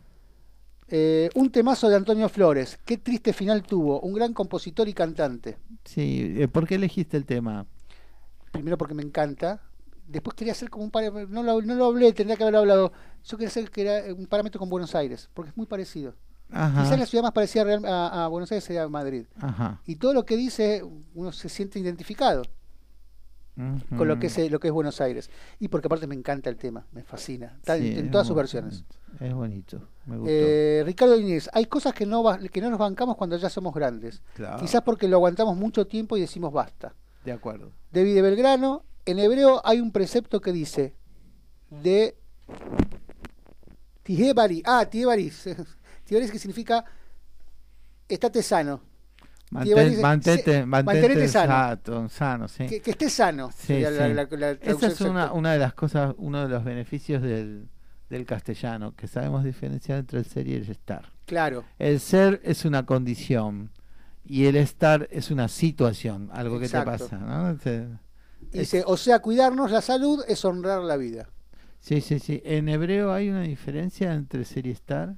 [SPEAKER 3] un temazo de Antonio Flores. Qué triste final tuvo. Un gran compositor y cantante.
[SPEAKER 2] Sí, ¿por qué elegiste el tema?
[SPEAKER 3] Primero porque me encanta. Después quería hacer como un parámetro. No lo hablé, tendría que haber hablado. Yo quería hacer que era un parámetro con Buenos Aires, porque es muy parecido.
[SPEAKER 2] Ajá.
[SPEAKER 3] Quizás la ciudad más parecida a Buenos Aires sería Madrid.
[SPEAKER 2] Ajá.
[SPEAKER 3] Y todo lo que dice, uno se siente identificado con lo que es Buenos Aires. Y porque aparte me encanta el tema, me fascina. Está en todas sus versiones.
[SPEAKER 2] Es bonito, me gustó.
[SPEAKER 3] Ricardo Inés, hay cosas que no nos bancamos cuando ya somos grandes.
[SPEAKER 2] Claro.
[SPEAKER 3] Quizás porque lo aguantamos mucho tiempo y decimos basta.
[SPEAKER 2] De acuerdo.
[SPEAKER 3] David de Belgrano, en hebreo hay un precepto que dice de Tihebari. Tihebari que significa estate sano.
[SPEAKER 2] Manténete sano, sí.
[SPEAKER 3] Que estés sano.
[SPEAKER 2] Sí,
[SPEAKER 3] la
[SPEAKER 2] esa es una de las cosas, uno de los beneficios del castellano, que sabemos diferenciar entre el ser y el estar.
[SPEAKER 3] Claro.
[SPEAKER 2] El ser es una condición y el estar es una situación, algo
[SPEAKER 3] Exacto.
[SPEAKER 2] que te pasa, ¿no?
[SPEAKER 3] Dice, o sea, cuidarnos la salud es honrar la vida.
[SPEAKER 2] Sí. En hebreo hay una diferencia entre ser y estar.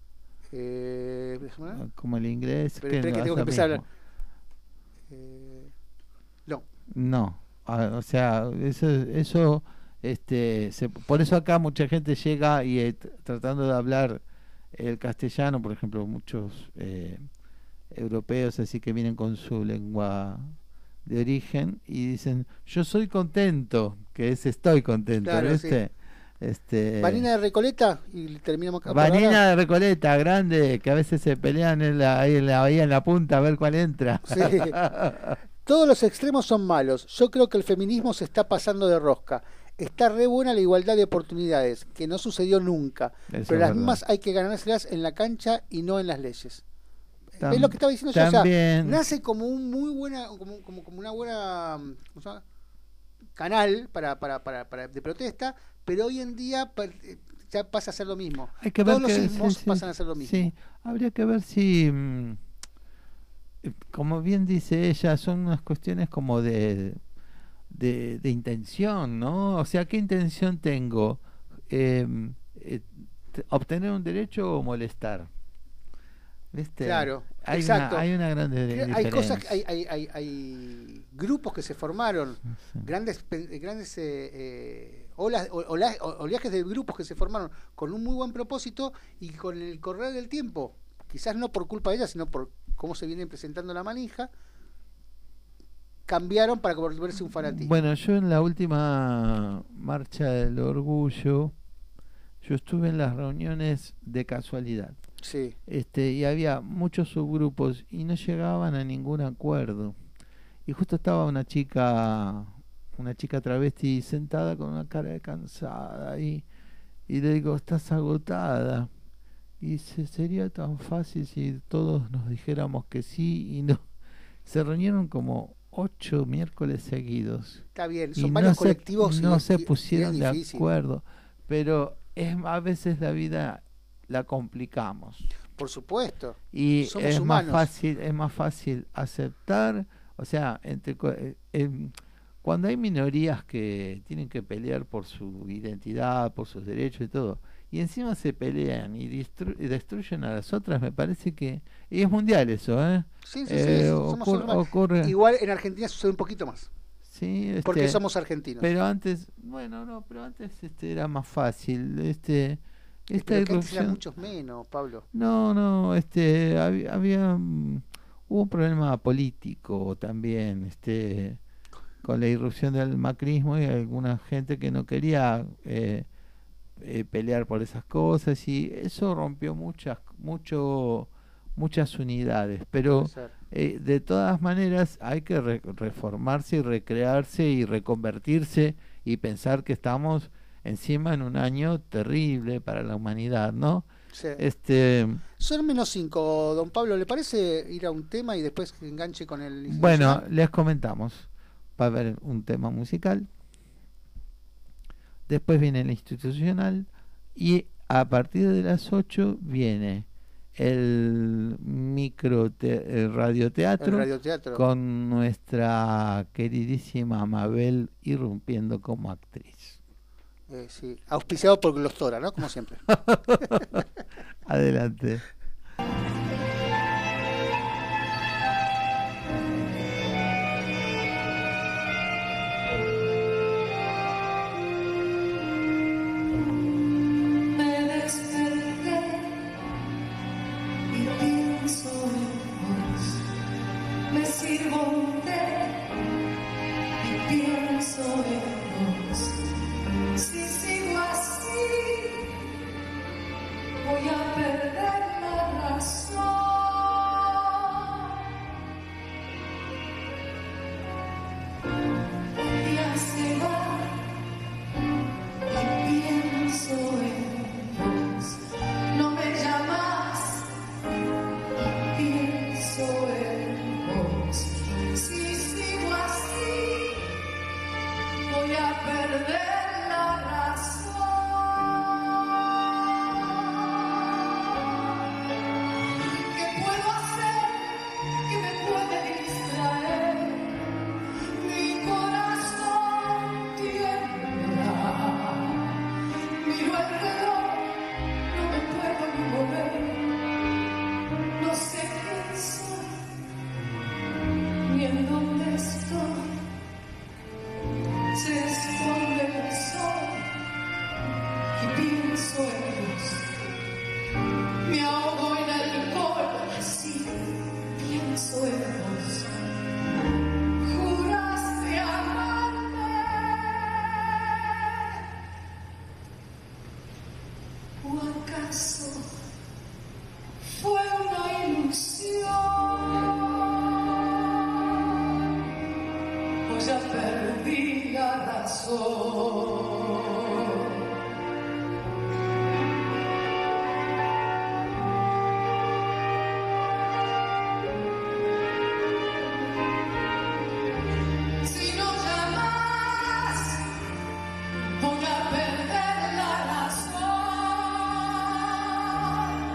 [SPEAKER 2] Como el inglés.
[SPEAKER 3] Pero que tengo que empezar a hablar. No.
[SPEAKER 2] O sea, eso por eso acá mucha gente llega y tratando de hablar el castellano, por ejemplo, muchos europeos así que vienen con su lengua de origen y dicen, yo soy contento, que es estoy contento,
[SPEAKER 3] claro,
[SPEAKER 2] ¿viste?
[SPEAKER 3] Sí. Vanina de Recoleta y terminamos acá.
[SPEAKER 2] Vanina de Recoleta, grande, que a veces se pelean ahí en la punta a ver cuál entra.
[SPEAKER 3] Sí. Todos los extremos son malos. Yo creo que el feminismo se está pasando de rosca. Está re buena la igualdad de oportunidades, que no sucedió nunca. Pero las mismas hay que ganárselas en la cancha y no en las leyes. Es lo que estaba diciendo yo. O sea, nace como un muy buena, como una buena canal de protesta, pero hoy en día ya pasa a ser lo mismo. Todos los sismos pasan a ser lo mismo.
[SPEAKER 2] Sí, habría que ver si, como bien dice ella, son unas cuestiones como de intención, ¿no? O sea, ¿qué intención tengo? ¿Obtener un derecho o molestar? ¿Viste?
[SPEAKER 3] Claro,
[SPEAKER 2] exacto. Hay una gran diferencia.
[SPEAKER 3] Hay cosas, hay grupos que se formaron, sí. grandes oleajes de grupos que se formaron con un muy buen propósito y con el correr del tiempo, quizás no por culpa de ellas, sino por cómo se viene presentando la manija, cambiaron para volverse un fanatismo.
[SPEAKER 2] Bueno, yo en la última marcha del orgullo, yo estuve en las reuniones de casualidad.
[SPEAKER 3] Sí.
[SPEAKER 2] Y había muchos subgrupos y no llegaban a ningún acuerdo. Y justo estaba una chica travesti sentada con una cara de cansada y le digo, estás agotada. Y dice, sería tan fácil si todos nos dijéramos que sí y no. Se reunieron como 8 miércoles seguidos.
[SPEAKER 3] Está bien, son varios colectivos.
[SPEAKER 2] No se pusieron de acuerdo, pero a veces la vida la complicamos.
[SPEAKER 3] Por supuesto.
[SPEAKER 2] Y
[SPEAKER 3] Somos
[SPEAKER 2] es
[SPEAKER 3] humanos.
[SPEAKER 2] es más fácil aceptar, o sea, cuando hay minorías que tienen que pelear por su identidad, por sus derechos y todo, y encima se pelean y destruyen a las otras, me parece que, y es mundial eso, ¿eh?
[SPEAKER 3] Sí, sí, sí, somos humanos.
[SPEAKER 2] Ocurre,
[SPEAKER 3] Igual en Argentina sucede un poquito más,
[SPEAKER 2] sí,
[SPEAKER 3] porque somos argentinos.
[SPEAKER 2] pero antes, bueno, no, pero antes era más fácil, esta
[SPEAKER 3] Pero que antes eran
[SPEAKER 2] irrupción.
[SPEAKER 3] muchos menos, Pablo.
[SPEAKER 2] No, había hubo un problema político también, con la irrupción del macrismo y alguna gente que no quería pelear por esas cosas y eso rompió muchas unidades, pero
[SPEAKER 3] Puede ser.
[SPEAKER 2] de todas maneras hay que reformarse y recrearse y reconvertirse y pensar que estamos encima en un año terrible para la humanidad, ¿no?
[SPEAKER 3] Sí.
[SPEAKER 2] Son
[SPEAKER 3] Son -5, don Pablo. ¿Le parece ir a un tema y después que enganche con el
[SPEAKER 2] Bueno,
[SPEAKER 3] institucional?
[SPEAKER 2] les comentamos. Va a haber un tema musical. Después viene el institucional. Y a partir de las 8 viene el el radioteatro
[SPEAKER 3] El radioteatro.
[SPEAKER 2] con nuestra queridísima Mabel irrumpiendo como actriz.
[SPEAKER 3] Sí. Auspiciado por Glostora, ¿no? Como siempre.
[SPEAKER 2] Adelante.
[SPEAKER 4] Me desperté y pienso en vos. Me sirvo un té y pienso en vos. Si sigo así, voy a perder la razón. Un día se va y pienso en vos. No me llamas y pienso en vos. Si sigo así, voy a perder la razón. ¿Qué puedo hacer que me puede distraer? Mi corazón tiembla. Miro alrededor, no me puedo ni mover. No sé quién soy, ni en dónde estoy. Se esconde el sol y pienso en vos. Me ahogo en alcohol, sí, pienso en vos. Juraste amarme, ¿o acaso fue una ilusión? Pues ya perdí la razón. Si no llamas, voy a perder la razón.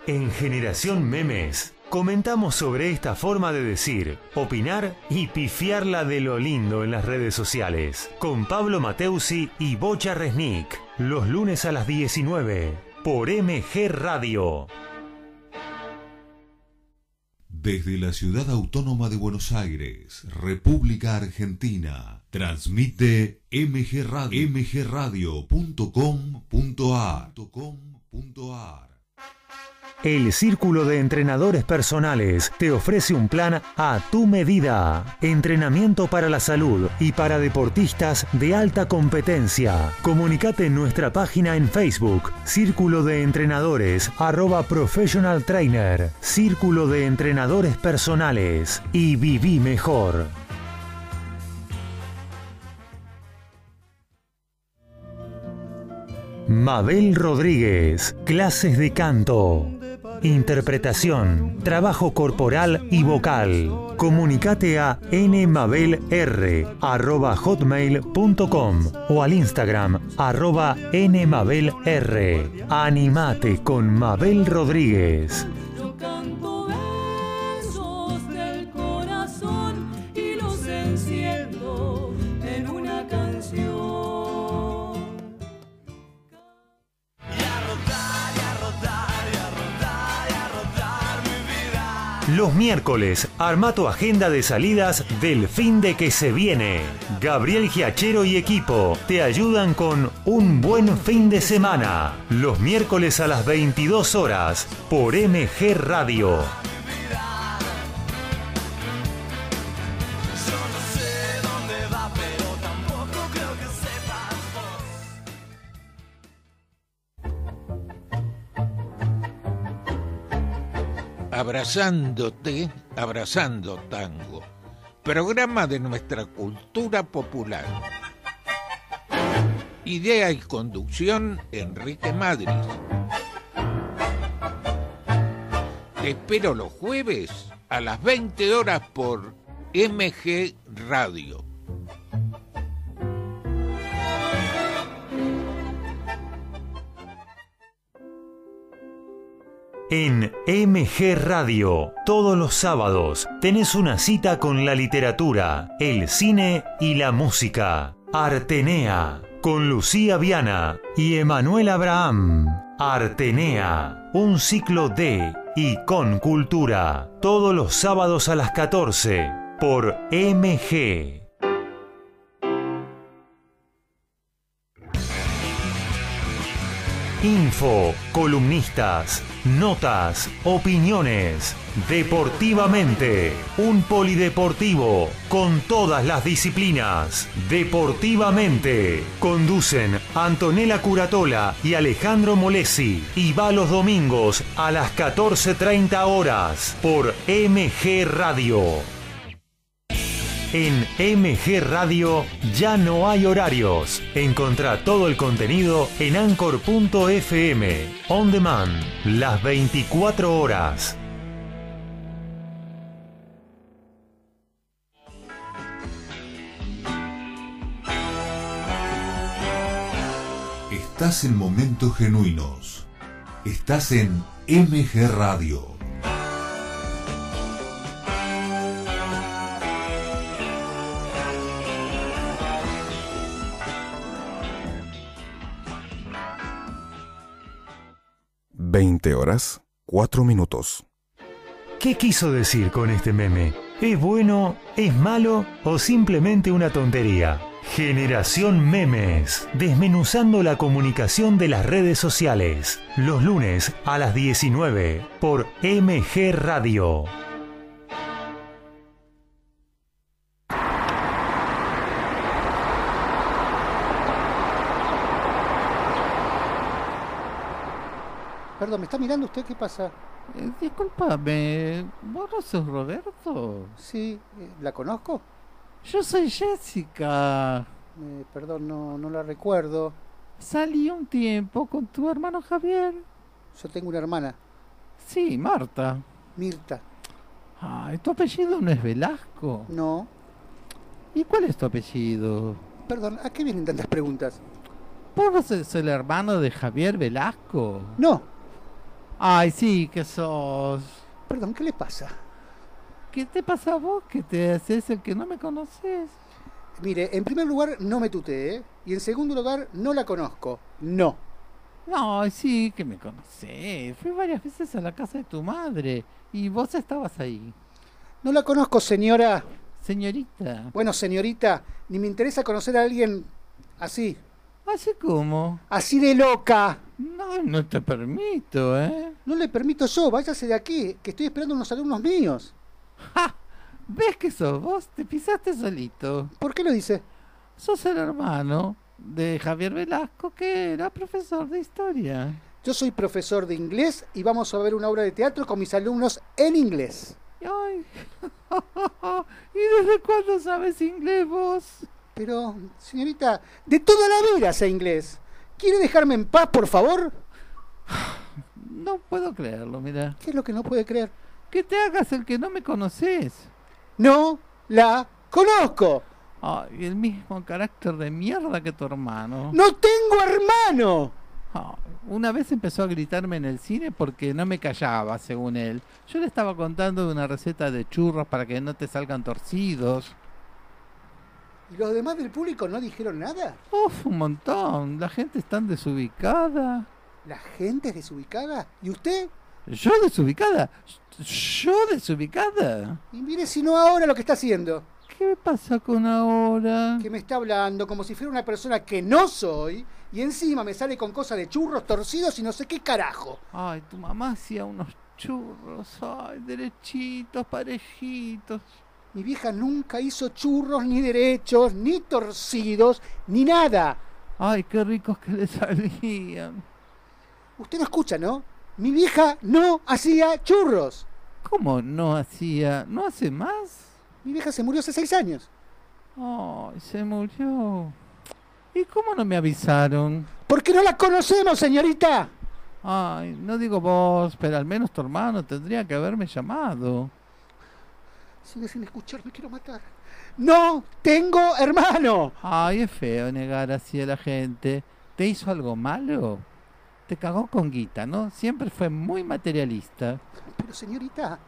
[SPEAKER 1] En Generación Memes comentamos sobre esta forma de decir, opinar y pifiarla de lo lindo en las redes sociales. Con Pablo Mateusi y Bocha Resnick. Los lunes a las 19 por MG Radio.
[SPEAKER 6] Desde la ciudad autónoma de Buenos Aires, República Argentina, transmite MG Radio, mgradio.com.ar.
[SPEAKER 1] El Círculo de Entrenadores Personales te ofrece un plan a tu medida. Entrenamiento para la salud y para deportistas de alta competencia. Comunicate en nuestra página en Facebook, Círculo de Entrenadores, @Professional Trainer, Círculo de Entrenadores Personales, y viví mejor. Mabel Rodríguez, clases de canto, interpretación, trabajo corporal y vocal. Comunicate a nmabelr@hotmail.com o al Instagram @nmabelr. Animate con Mabel Rodríguez.
[SPEAKER 4] Yo canto versos del corazón y los enciendo en una canción.
[SPEAKER 1] Los miércoles, arma tu agenda de salidas del fin de que se viene. Gabriel Giachero y equipo te ayudan con un buen fin de semana. Los miércoles a las 22 horas por MG Radio.
[SPEAKER 7] Abrazándote, abrazando tango, programa de nuestra cultura popular. Idea y conducción, Enrique Madrid. Te espero los jueves a las 20 horas por MG Radio.
[SPEAKER 1] En MG Radio, todos los sábados, tenés una cita con la literatura, el cine y la música. Artenea, con Lucía Viana y Emanuel Abraham. Artenea, un ciclo de y con cultura. Todos los sábados a las 14, por MG. Info, columnistas, notas, opiniones. Deportivamente, un polideportivo con todas las disciplinas. Deportivamente, conducen Antonella Curatola y Alejandro Molesi, y va los domingos a las 14:30 horas por MG Radio. En MG Radio ya no hay horarios. Encontrá todo el contenido en Anchor.fm. On demand, las 24 horas.
[SPEAKER 6] Estás en Momentos Genuinos. Estás en MG Radio.
[SPEAKER 8] (20 horas, 4 minutos).
[SPEAKER 1] ¿Qué quiso decir con este meme? ¿Es bueno, es malo o simplemente una tontería? Generación Memes, desmenuzando la comunicación de las redes sociales. Los lunes a las 19 por MG Radio.
[SPEAKER 3] Perdón, ¿me está mirando usted? ¿Qué pasa?
[SPEAKER 2] Discúlpame, ¿vos no sos Roberto?
[SPEAKER 3] Sí, ¿la conozco?
[SPEAKER 2] Yo soy Jessica.
[SPEAKER 3] Perdón, no la recuerdo.
[SPEAKER 2] Salí un tiempo con tu hermano Javier.
[SPEAKER 3] Yo tengo una hermana.
[SPEAKER 2] Sí, Marta.
[SPEAKER 3] Mirta.
[SPEAKER 2] Ay, ¿tu apellido no es Velasco?
[SPEAKER 3] No.
[SPEAKER 2] ¿Y cuál es tu apellido?
[SPEAKER 3] Perdón, ¿a qué vienen tantas preguntas?
[SPEAKER 2] ¿Vos sos el hermano de Javier Velasco?
[SPEAKER 3] No.
[SPEAKER 2] Ay, sí, que sos.
[SPEAKER 3] Perdón, ¿qué le pasa?
[SPEAKER 2] ¿Qué te pasa a vos que te haces el que no me conoces?
[SPEAKER 3] Mire, en primer lugar, no me tutee, y en segundo lugar, no la conozco. No.
[SPEAKER 2] No, sí, que me conocés. Fui varias veces a la casa de tu madre y vos estabas ahí.
[SPEAKER 3] No la conozco, señora.
[SPEAKER 2] Señorita.
[SPEAKER 3] Bueno, señorita, ni me interesa conocer a alguien así.
[SPEAKER 2] ¿Así cómo?
[SPEAKER 3] Así de loca.
[SPEAKER 2] No, no te permito, ¿eh?
[SPEAKER 3] No le permito yo, váyase de aquí, que estoy esperando unos alumnos míos.
[SPEAKER 2] ¡Ja! ¿Ves que sos vos? Te pisaste solito.
[SPEAKER 3] ¿Por qué lo dice?
[SPEAKER 2] Sos el hermano de Javier Velasco, que era profesor de historia.
[SPEAKER 3] Yo soy profesor de inglés y vamos a ver una obra de teatro con mis alumnos en inglés.
[SPEAKER 2] Ay. ¿Y desde cuándo sabes inglés vos?
[SPEAKER 3] Pero, señorita, de toda la vida sé inglés. ¿Quiere dejarme en paz, por favor?
[SPEAKER 2] No puedo creerlo, mira.
[SPEAKER 3] ¿Qué es lo que no puede creer?
[SPEAKER 2] Que te hagas el que no me conoces.
[SPEAKER 3] No la conozco.
[SPEAKER 2] Ay, el mismo carácter de mierda que tu hermano.
[SPEAKER 3] ¡No tengo hermano!
[SPEAKER 2] Ay, una vez empezó a gritarme en el cine porque no me callaba, según él. Yo le estaba contando de una receta de churros para que no te salgan torcidos.
[SPEAKER 3] ¿Y los demás del público no dijeron nada?
[SPEAKER 2] Uf, un montón. La gente está desubicada.
[SPEAKER 3] ¿La gente es desubicada? ¿Y usted?
[SPEAKER 2] ¿Yo desubicada? ¿Yo desubicada?
[SPEAKER 3] Y mire si no ahora lo que está haciendo.
[SPEAKER 2] ¿Qué me pasa con ahora?
[SPEAKER 3] Que me está hablando como si fuera una persona que no soy y encima me sale con cosas de churros torcidos y no sé qué carajo.
[SPEAKER 2] Ay, tu mamá hacía unos churros, ay, derechitos, parejitos.
[SPEAKER 3] Mi vieja nunca hizo churros ni derechos, ni torcidos, ni nada.
[SPEAKER 2] Ay, qué ricos que le salían.
[SPEAKER 3] Usted no escucha, ¿no? Mi vieja no hacía churros.
[SPEAKER 2] ¿Cómo no hacía? ¿No hace más?
[SPEAKER 3] Mi vieja se murió hace 6 años.
[SPEAKER 2] Ay, se murió. ¿Y cómo no me avisaron?
[SPEAKER 3] ¿Por qué no la conocemos, señorita?
[SPEAKER 2] Ay, no digo vos, pero al menos tu hermano tendría que haberme llamado.
[SPEAKER 3] Sigue sin escuchar, me quiero matar. ¡No tengo hermano!
[SPEAKER 2] Ay, es feo negar así a la gente. ¿Te hizo algo malo? Te cagó con guita, ¿no? Siempre fue muy materialista.
[SPEAKER 3] Pero señorita...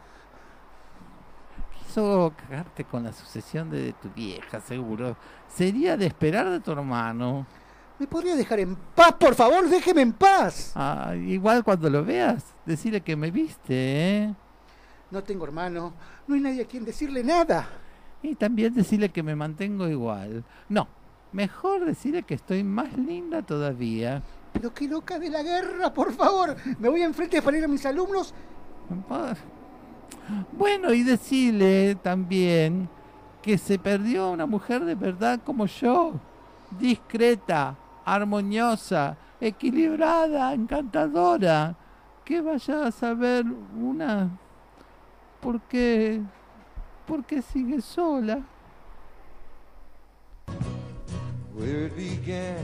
[SPEAKER 2] Quiso cagarte con la sucesión de tu vieja, seguro. Sería de esperar de tu hermano.
[SPEAKER 3] ¿Me podría dejar en paz, por favor? ¡Déjeme en paz!
[SPEAKER 2] Ah, igual cuando lo veas, decirle que me viste, ¿eh?
[SPEAKER 3] No tengo hermano. No hay nadie a quien decirle nada.
[SPEAKER 2] Y también decirle que me mantengo igual. No, mejor decirle que estoy más linda todavía.
[SPEAKER 3] Pero qué loca de la guerra, por favor. Me voy enfrente para ir a mis alumnos.
[SPEAKER 2] Bueno, y decirle también que se perdió una mujer de verdad como yo. Discreta, armoniosa, equilibrada, encantadora. Que vaya a saber una... ¿Por qué sigue sola?
[SPEAKER 9] Where it began,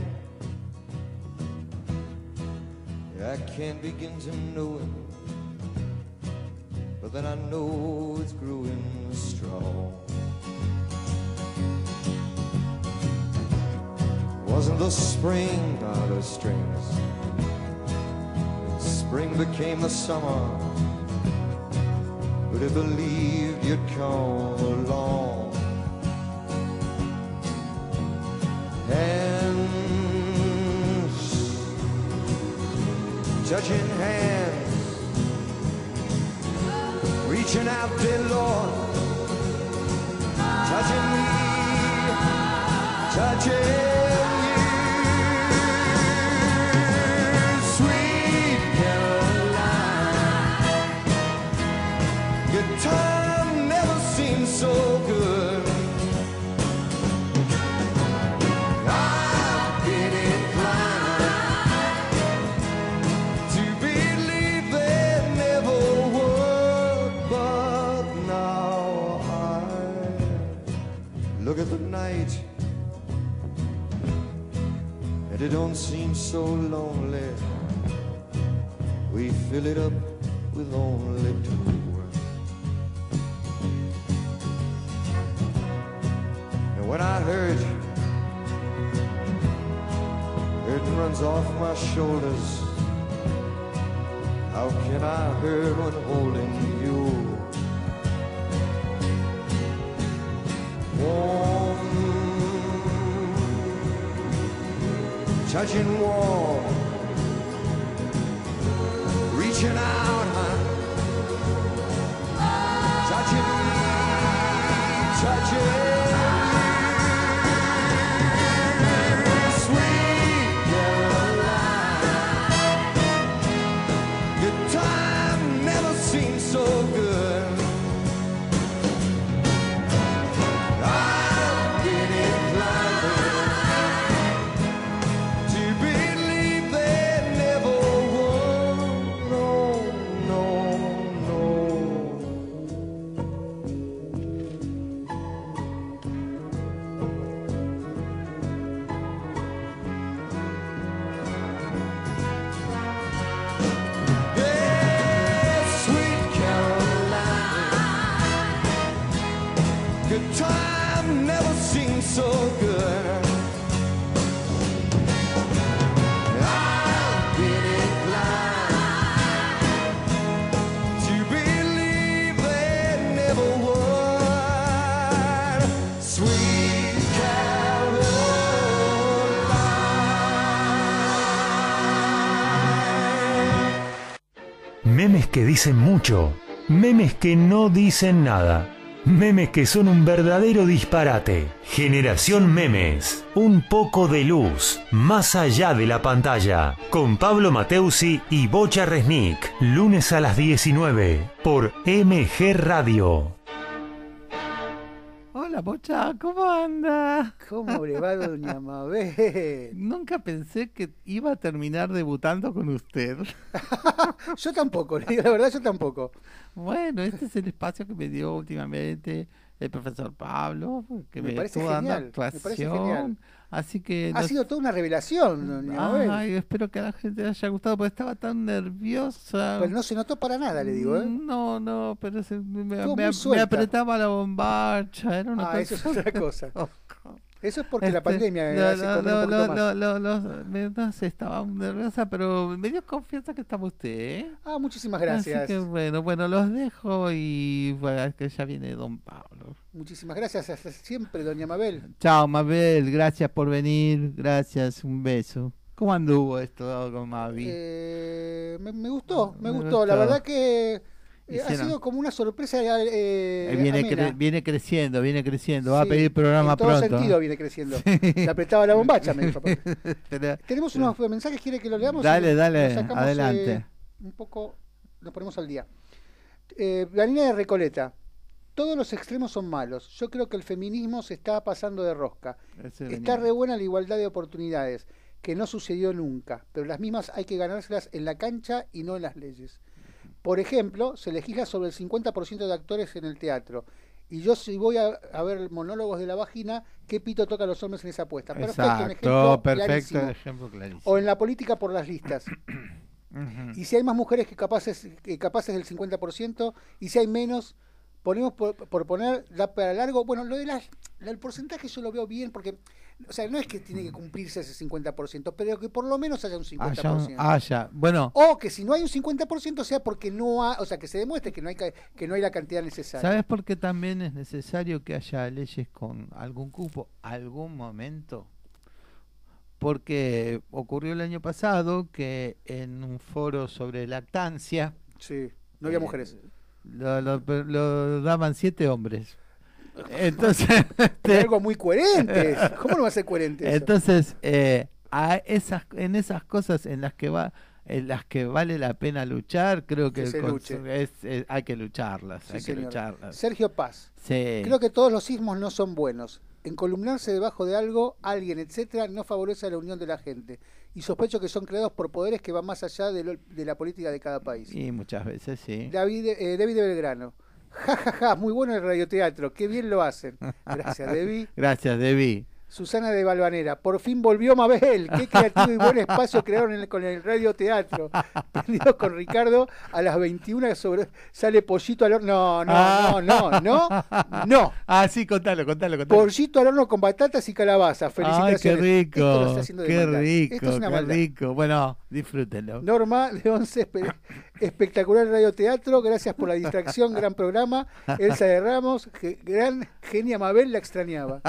[SPEAKER 9] I can't begin to know it, but then I know it's growing strong. Wasn't the spring out of strings? Spring became the summer. Would have believed you'd come along. Hands touching hands, reaching out, dear Lord, touching me, touching you, sweet Caroline. Your tongue never seemed so good. I've been inclined to believe there never were, but now I look at the night and it don't seem so lonely. We fill it up with only two. When I hurt, it runs off my shoulders. How can I hurt when holding you? Warm, touching warm, reaching out, touching me, touching me, sweet Caroline. Good time never seemed so good. I've been inclined to believe there never was. No, no, no. Yeah, sweet Caroline. Good time never seemed so good. I've been inclined to believe there never was. Sweet Caroline.
[SPEAKER 1] Memes que dicen mucho, memes que no dicen nada, memes que son un verdadero disparate. Generación Memes, un poco de luz, más allá de la pantalla, con Pablo Mateusi y Bocha Resnick, lunes a las 19, por MG Radio.
[SPEAKER 2] Hola, Bocha, ¿cómo anda?
[SPEAKER 3] ¿Cómo le va, doña Mabel?
[SPEAKER 2] Nunca pensé que iba a terminar debutando con usted.
[SPEAKER 3] Yo tampoco, le digo la verdad, yo tampoco.
[SPEAKER 2] Bueno, este es el espacio que me dio últimamente el profesor Pablo, que
[SPEAKER 3] Me
[SPEAKER 2] me
[SPEAKER 3] parece
[SPEAKER 2] estuvo dando
[SPEAKER 3] genial, me parece
[SPEAKER 2] actuación.
[SPEAKER 3] genial.
[SPEAKER 2] Así que
[SPEAKER 3] Ha sido toda una revelación, doña Mabel.
[SPEAKER 2] Ay, espero que a la gente le haya gustado, porque estaba tan nerviosa.
[SPEAKER 3] Pero no se notó para nada, le digo, ¿eh?
[SPEAKER 2] No, pero
[SPEAKER 3] Estuvo muy
[SPEAKER 2] me
[SPEAKER 3] suelta.
[SPEAKER 2] apretaba la bombacha, era una
[SPEAKER 3] Eso es
[SPEAKER 2] cosa.
[SPEAKER 3] otra cosa. Eso es porque la
[SPEAKER 2] Este,
[SPEAKER 3] pandemia hace correr un poquito más.
[SPEAKER 2] no sé, estaba nerviosa, pero me dio confianza que estaba usted, ¿eh?
[SPEAKER 3] Ah, muchísimas gracias.
[SPEAKER 2] Así que bueno, los dejo y bueno, que ya viene don Pablo.
[SPEAKER 3] Muchísimas gracias. Hasta siempre, doña Mabel.
[SPEAKER 2] Chao, Mabel, gracias por venir, gracias, un beso. ¿Cómo anduvo esto con Mavi?
[SPEAKER 3] Me gustó.
[SPEAKER 2] Me
[SPEAKER 3] La
[SPEAKER 2] gustó.
[SPEAKER 3] verdad que ha
[SPEAKER 2] Hicieron.
[SPEAKER 3] sido como una sorpresa.
[SPEAKER 2] Viene creciendo, va a
[SPEAKER 3] Sí,
[SPEAKER 2] pedir programa
[SPEAKER 3] en todo
[SPEAKER 2] pronto.
[SPEAKER 3] sentido viene creciendo. Le apretaba la bombacha, me dijo.
[SPEAKER 2] Pero-
[SPEAKER 3] Tenemos unos mensajes, ¿quiere que los leamos?
[SPEAKER 2] Dale,
[SPEAKER 3] Nos sacamos,
[SPEAKER 2] adelante.
[SPEAKER 3] un poco, nos ponemos al día. Vanina de Recoleta. Todos los extremos son malos. Yo creo que el feminismo se está pasando de rosca. Está re buena la igualdad de oportunidades, que no sucedió nunca, pero las mismas hay que ganárselas en la cancha y no en las leyes. Por ejemplo, se legisla sobre el 50% de actores en el teatro. Y yo si voy a ver monólogos de la vagina, ¿qué pito toca a los hombres en esa apuesta?
[SPEAKER 2] Perfecto,
[SPEAKER 3] clarísimo.
[SPEAKER 2] ejemplo clarísimo.
[SPEAKER 3] O en la política por las listas. Y si hay más mujeres que capaces del 50%, y si hay menos, ponemos por poner, da para largo. Bueno, lo de el porcentaje yo lo veo bien, porque, o sea, no es que tiene que cumplirse ese 50%, pero que por lo menos haya un 50%.
[SPEAKER 2] Bueno.
[SPEAKER 3] O que si no hay un 50% sea porque no hay, o sea, que se demuestre que no hay la cantidad necesaria.
[SPEAKER 2] ¿Sabes por qué también es necesario que haya leyes con algún cupo, algún momento? Porque ocurrió el año pasado que en un foro sobre lactancia...
[SPEAKER 3] Sí, no había mujeres.
[SPEAKER 2] Lo daban 7 hombres. Entonces...
[SPEAKER 3] Es algo muy coherente. ¿Cómo no va a ser coherente eso?
[SPEAKER 2] Entonces, en esas cosas en las que vale la pena luchar, creo que hay que lucharlas.
[SPEAKER 3] Sí,
[SPEAKER 2] hay
[SPEAKER 3] señor.
[SPEAKER 2] que lucharlas.
[SPEAKER 3] Sergio Paz.
[SPEAKER 2] Sí.
[SPEAKER 3] Creo que todos los sismos no son buenos. Encolumnarse debajo de algo, alguien, etcétera, no favorece a la unión de la gente. Y sospecho que son creados por poderes que van más allá de la política de cada país.
[SPEAKER 2] Y muchas veces sí.
[SPEAKER 3] David Belgrano. Ja, ja, ja, muy bueno el radioteatro. Qué bien lo hacen. Gracias, Debbie.
[SPEAKER 2] Gracias, Debbie.
[SPEAKER 3] Susana de Valvanera, por fin volvió Mabel, qué creativo y buen espacio crearon con el radioteatro. Prendidos con Ricardo, a las 21 sale Pollito al horno. No.
[SPEAKER 2] Ah, sí, contalo.
[SPEAKER 3] Pollito al horno con batatas y calabazas. Felicitaciones.
[SPEAKER 2] Ay, qué rico,
[SPEAKER 3] Esto lo está haciendo de maldad. Esto es una
[SPEAKER 2] qué
[SPEAKER 3] maldad.
[SPEAKER 2] rico. Bueno, disfrútenlo.
[SPEAKER 3] Norma León Césped, espectacular radioteatro, gracias por la distracción, gran programa. Elsa de Ramos, gran genia Mabel, la extrañaba.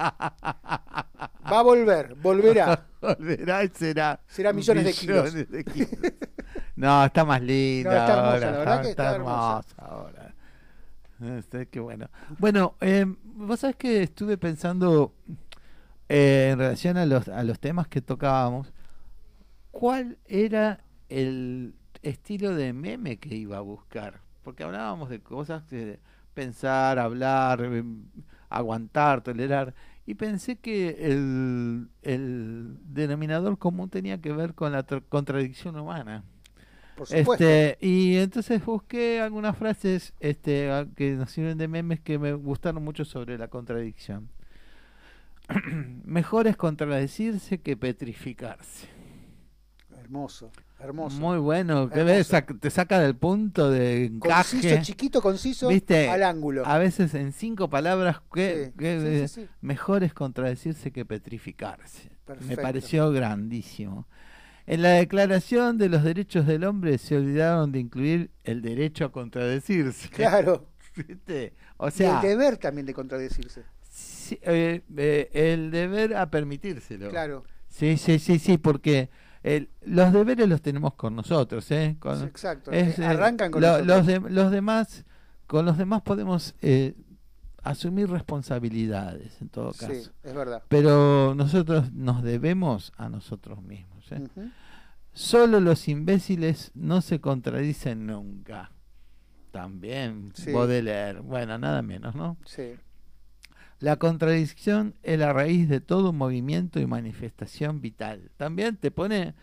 [SPEAKER 3] Va a volverá.
[SPEAKER 2] Volverá y será
[SPEAKER 3] millones de kilos.
[SPEAKER 2] No, está más linda.
[SPEAKER 3] No, está hermosa,
[SPEAKER 2] ahora,
[SPEAKER 3] la verdad que está
[SPEAKER 2] hermosa ahora. Qué bueno. Bueno, vos sabés que estuve pensando en relación a los temas que tocábamos, ¿cuál era el estilo de meme que iba a buscar? Porque hablábamos de cosas de pensar, hablar, aguantar, tolerar, y pensé que el denominador común tenía que ver con la contradicción humana.
[SPEAKER 3] Por supuesto.
[SPEAKER 2] Y entonces busqué algunas frases que nos sirven de memes que me gustaron mucho sobre la contradicción. Mejor es contradecirse que petrificarse.
[SPEAKER 3] Hermoso.
[SPEAKER 2] Muy bueno, que te saca del punto de encaje.
[SPEAKER 3] Conciso, chiquito, conciso,
[SPEAKER 2] ¿viste?
[SPEAKER 3] Al ángulo.
[SPEAKER 2] A veces en 5 palabras,
[SPEAKER 3] Sí.
[SPEAKER 2] mejor es contradecirse que petrificarse.
[SPEAKER 3] Perfecto.
[SPEAKER 2] Me pareció grandísimo. En la Declaración de los Derechos del Hombre se olvidaron de incluir el derecho a contradecirse.
[SPEAKER 3] Claro.
[SPEAKER 2] ¿Viste? O sea,
[SPEAKER 3] y el deber también de contradecirse.
[SPEAKER 2] Sí, el deber a permitírselo.
[SPEAKER 3] Claro.
[SPEAKER 2] Sí, los deberes los tenemos con nosotros,
[SPEAKER 3] Exacto. Arrancan con nosotros.
[SPEAKER 2] Con los demás podemos asumir responsabilidades, en todo caso.
[SPEAKER 3] Sí, es verdad.
[SPEAKER 2] Pero nosotros nos debemos a nosotros mismos. Solo los imbéciles no se contradicen nunca. También, Baudelaire. Bueno, nada menos, ¿no?
[SPEAKER 3] Sí.
[SPEAKER 2] La contradicción es la raíz de todo movimiento y manifestación vital. También te pone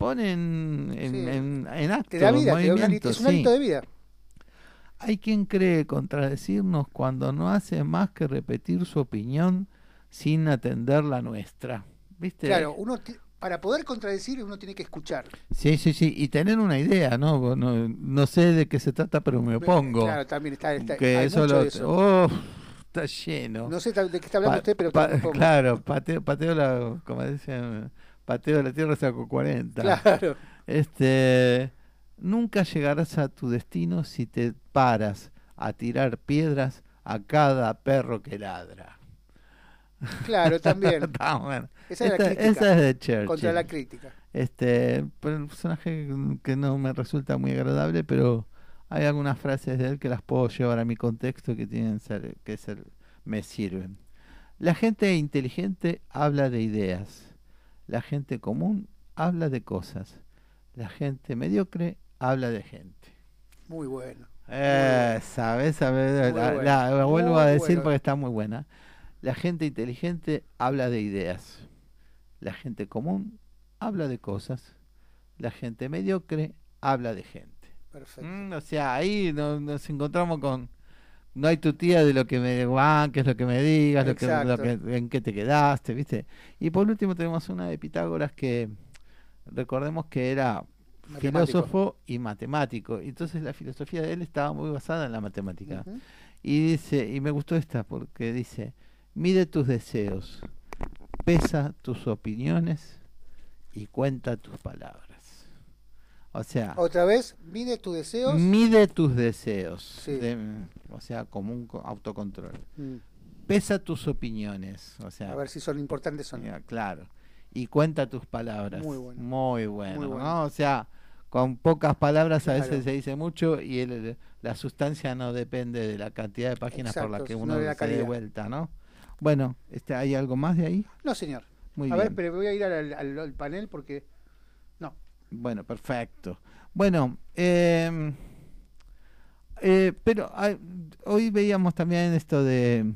[SPEAKER 2] en acto,
[SPEAKER 3] te da vida,
[SPEAKER 2] movimiento.
[SPEAKER 3] Es un hábito de vida.
[SPEAKER 2] Hay quien cree contradecirnos cuando no hace más que repetir su opinión sin atender la nuestra. ¿Viste?
[SPEAKER 3] Claro, para poder contradecir uno tiene que escuchar.
[SPEAKER 2] Sí, y tener una idea, ¿no? No sé de qué se trata, pero me opongo.
[SPEAKER 3] Claro, también está
[SPEAKER 2] que
[SPEAKER 3] hay
[SPEAKER 2] eso
[SPEAKER 3] mucho de eso.
[SPEAKER 2] Está lleno.
[SPEAKER 3] No sé de qué está hablando usted, pero
[SPEAKER 2] claro, pateo la, como decían, pateo la tierra, saco 40.
[SPEAKER 3] Claro.
[SPEAKER 2] Nunca llegarás a tu destino si te paras a tirar piedras a cada perro que ladra.
[SPEAKER 3] Claro, también.
[SPEAKER 2] Bueno.
[SPEAKER 3] Esa es
[SPEAKER 2] de Churchill.
[SPEAKER 3] Contra la crítica.
[SPEAKER 2] Un personaje que no me resulta muy agradable, pero hay algunas frases de él que las puedo llevar a mi contexto que me sirven. La gente inteligente habla de ideas. La gente común habla de cosas. La gente mediocre habla de gente.
[SPEAKER 3] Muy bueno.
[SPEAKER 2] ¿Sabes? La vuelvo a decir porque está muy buena. La gente inteligente habla de ideas. La gente común habla de cosas. La gente mediocre habla de gente.
[SPEAKER 3] Perfecto.
[SPEAKER 2] O sea, ahí nos encontramos con no hay tu tía de lo que me banques, lo que me digas, en qué te quedaste, ¿viste? Y por último tenemos una de Pitágoras que recordemos que era filósofo y matemático. Entonces la filosofía de él estaba muy basada en la matemática. Y dice, y me gustó esta porque dice: mide tus deseos, pesa tus opiniones y cuenta tus palabras. O sea,
[SPEAKER 3] otra vez, mide tus deseos.
[SPEAKER 2] Mide tus deseos.
[SPEAKER 3] Sí.
[SPEAKER 2] O sea, como un autocontrol. Pesa tus opiniones. O sea,
[SPEAKER 3] a ver si son importantes o no.
[SPEAKER 2] Claro. Y cuenta tus palabras.
[SPEAKER 3] Muy bueno.
[SPEAKER 2] Muy bueno, ¿no? O sea, con pocas palabras a veces se dice mucho y la sustancia no depende de la cantidad de páginas por las que uno se dé vuelta, ¿no? Bueno, ¿hay algo más de ahí?
[SPEAKER 3] No, señor.
[SPEAKER 2] Muy
[SPEAKER 3] bien.
[SPEAKER 2] Ver,
[SPEAKER 3] pero voy a ir al panel porque... No.
[SPEAKER 2] Bueno, perfecto. Bueno, pero hoy veíamos también esto de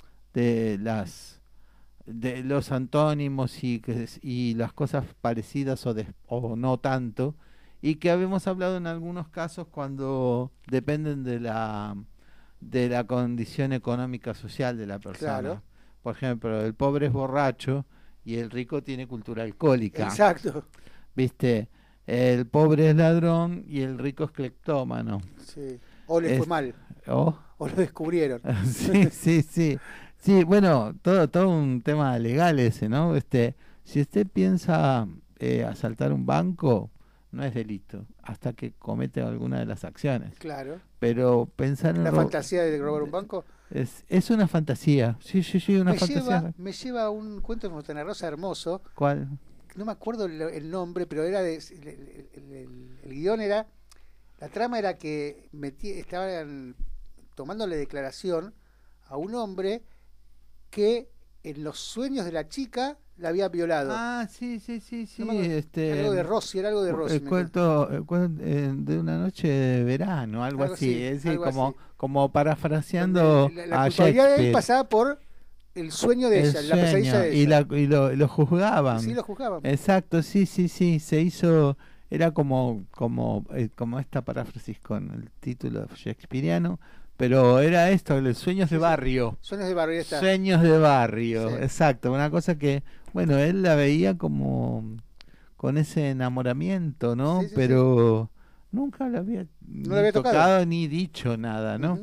[SPEAKER 2] los antónimos y las cosas parecidas o no tanto, y que habíamos hablado en algunos casos cuando dependen de la condición económica social de la persona.
[SPEAKER 3] Claro.
[SPEAKER 2] por ejemplo, el pobre es borracho y el rico tiene cultura alcohólica.
[SPEAKER 3] Exacto.
[SPEAKER 2] ¿Viste? El pobre es ladrón y el rico es cleptómano.
[SPEAKER 3] Sí. O le fue mal.
[SPEAKER 2] ¿Oh?
[SPEAKER 3] O lo descubrieron.
[SPEAKER 2] Sí. Sí, bueno, todo un tema legal ese, ¿no? Si usted piensa asaltar un banco, no es delito, hasta que comete alguna de las acciones.
[SPEAKER 3] Claro.
[SPEAKER 2] Pero pensar en
[SPEAKER 3] la fantasía de robar un banco
[SPEAKER 2] es una fantasía. Sí, una fantasía.
[SPEAKER 3] Me lleva a un cuento de Fontana Rosa hermoso.
[SPEAKER 2] ¿Cuál?
[SPEAKER 3] No me acuerdo el nombre, pero era el guión era, la trama era que estaban tomándole declaración a un hombre que en los sueños de la chica la había violado.
[SPEAKER 2] Ah, sí.
[SPEAKER 3] No algo de Rossi, era algo de Rossi.
[SPEAKER 2] El cuento de una noche de verano, algo así. Como parafraseando
[SPEAKER 3] la culpabilidad de él pasaba por el sueño de ella, la pesadilla de ella.
[SPEAKER 2] Y lo juzgaban.
[SPEAKER 3] Sí, lo juzgaban.
[SPEAKER 2] Exacto, sí. Se hizo, era como esta paráfrasis con el título shakespeariano. Pero era esto, los sueños de barrio.
[SPEAKER 3] Sueños de barrio, está.
[SPEAKER 2] Sueños de barrio,
[SPEAKER 3] sí.
[SPEAKER 2] Exacto. Una cosa que, bueno, él la veía como con ese enamoramiento, ¿no?
[SPEAKER 3] Sí,
[SPEAKER 2] pero nunca la había,
[SPEAKER 3] no había
[SPEAKER 2] tocado ni dicho nada, ¿no?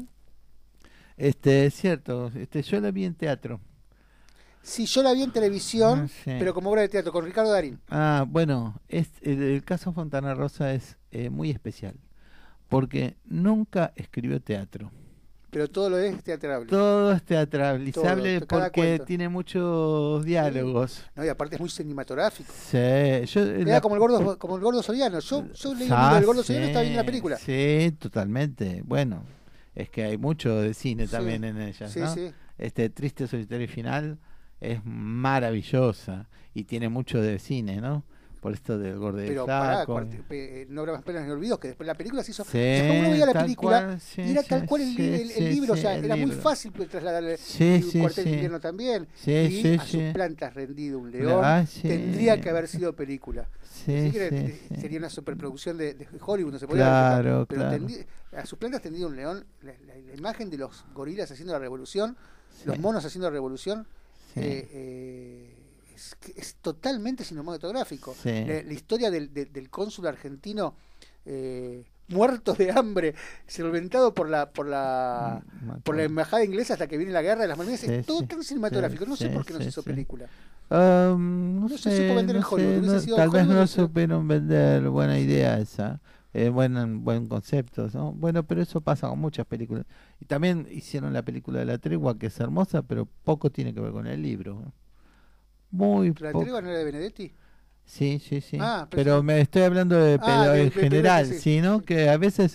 [SPEAKER 2] Es cierto, yo la vi en teatro.
[SPEAKER 3] Sí, yo la vi en televisión, pero como obra de teatro, con Ricardo Darín.
[SPEAKER 2] Ah, bueno, el caso Fontana Rosa es muy especial, porque nunca escribió teatro.
[SPEAKER 3] Pero todo lo es teatrable.
[SPEAKER 2] Todo es teatralizable porque
[SPEAKER 3] cuento
[SPEAKER 2] tiene muchos diálogos.
[SPEAKER 3] Sí. No, y aparte es muy cinematográfico.
[SPEAKER 2] Sí.
[SPEAKER 3] Era como el gordo Soriano. Yo leí un libro del gordo Soriano y estaba bien la película.
[SPEAKER 2] Sí, totalmente. Bueno, es que hay mucho de cine también en ella, ¿no?
[SPEAKER 3] Sí.
[SPEAKER 2] Triste, solitario y final es maravillosa y tiene mucho de cine, ¿no? Por esto del gordo y
[SPEAKER 3] pero
[SPEAKER 2] flaco.
[SPEAKER 3] No habrá más penas ni olvidos, que después la película se hizo.
[SPEAKER 2] Sí,
[SPEAKER 3] como uno veía la película,
[SPEAKER 2] cual,
[SPEAKER 3] y era tal cual el libro, o sea, era muy fácil trasladarle un cuartel de invierno también. Y a sus plantas rendido un león, tendría que haber sido película. Sería una superproducción de Hollywood, no se podía ver, pero a sus plantas tendido un león, la imagen de los gorilas haciendo la revolución, los monos haciendo la revolución, es totalmente cinematográfico. La historia del cónsul argentino muerto de hambre, solventado por la embajada inglesa hasta que viene la guerra de las Malvinas, es todo tan cinematográfico. No sé por qué no se hizo película.
[SPEAKER 2] No
[SPEAKER 3] se supo vender en Hollywood.
[SPEAKER 2] Tal vez no supieron vender. Buena idea esa. Buen concepto, ¿no? Bueno, pero eso pasa con muchas películas. Y también hicieron la película de La Tregua, que es hermosa, pero poco tiene que ver con el libro.
[SPEAKER 3] ¿La Tregua no era de Benedetti?
[SPEAKER 2] Sí. Pero me estoy hablando en general, sí, ¿no? Que a veces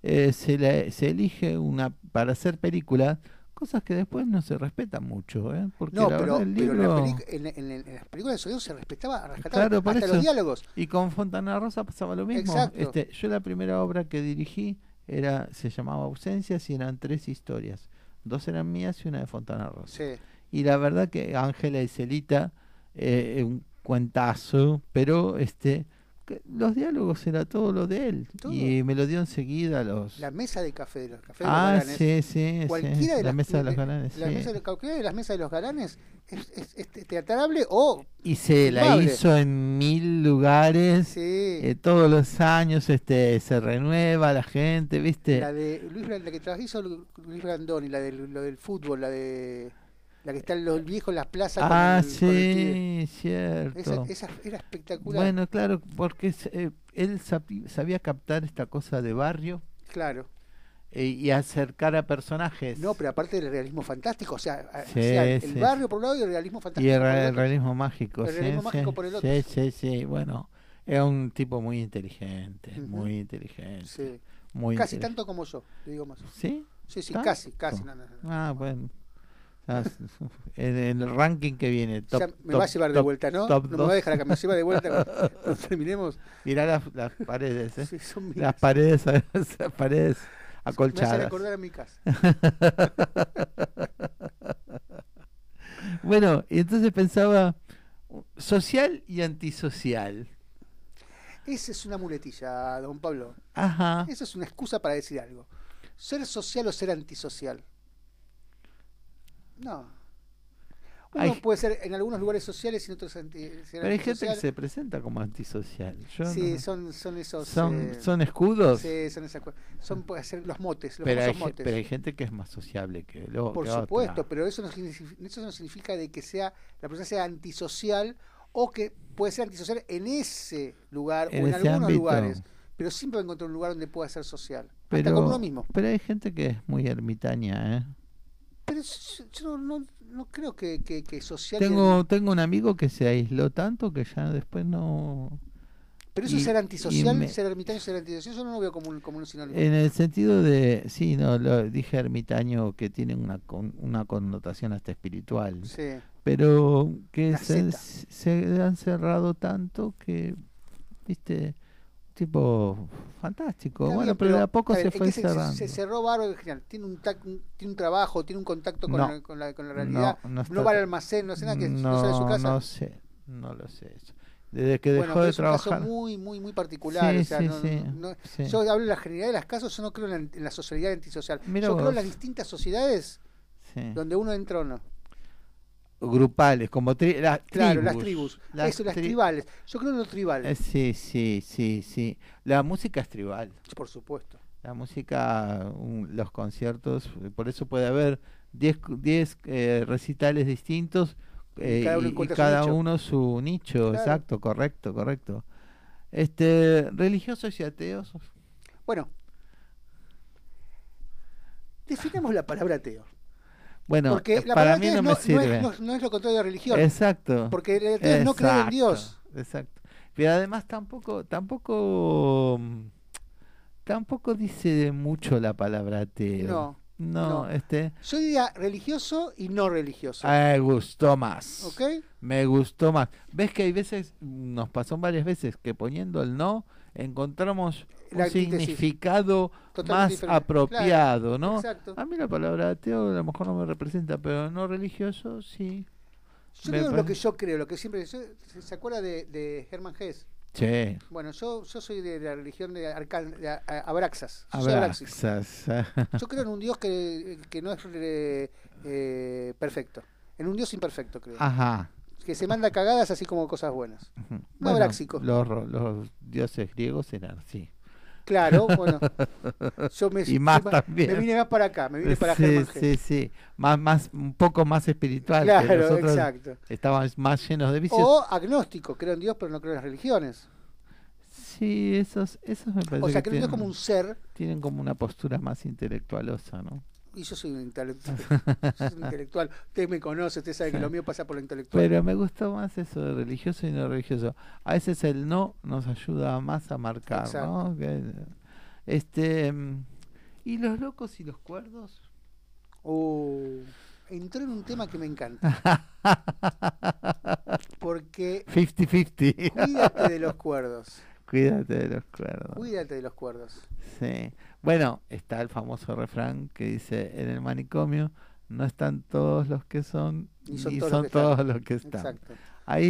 [SPEAKER 2] se elige para hacer películas, cosas que después no se respetan mucho, porque
[SPEAKER 3] no,
[SPEAKER 2] pero
[SPEAKER 3] en las películas de Sodero se rescataba
[SPEAKER 2] claro,
[SPEAKER 3] hasta los diálogos.
[SPEAKER 2] Y con Fontana Rosa pasaba lo mismo.
[SPEAKER 3] Exacto.
[SPEAKER 2] Yo la primera obra que dirigí se llamaba Ausencias y eran 3 historias. 2 eran mías y una de Fontana Rosa.
[SPEAKER 3] Sí.
[SPEAKER 2] Y la verdad que Ángela y Celita, un cuentazo, pero los diálogos era todo lo de él. ¿Todo? Y me lo dio enseguida la
[SPEAKER 3] mesa de café de los galanes.
[SPEAKER 2] Sí.
[SPEAKER 3] Cualquiera de
[SPEAKER 2] la mesa de los galanes.
[SPEAKER 3] Cualquiera de las mesas de los galanes es teatrable
[SPEAKER 2] y se la hizo en 1000 lugares.
[SPEAKER 3] Sí.
[SPEAKER 2] Todos los años se renueva la gente, ¿viste?
[SPEAKER 3] La de la que hizo Luis Brandoni, lo del fútbol, la que están los viejos en las plazas.
[SPEAKER 2] Cierto.
[SPEAKER 3] Esa era espectacular.
[SPEAKER 2] Bueno, claro, porque él sabía captar esta cosa de barrio.
[SPEAKER 3] Claro.
[SPEAKER 2] Y acercar a personajes.
[SPEAKER 3] No, pero aparte del realismo fantástico, o sea, el barrio por un lado y el realismo fantástico
[SPEAKER 2] y el realismo mágico.
[SPEAKER 3] El realismo mágico por el otro.
[SPEAKER 2] Sí, bueno, era un tipo muy inteligente, muy inteligente.
[SPEAKER 3] Sí.
[SPEAKER 2] Casi
[SPEAKER 3] tanto como yo, te digo más.
[SPEAKER 2] ¿Sí?
[SPEAKER 3] Sí, casi. No.
[SPEAKER 2] Bueno. En el ranking que viene
[SPEAKER 3] me va a llevar de vuelta, ¿no? No me va a dejar que me lleve de vuelta cuando terminemos.
[SPEAKER 2] Mirá las paredes,
[SPEAKER 3] Sí, son
[SPEAKER 2] las paredes acolchadas.
[SPEAKER 3] Me hace recordar a mi casa.
[SPEAKER 2] Bueno, y entonces pensaba social y antisocial.
[SPEAKER 3] Esa es una muletilla, don Pablo.
[SPEAKER 2] Ajá.
[SPEAKER 3] Esa es una excusa para decir algo. ¿Ser social o ser antisocial? No. Uno
[SPEAKER 2] Hay-
[SPEAKER 3] puede ser en algunos lugares sociales y en otros ser
[SPEAKER 2] Pero hay gente que
[SPEAKER 3] antisocial.
[SPEAKER 2] se presenta como antisocial. Yo
[SPEAKER 3] Sí,
[SPEAKER 2] no-
[SPEAKER 3] son esos...
[SPEAKER 2] son escudos.
[SPEAKER 3] sí, son esas son puede ser los motes, los
[SPEAKER 2] pero, hay,
[SPEAKER 3] famosos motes.
[SPEAKER 2] pero hay gente que es más sociable que lo
[SPEAKER 3] Por
[SPEAKER 2] que
[SPEAKER 3] supuesto,
[SPEAKER 2] otra.
[SPEAKER 3] pero eso no significa de que sea la persona sea antisocial o que puede ser antisocial en ese lugar
[SPEAKER 2] En
[SPEAKER 3] o en
[SPEAKER 2] ese
[SPEAKER 3] algunos
[SPEAKER 2] ámbito.
[SPEAKER 3] lugares, pero siempre va a encontrar un lugar donde pueda ser social, hasta
[SPEAKER 2] Pero,
[SPEAKER 3] con uno mismo.
[SPEAKER 2] pero hay gente que es muy ermitaña, ¿eh?
[SPEAKER 3] Pero yo no creo que social...
[SPEAKER 2] Tengo un amigo que se aisló tanto que ya después no...
[SPEAKER 3] Pero eso
[SPEAKER 2] y-
[SPEAKER 3] ser antisocial,
[SPEAKER 2] y
[SPEAKER 3] ser ermitaño, ser antisocial, yo no lo veo como un sinónimo.
[SPEAKER 2] En el sentido de, sí, no, lo dije ermitaño que tiene una connotación hasta espiritual,
[SPEAKER 3] Sí.
[SPEAKER 2] pero que
[SPEAKER 3] Una secta.
[SPEAKER 2] se han cerrado tanto que, viste, tipo fantástico.
[SPEAKER 3] Está
[SPEAKER 2] Bueno,
[SPEAKER 3] bien,
[SPEAKER 2] pero de a poco
[SPEAKER 3] está
[SPEAKER 2] se
[SPEAKER 3] bien, es
[SPEAKER 2] fue
[SPEAKER 3] que
[SPEAKER 2] cerrando.
[SPEAKER 3] se cerró bárbaro, genial. Tiene un trabajo, tiene un contacto con,
[SPEAKER 2] No.
[SPEAKER 3] con la realidad.
[SPEAKER 2] No
[SPEAKER 3] No,
[SPEAKER 2] está-
[SPEAKER 3] va al almacén, no sé nada, que no sale de su casa.
[SPEAKER 2] No sé, no lo sé eso. Desde que
[SPEAKER 3] Bueno,
[SPEAKER 2] dejó
[SPEAKER 3] pero
[SPEAKER 2] de
[SPEAKER 3] es un
[SPEAKER 2] trabajar.
[SPEAKER 3] caso muy particular.
[SPEAKER 2] Sí,
[SPEAKER 3] o sea,
[SPEAKER 2] sí,
[SPEAKER 3] no-
[SPEAKER 2] sí,
[SPEAKER 3] no-
[SPEAKER 2] sí.
[SPEAKER 3] Yo hablo de la generalidad de los casos, yo no creo en la socialidad antisocial.
[SPEAKER 2] Mira
[SPEAKER 3] yo creo en
[SPEAKER 2] vos.
[SPEAKER 3] las distintas sociedades
[SPEAKER 2] Sí.
[SPEAKER 3] donde uno entra o no.
[SPEAKER 2] Grupales, como las
[SPEAKER 3] Claro,
[SPEAKER 2] tribus.
[SPEAKER 3] las tribus. Eso, las tribales. Yo creo en los tribales,
[SPEAKER 2] Sí, sí, sí, sí. La música es tribal.
[SPEAKER 3] por supuesto.
[SPEAKER 2] La música, los conciertos, por eso puede haber 10 recitales distintos
[SPEAKER 3] Cada uno
[SPEAKER 2] y
[SPEAKER 3] encuentra su
[SPEAKER 2] cada
[SPEAKER 3] nicho.
[SPEAKER 2] uno su nicho.
[SPEAKER 3] Claro.
[SPEAKER 2] Exacto, correcto. Religiosos y ateos.
[SPEAKER 3] Bueno, definamos la palabra ateo.
[SPEAKER 2] Bueno,
[SPEAKER 3] Porque la
[SPEAKER 2] para
[SPEAKER 3] palabra
[SPEAKER 2] mí
[SPEAKER 3] ateo
[SPEAKER 2] no me sirve.
[SPEAKER 3] no es lo contrario de religión.
[SPEAKER 2] Exacto.
[SPEAKER 3] Porque el ateo es no creer en
[SPEAKER 2] Exacto,
[SPEAKER 3] Dios.
[SPEAKER 2] Exacto. Pero además tampoco dice mucho la palabra ateo.
[SPEAKER 3] No. Yo diría religioso y no religioso.
[SPEAKER 2] Me gustó más.
[SPEAKER 3] ¿Ok?
[SPEAKER 2] Me gustó más. Ves que hay veces, nos pasó varias veces, que poniendo el no encontramos
[SPEAKER 3] La
[SPEAKER 2] un
[SPEAKER 3] antítesis.
[SPEAKER 2] significado
[SPEAKER 3] Totalmente
[SPEAKER 2] más
[SPEAKER 3] diferente.
[SPEAKER 2] apropiado,
[SPEAKER 3] Claro,
[SPEAKER 2] ¿no?
[SPEAKER 3] exacto.
[SPEAKER 2] A mí la palabra ateo a lo mejor no me representa, pero no religioso sí.
[SPEAKER 3] Yo
[SPEAKER 2] Me
[SPEAKER 3] digo lo
[SPEAKER 2] parece-
[SPEAKER 3] que yo creo, lo que siempre... ¿Se acuerda de Hermann Hesse?
[SPEAKER 2] Sí.
[SPEAKER 3] Bueno, yo soy de la religión de Abraxas. Yo soy abráxico.
[SPEAKER 2] Abrazas.
[SPEAKER 3] Yo creo en un Dios que no es perfecto. En un Dios imperfecto, creo.
[SPEAKER 2] Ajá.
[SPEAKER 3] Que se manda cagadas así como cosas buenas.
[SPEAKER 2] Ujú.
[SPEAKER 3] Un
[SPEAKER 2] Bueno,
[SPEAKER 3] abráxico.
[SPEAKER 2] los dioses griegos eran así.
[SPEAKER 3] Claro, bueno. Yo
[SPEAKER 2] Y más también.
[SPEAKER 3] me vine más para acá, me vine para
[SPEAKER 2] Sí,
[SPEAKER 3] Hermann
[SPEAKER 2] sí,
[SPEAKER 3] Hesse.
[SPEAKER 2] sí. Un poco más espiritual. que
[SPEAKER 3] Claro,
[SPEAKER 2] nosotros
[SPEAKER 3] exacto.
[SPEAKER 2] estaban más llenos de vicios.
[SPEAKER 3] O agnóstico, creo en Dios, pero no creo en las religiones.
[SPEAKER 2] Sí, esos me parece
[SPEAKER 3] O sea,
[SPEAKER 2] que
[SPEAKER 3] creo en Dios
[SPEAKER 2] tienen,
[SPEAKER 3] como un ser,
[SPEAKER 2] tienen como una postura más intelectualosa, ¿no?
[SPEAKER 3] y yo soy un intelectual. Yo soy un intelectual. Usted me conoce, usted sabe que lo mío pasa por lo intelectual.
[SPEAKER 2] Pero me gustó más eso de religioso y no religioso. A veces el no nos ayuda más a marcar,
[SPEAKER 3] Exacto.
[SPEAKER 2] ¿no? ¿Y los locos y los cuerdos?
[SPEAKER 3] Entró en un tema que me encanta. Porque
[SPEAKER 2] 50-50.
[SPEAKER 3] cuídate de los cuerdos.
[SPEAKER 2] Cuídate de los cuerdos.
[SPEAKER 3] Cuídate de los cuerdos.
[SPEAKER 2] Sí. Bueno, está el famoso refrán que dice, en el manicomio no están todos los que son,
[SPEAKER 3] Ni son
[SPEAKER 2] ni
[SPEAKER 3] todos
[SPEAKER 2] son
[SPEAKER 3] los que están.
[SPEAKER 2] todos los que están.
[SPEAKER 3] Exacto.
[SPEAKER 2] Hay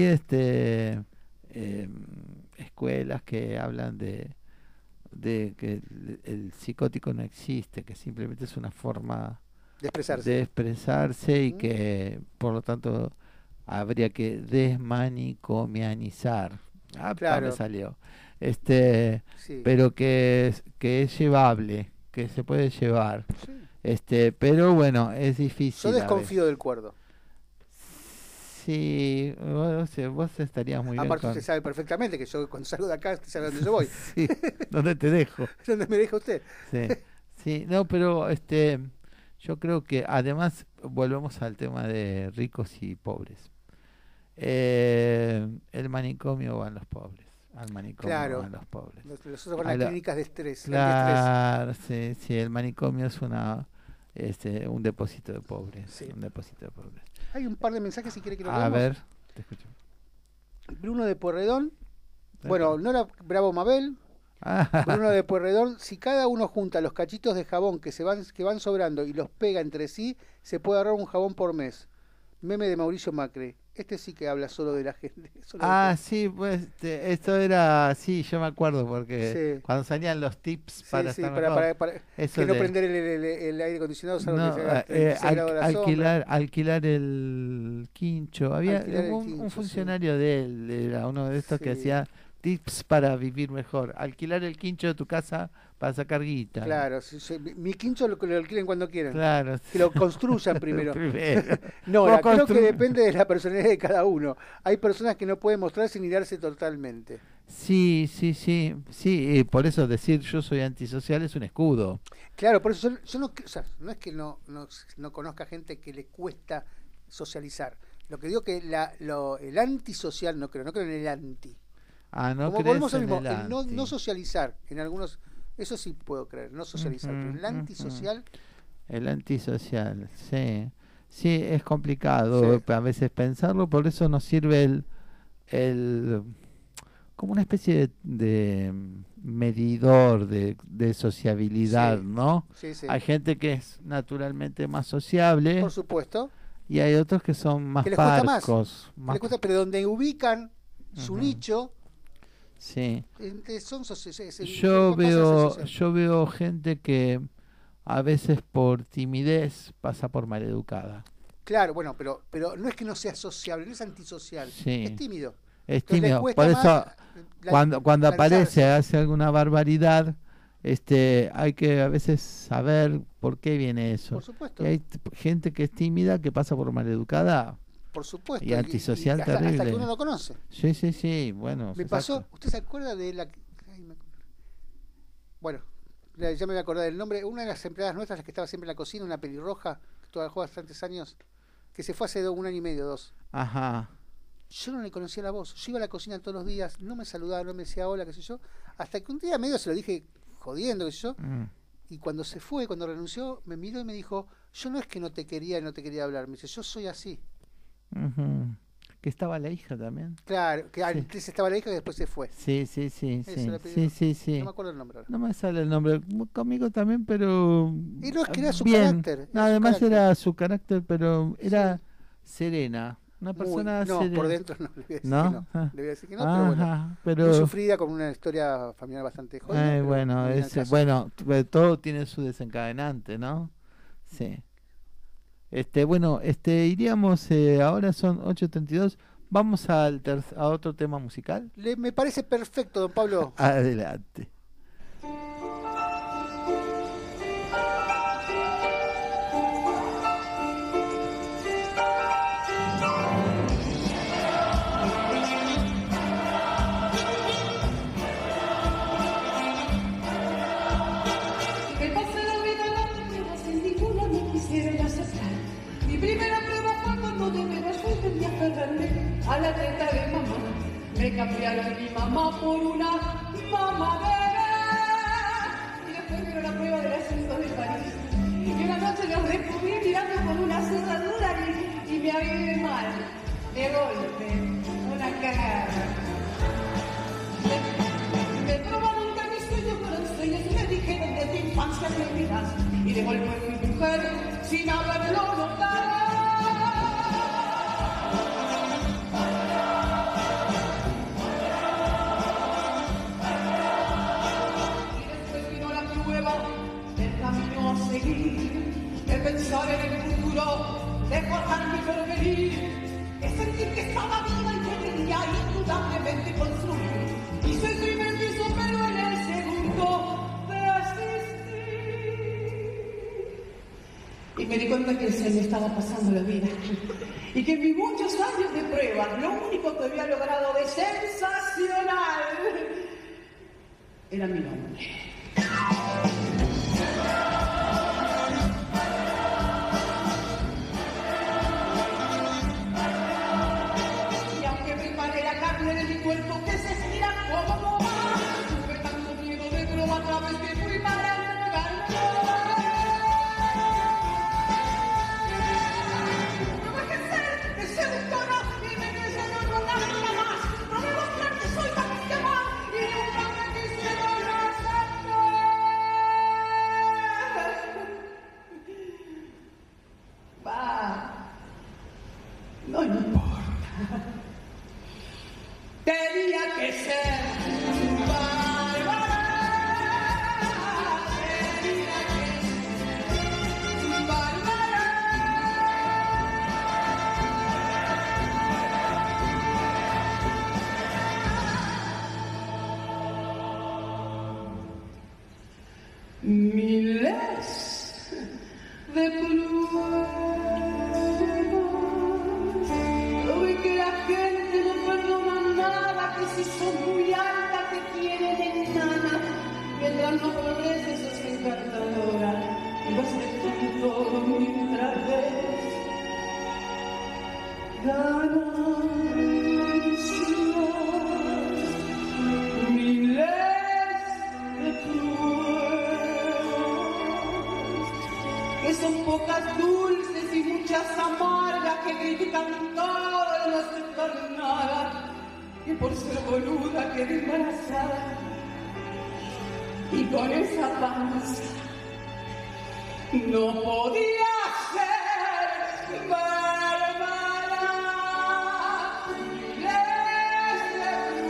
[SPEAKER 2] escuelas que hablan de que el psicótico no existe, que simplemente es una forma
[SPEAKER 3] De expresarse.
[SPEAKER 2] de expresarse y
[SPEAKER 3] Mm.
[SPEAKER 2] que por lo tanto habría que desmanicomianizar.
[SPEAKER 3] Claro.
[SPEAKER 2] Me salió.
[SPEAKER 3] Sí.
[SPEAKER 2] Pero que es llevable, que se puede llevar.
[SPEAKER 3] Sí.
[SPEAKER 2] Pero bueno, es difícil.
[SPEAKER 3] Yo
[SPEAKER 2] a veces.
[SPEAKER 3] desconfío del cuerdo.
[SPEAKER 2] Sí, vos estarías muy bien
[SPEAKER 3] Aparte,
[SPEAKER 2] con...
[SPEAKER 3] usted sabe perfectamente que yo cuando salgo de acá, usted sabe dónde yo voy.
[SPEAKER 2] Sí, ¿dónde te dejo?
[SPEAKER 3] ¿Dónde me deja usted?
[SPEAKER 2] Sí, sí, no, pero yo creo que además volvemos al tema de ricos y pobres. El manicomio van los pobres, al manicomio
[SPEAKER 3] Claro.
[SPEAKER 2] van los pobres.
[SPEAKER 3] Los otros van
[SPEAKER 2] A
[SPEAKER 3] a
[SPEAKER 2] la-
[SPEAKER 3] clínicas de estrés.
[SPEAKER 2] Claro, sí, sí, el manicomio es un depósito de pobres,
[SPEAKER 3] Sí.
[SPEAKER 2] un depósito de pobres.
[SPEAKER 3] Hay un par de mensajes si quiere que lo
[SPEAKER 2] A
[SPEAKER 3] leamos.
[SPEAKER 2] ver, te escucho.
[SPEAKER 3] Bruno de Pueyrredón. Bueno, Nora Bravo Mabel.
[SPEAKER 2] Ah,
[SPEAKER 3] Bruno de Pueyrredón. Si cada uno junta los cachitos de jabón que van sobrando y los pega entre sí, se puede ahorrar un jabón por mes. Meme de Mauricio Macri. Este sí que habla solo de la gente.
[SPEAKER 2] Sí, pues esto era, sí, yo me acuerdo porque cuando salían los tips para estar mejor,
[SPEAKER 3] que no prender el aire acondicionado,
[SPEAKER 2] alquilar el quincho. Había un funcionario de él, era uno de estos que hacía tips para vivir mejor. Alquilar el quincho de tu casa para sacar guita.
[SPEAKER 3] Claro, mi quincho lo alquilen cuando quieran.
[SPEAKER 2] Claro.
[SPEAKER 3] Que lo construyan primero. No, creo que depende de la personalidad de cada uno. Hay personas que no pueden mostrarse ni darse totalmente.
[SPEAKER 2] Sí, por eso decir yo soy antisocial es un escudo.
[SPEAKER 3] Claro, por eso yo no, o sea, no es que no conozca gente que le cuesta socializar. Lo que digo que el antisocial no creo en el anti.
[SPEAKER 2] No
[SPEAKER 3] como volvemos al mismo, el
[SPEAKER 2] anti.
[SPEAKER 3] no socializar en algunos, eso sí puedo creer, no socializar, pero el antisocial.
[SPEAKER 2] El antisocial, sí, es complicado a veces pensarlo, por eso nos sirve el como una especie de medidor de sociabilidad, ¿no? Sí.
[SPEAKER 3] Hay
[SPEAKER 2] gente que es naturalmente más sociable,
[SPEAKER 3] por supuesto,
[SPEAKER 2] y hay otros que son más
[SPEAKER 3] que les
[SPEAKER 2] parcos,
[SPEAKER 3] más. Les cuesta, pero donde ubican su nicho.
[SPEAKER 2] Sí.
[SPEAKER 3] Yo
[SPEAKER 2] veo gente que a veces por timidez pasa por maleducada.
[SPEAKER 3] Claro, bueno, pero no es que no sea sociable, no es antisocial, es tímido.
[SPEAKER 2] Es tímido, por eso cuando aparece, hace alguna barbaridad, hay que a veces saber por qué viene eso.
[SPEAKER 3] Por supuesto.
[SPEAKER 2] Y hay gente que es tímida que pasa por maleducada.
[SPEAKER 3] Por supuesto.
[SPEAKER 2] Y antisocial terrible.
[SPEAKER 3] Hasta que uno lo conoce.
[SPEAKER 2] Sí, bueno.
[SPEAKER 3] Me pasó, ¿usted se acuerda de la... Bueno, ya me voy a acordar del nombre. Una de las empleadas nuestras, la que estaba siempre en la cocina, una pelirroja, que trabajó bastantes años, que se fue hace 1 año y medio, 2.
[SPEAKER 2] Ajá.
[SPEAKER 3] Yo no le conocía la voz. Yo iba a la cocina todos los días, no me saludaba, no me decía hola, qué sé yo. Hasta que un día medio se lo dije jodiendo, qué sé yo. Y cuando se fue, cuando renunció, me miró y me dijo, yo no es que no te quería hablar. Me dice, yo soy así.
[SPEAKER 2] Que estaba la hija también.
[SPEAKER 3] Claro, que antes estaba la hija y después se fue.
[SPEAKER 2] Sí.
[SPEAKER 3] No me acuerdo el nombre ahora.
[SPEAKER 2] No me sale el nombre. Conmigo también, pero...
[SPEAKER 3] Y no es que era su carácter.
[SPEAKER 2] Además era su carácter, pero era serena. Una persona serena.
[SPEAKER 3] Por dentro no, le voy a decir que no. Le voy a decir que no, pero muy sufrida, con una historia familiar bastante jodida.
[SPEAKER 2] Bueno, todo tiene su desencadenante, ¿no? Sí. Iríamos, ahora son 8:32, vamos a otro tema musical.
[SPEAKER 3] Me parece perfecto, don Pablo.
[SPEAKER 2] Adelante.
[SPEAKER 4] A la teta de mamá, me cambiaron mi mamá por una mamadera. Y después vino la prueba de las 5 de París. Y una noche los descubrí mirando con una cerradura y me avivé mal, de golpe, una cagada. Me probaron que mis sueños fueron sueños y me dijeron de tu infancia te olvidas. Y de golpe fui mujer sin haberlo notado. De pensar en el futuro, de cortar mi porvenir, de sentir que estaba viva y que quería indudablemente construir. Y soy el primer piso, pero en el segundo desistí. Y me di cuenta que se me estaba pasando la vida. Y que en mis muchos años de prueba, lo único que había logrado de sensacional era mi nombre. De mi cuerpo que se estira como goma. Tuve tanto miedo de probar otra vez que fui para entregarme. No voy a ser de seductora y me deseo no nada más. No demostrar que soy capaz de amar y nunca me quisieron aceptar. Va. No importa. que ser bárbara, tenía que ser bárbara. Miles de pruebas, hoy que la gente no perdona nada, que si son muy alta te quieren en nada, mientras no progreses sos encantadora y vas a destruir todo mientras ves ganancias. Miles de pruebas, que son pocas dulces y muchas amargas, que critican todo y no aceptan nada, que por ser boluda quedé embarazada y con esa panza no podía ser bárbara. Miles de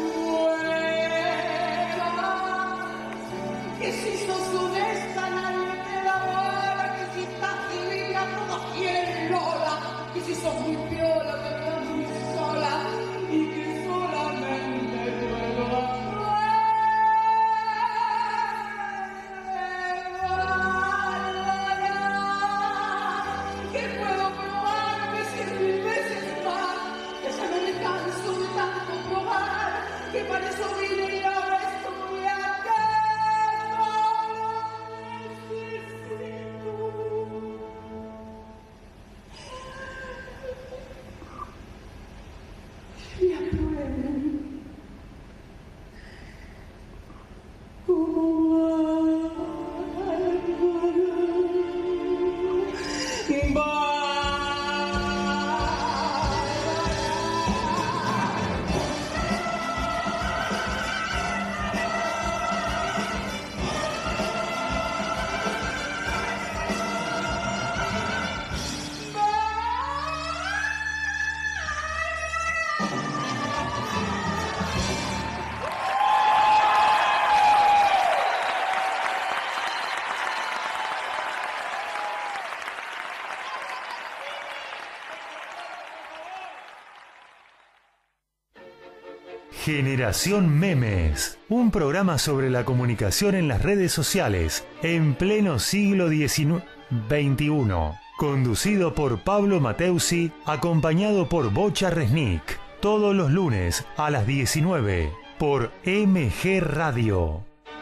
[SPEAKER 4] pruebas, que si sos honesta nadie te da bola, que si estás divina todos quieren Lola, que si sos muy piola te quedas muy sola y que solamente puedo que puedo probarme 100.000 veces más, que ya no me canso de tanto probar, que para eso vine y ahora estoy acá. Y aprueben como
[SPEAKER 1] Generación Memes, un programa sobre la comunicación en las redes sociales en pleno siglo XXI, conducido por Pablo Mateusi, acompañado por Bocha Resnick, todos los lunes a las 19 por MG Radio.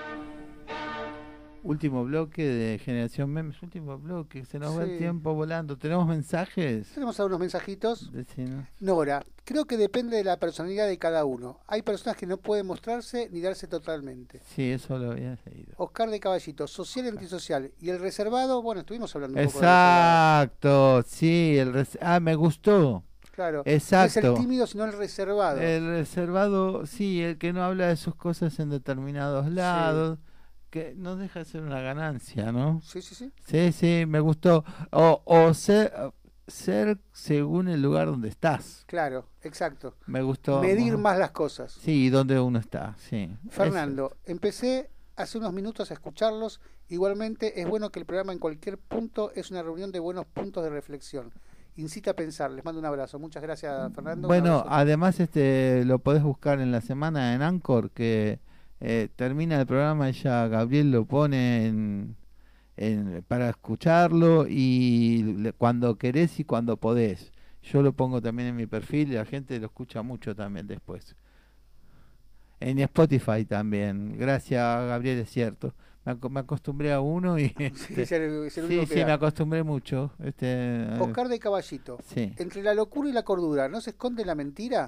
[SPEAKER 2] Último bloque de Generación Memes, último bloque, se nos va el
[SPEAKER 3] Sí.
[SPEAKER 2] tiempo volando. ¿Tenemos mensajes?
[SPEAKER 3] Tenemos algunos mensajitos.
[SPEAKER 2] Decinos.
[SPEAKER 3] Nora, creo que depende de la personalidad de cada uno. Hay personas que no pueden mostrarse ni darse totalmente.
[SPEAKER 2] Sí, eso lo había leído.
[SPEAKER 3] Oscar de Caballito, social y antisocial. Y el reservado, bueno, estuvimos hablando un poco del reservado.
[SPEAKER 2] Exacto, sí, me gustó.
[SPEAKER 3] Claro,
[SPEAKER 2] Exacto.
[SPEAKER 3] no es el tímido, sino el reservado.
[SPEAKER 2] El reservado, sí, el que no habla de sus cosas en determinados lados, que no deja de ser una ganancia, ¿no?
[SPEAKER 3] Sí, sí, sí.
[SPEAKER 2] Sí, sí, me gustó. O ser según el lugar donde estás.
[SPEAKER 3] Claro, exacto.
[SPEAKER 2] Me gustó.
[SPEAKER 3] Medir más las cosas.
[SPEAKER 2] Sí, donde uno está, sí.
[SPEAKER 3] Fernando, empecé hace unos minutos a escucharlos. Igualmente es bueno que el programa en cualquier punto es una reunión de buenos puntos de reflexión. Incita a pensar. Les mando un abrazo. Muchas gracias, Fernando.
[SPEAKER 2] Bueno, además lo podés buscar en la semana en Anchor, que termina el programa, ya Gabriel lo pone para escucharlo y cuando querés y cuando podés. Yo lo pongo también en mi perfil y la gente lo escucha mucho también después. En Spotify también. Gracias, Gabriel, es cierto. Me acostumbré a uno y sí, me acostumbré mucho.
[SPEAKER 3] Oscar de Caballito.
[SPEAKER 2] Sí.
[SPEAKER 3] Entre la locura y la cordura, ¿no se esconde la mentira?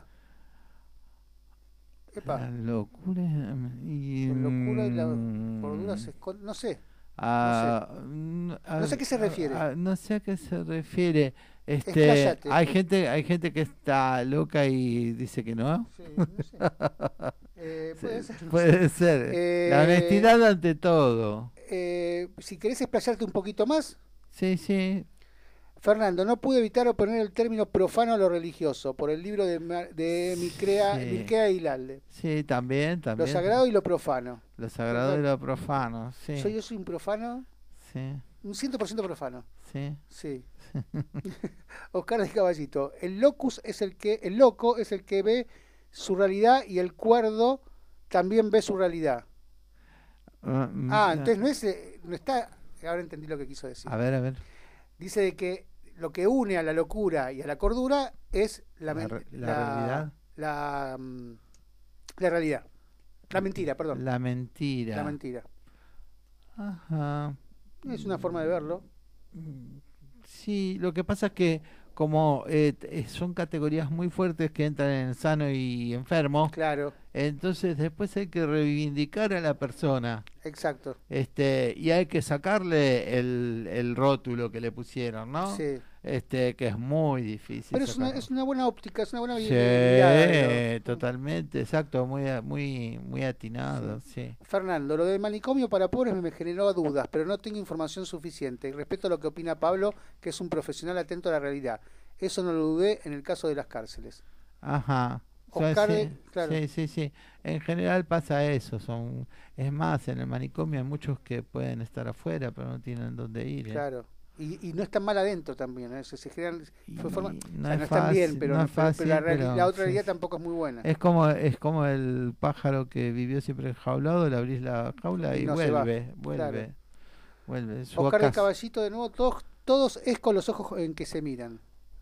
[SPEAKER 3] Epa.
[SPEAKER 2] La locura y
[SPEAKER 3] La locura y la cordura se esconde, no sé. No sé a qué se refiere.
[SPEAKER 2] No sé a qué se refiere.
[SPEAKER 3] Expláyate.
[SPEAKER 2] Hay gente que está loca y dice que no.
[SPEAKER 3] Sí, no sé. Puede ser. No
[SPEAKER 2] puede
[SPEAKER 3] sé.
[SPEAKER 2] ser. La honestidad ante todo.
[SPEAKER 3] Si querés explayarte un poquito más.
[SPEAKER 2] Sí, sí.
[SPEAKER 3] Fernando, no pude evitar oponer el término profano a lo religioso por el libro de Mircea Eliade.
[SPEAKER 2] Sí, también.
[SPEAKER 3] Lo sagrado y lo profano.
[SPEAKER 2] Lo sagrado y lo profano, sí.
[SPEAKER 3] Yo soy un profano.
[SPEAKER 2] Sí.
[SPEAKER 3] Un 100% profano.
[SPEAKER 2] Sí.
[SPEAKER 3] Sí. Oscar de Caballito. El loco es el que ve su realidad y el cuerdo también ve su realidad. Entonces no está. Ahora entendí lo que quiso decir.
[SPEAKER 2] A ver.
[SPEAKER 3] Dice de que lo que une a la locura y a la cordura es la
[SPEAKER 2] realidad.
[SPEAKER 3] La realidad. La mentira, perdón.
[SPEAKER 2] La mentira. Ajá.
[SPEAKER 3] Es una forma de verlo.
[SPEAKER 2] Sí, lo que pasa es que como son categorías muy fuertes que entran en sano y enfermo,
[SPEAKER 3] claro.
[SPEAKER 2] Entonces después hay que reivindicar a la persona.
[SPEAKER 3] Exacto.
[SPEAKER 2] Y hay que sacarle el rótulo que le pusieron, ¿no?
[SPEAKER 3] Sí.
[SPEAKER 2] Que es muy difícil.
[SPEAKER 3] Pero es una buena óptica, es una buena
[SPEAKER 2] mirada. Sí, totalmente, exacto, muy atinado, sí.
[SPEAKER 3] Fernando, lo del manicomio para pobres me generó dudas, pero no tengo información suficiente. Respeto lo que opina Pablo, que es un profesional atento a la realidad. Eso no lo dudé en el caso de las cárceles.
[SPEAKER 2] Ajá.
[SPEAKER 3] Oscar,
[SPEAKER 2] claro. Sí. En general pasa eso. Es más, en el manicomio hay muchos que pueden estar afuera, pero no tienen dónde ir.
[SPEAKER 3] Claro. Y no están mal adentro también, ¿eh? Se generan,
[SPEAKER 2] no
[SPEAKER 3] están bien, pero,
[SPEAKER 2] no es fácil,
[SPEAKER 3] pero la otra realidad tampoco es muy buena.
[SPEAKER 2] Es como el pájaro que vivió siempre enjaulado, le abrís la jaula y vuelve.
[SPEAKER 3] Claro.
[SPEAKER 2] Vuelve.
[SPEAKER 3] Oscar de Caballito, de nuevo, todos es con los ojos en que se miran.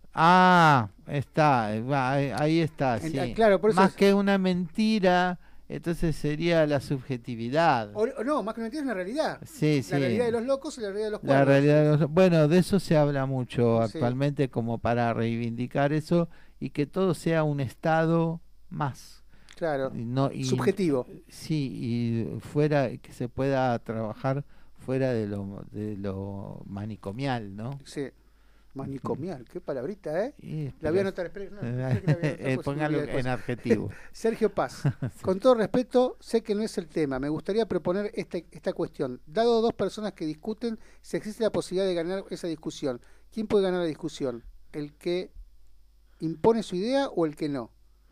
[SPEAKER 2] Está, ahí está, sí.
[SPEAKER 3] Claro, por eso
[SPEAKER 2] más que una mentira, entonces sería la subjetividad.
[SPEAKER 3] No, más que una mentira es una realidad.
[SPEAKER 2] Sí.
[SPEAKER 3] La realidad de los locos y la realidad de los cuerdos.
[SPEAKER 2] Bueno, de eso se habla mucho actualmente, como para reivindicar eso y que todo sea un estado más.
[SPEAKER 3] Claro, subjetivo.
[SPEAKER 2] Sí, y que se pueda trabajar fuera de lo manicomial, ¿no?
[SPEAKER 3] Sí. Manicomial, qué palabrita, ¿eh? La voy a anotar,
[SPEAKER 2] póngalo en adjetivo.
[SPEAKER 3] Sergio Paz, con todo respeto, sé que no es el tema, me gustaría proponer esta cuestión. Dado dos personas que discuten, si existe la posibilidad de ganar esa discusión, ¿quién puede ganar la discusión? ¿El que impone su idea o el que no?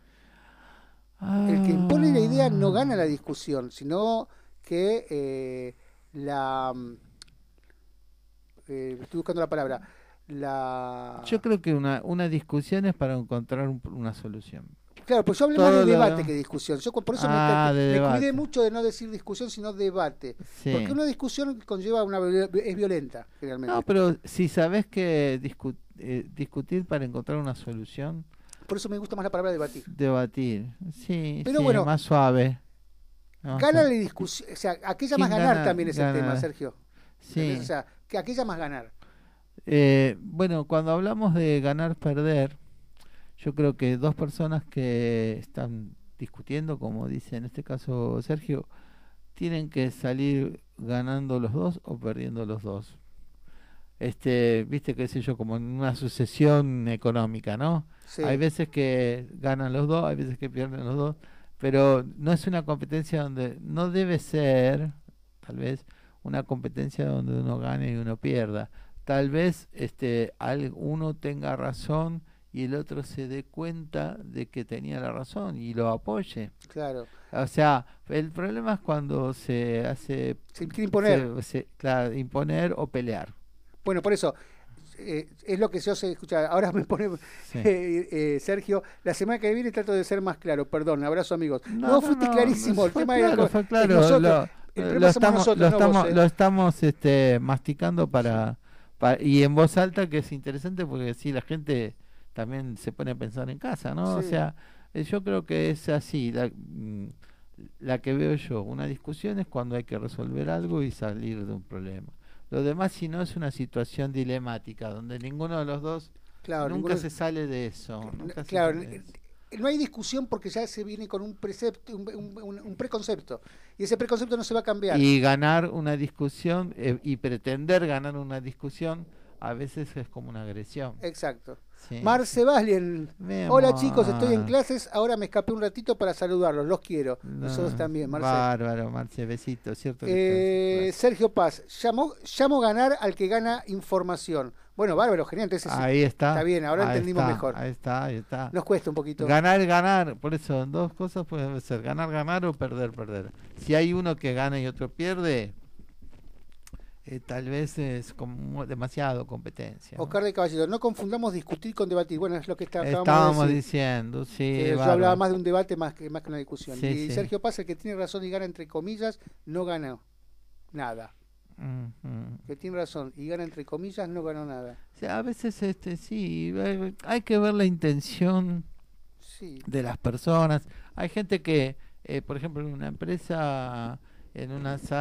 [SPEAKER 3] El que impone la idea no gana la discusión, sino que estoy buscando la palabra.
[SPEAKER 2] Yo creo que una discusión es para encontrar una solución.
[SPEAKER 3] Claro, pues yo hablé más de debate que discusión. Yo por eso me cuidé mucho de no decir discusión, sino debate. Sí. Porque una discusión conlleva es violenta, generalmente.
[SPEAKER 2] No, pero si sabes que discutir para encontrar una solución.
[SPEAKER 3] Por eso me gusta más la palabra debatir.
[SPEAKER 2] Debatir, sí,
[SPEAKER 3] pero bueno,
[SPEAKER 2] más suave.
[SPEAKER 3] Gana la discusión, o sea, ¿a qué llamas ganar también es el tema, Sergio?
[SPEAKER 2] Sí.
[SPEAKER 3] O sea, ¿a qué llamas ganar?
[SPEAKER 2] Bueno, cuando hablamos de ganar-perder, yo creo que dos personas que están discutiendo, como dice en este caso Sergio, tienen que salir ganando los dos o perdiendo los dos. Viste, qué sé yo, como en una sucesión económica, ¿no? Sí. Hay veces que ganan los dos, hay veces que pierden los dos, pero no es una competencia donde no debe ser, tal vez, una competencia donde uno gane y uno pierda. Tal vez uno tenga razón y el otro se dé cuenta de que tenía la razón y lo apoye.
[SPEAKER 3] Claro.
[SPEAKER 2] O sea, el problema es cuando se hace...
[SPEAKER 3] Se quiere imponer.
[SPEAKER 2] Claro, imponer o pelear.
[SPEAKER 3] Bueno, por eso, es lo que yo sé escuchar. Ahora me pone Sergio, la semana que viene trato de ser más claro. Perdón, abrazo amigos. No fuiste clarísimo. El tema
[SPEAKER 2] claro, fue claro. Lo estamos masticando para y en voz alta, que es interesante porque sí, la gente también se pone a pensar en casa, ¿no? Sí. O sea, yo creo que es así la que veo yo. Una discusión es cuando hay que resolver algo y salir de un problema. Lo demás, si no, es una situación dilemática donde ninguno de los dos nunca se sale de eso.
[SPEAKER 3] Claro, no hay discusión porque ya se viene con un precepto, un preconcepto, y ese preconcepto no se va a cambiar.
[SPEAKER 2] Y ganar una discusión y pretender ganar una discusión a veces es como una agresión.
[SPEAKER 3] Exacto. Sí. Marce Valien, hola chicos, estoy en clases, ahora me escapé un ratito para saludarlos, los quiero. Nosotros también, Marce.
[SPEAKER 2] Bárbaro, Marce, besitos, ¿cierto?
[SPEAKER 3] Sergio Paz, llamo ganar al que gana información. Bueno, bárbaro, genial. Entonces,
[SPEAKER 2] Ahí está.
[SPEAKER 3] Está bien, ahora
[SPEAKER 2] Ahí
[SPEAKER 3] entendimos
[SPEAKER 2] está,
[SPEAKER 3] mejor.
[SPEAKER 2] Ahí está.
[SPEAKER 3] Nos cuesta un poquito.
[SPEAKER 2] Ganar, por eso dos cosas pueden ser, ganar o perder. Si hay uno que gana y otro pierde, tal vez es como demasiado competencia.
[SPEAKER 3] Oscar de Caballero, no confundamos discutir con debatir. Bueno, es lo que
[SPEAKER 2] Estábamos
[SPEAKER 3] acabamos de decir.
[SPEAKER 2] diciendo, sí.
[SPEAKER 3] Yo
[SPEAKER 2] bárbaro.
[SPEAKER 3] hablaba más de un debate más que una discusión.
[SPEAKER 2] Sí,
[SPEAKER 3] y
[SPEAKER 2] sí.
[SPEAKER 3] Sergio Paz, el que tiene razón y gana entre comillas, no ganó nada.
[SPEAKER 2] Ujú.
[SPEAKER 3] Que tiene razón y gana entre comillas, no ganó nada.
[SPEAKER 2] O sea, a veces sí, hay que ver la intención
[SPEAKER 3] Sí.
[SPEAKER 2] de las personas. Hay gente que, por ejemplo, en una empresa, en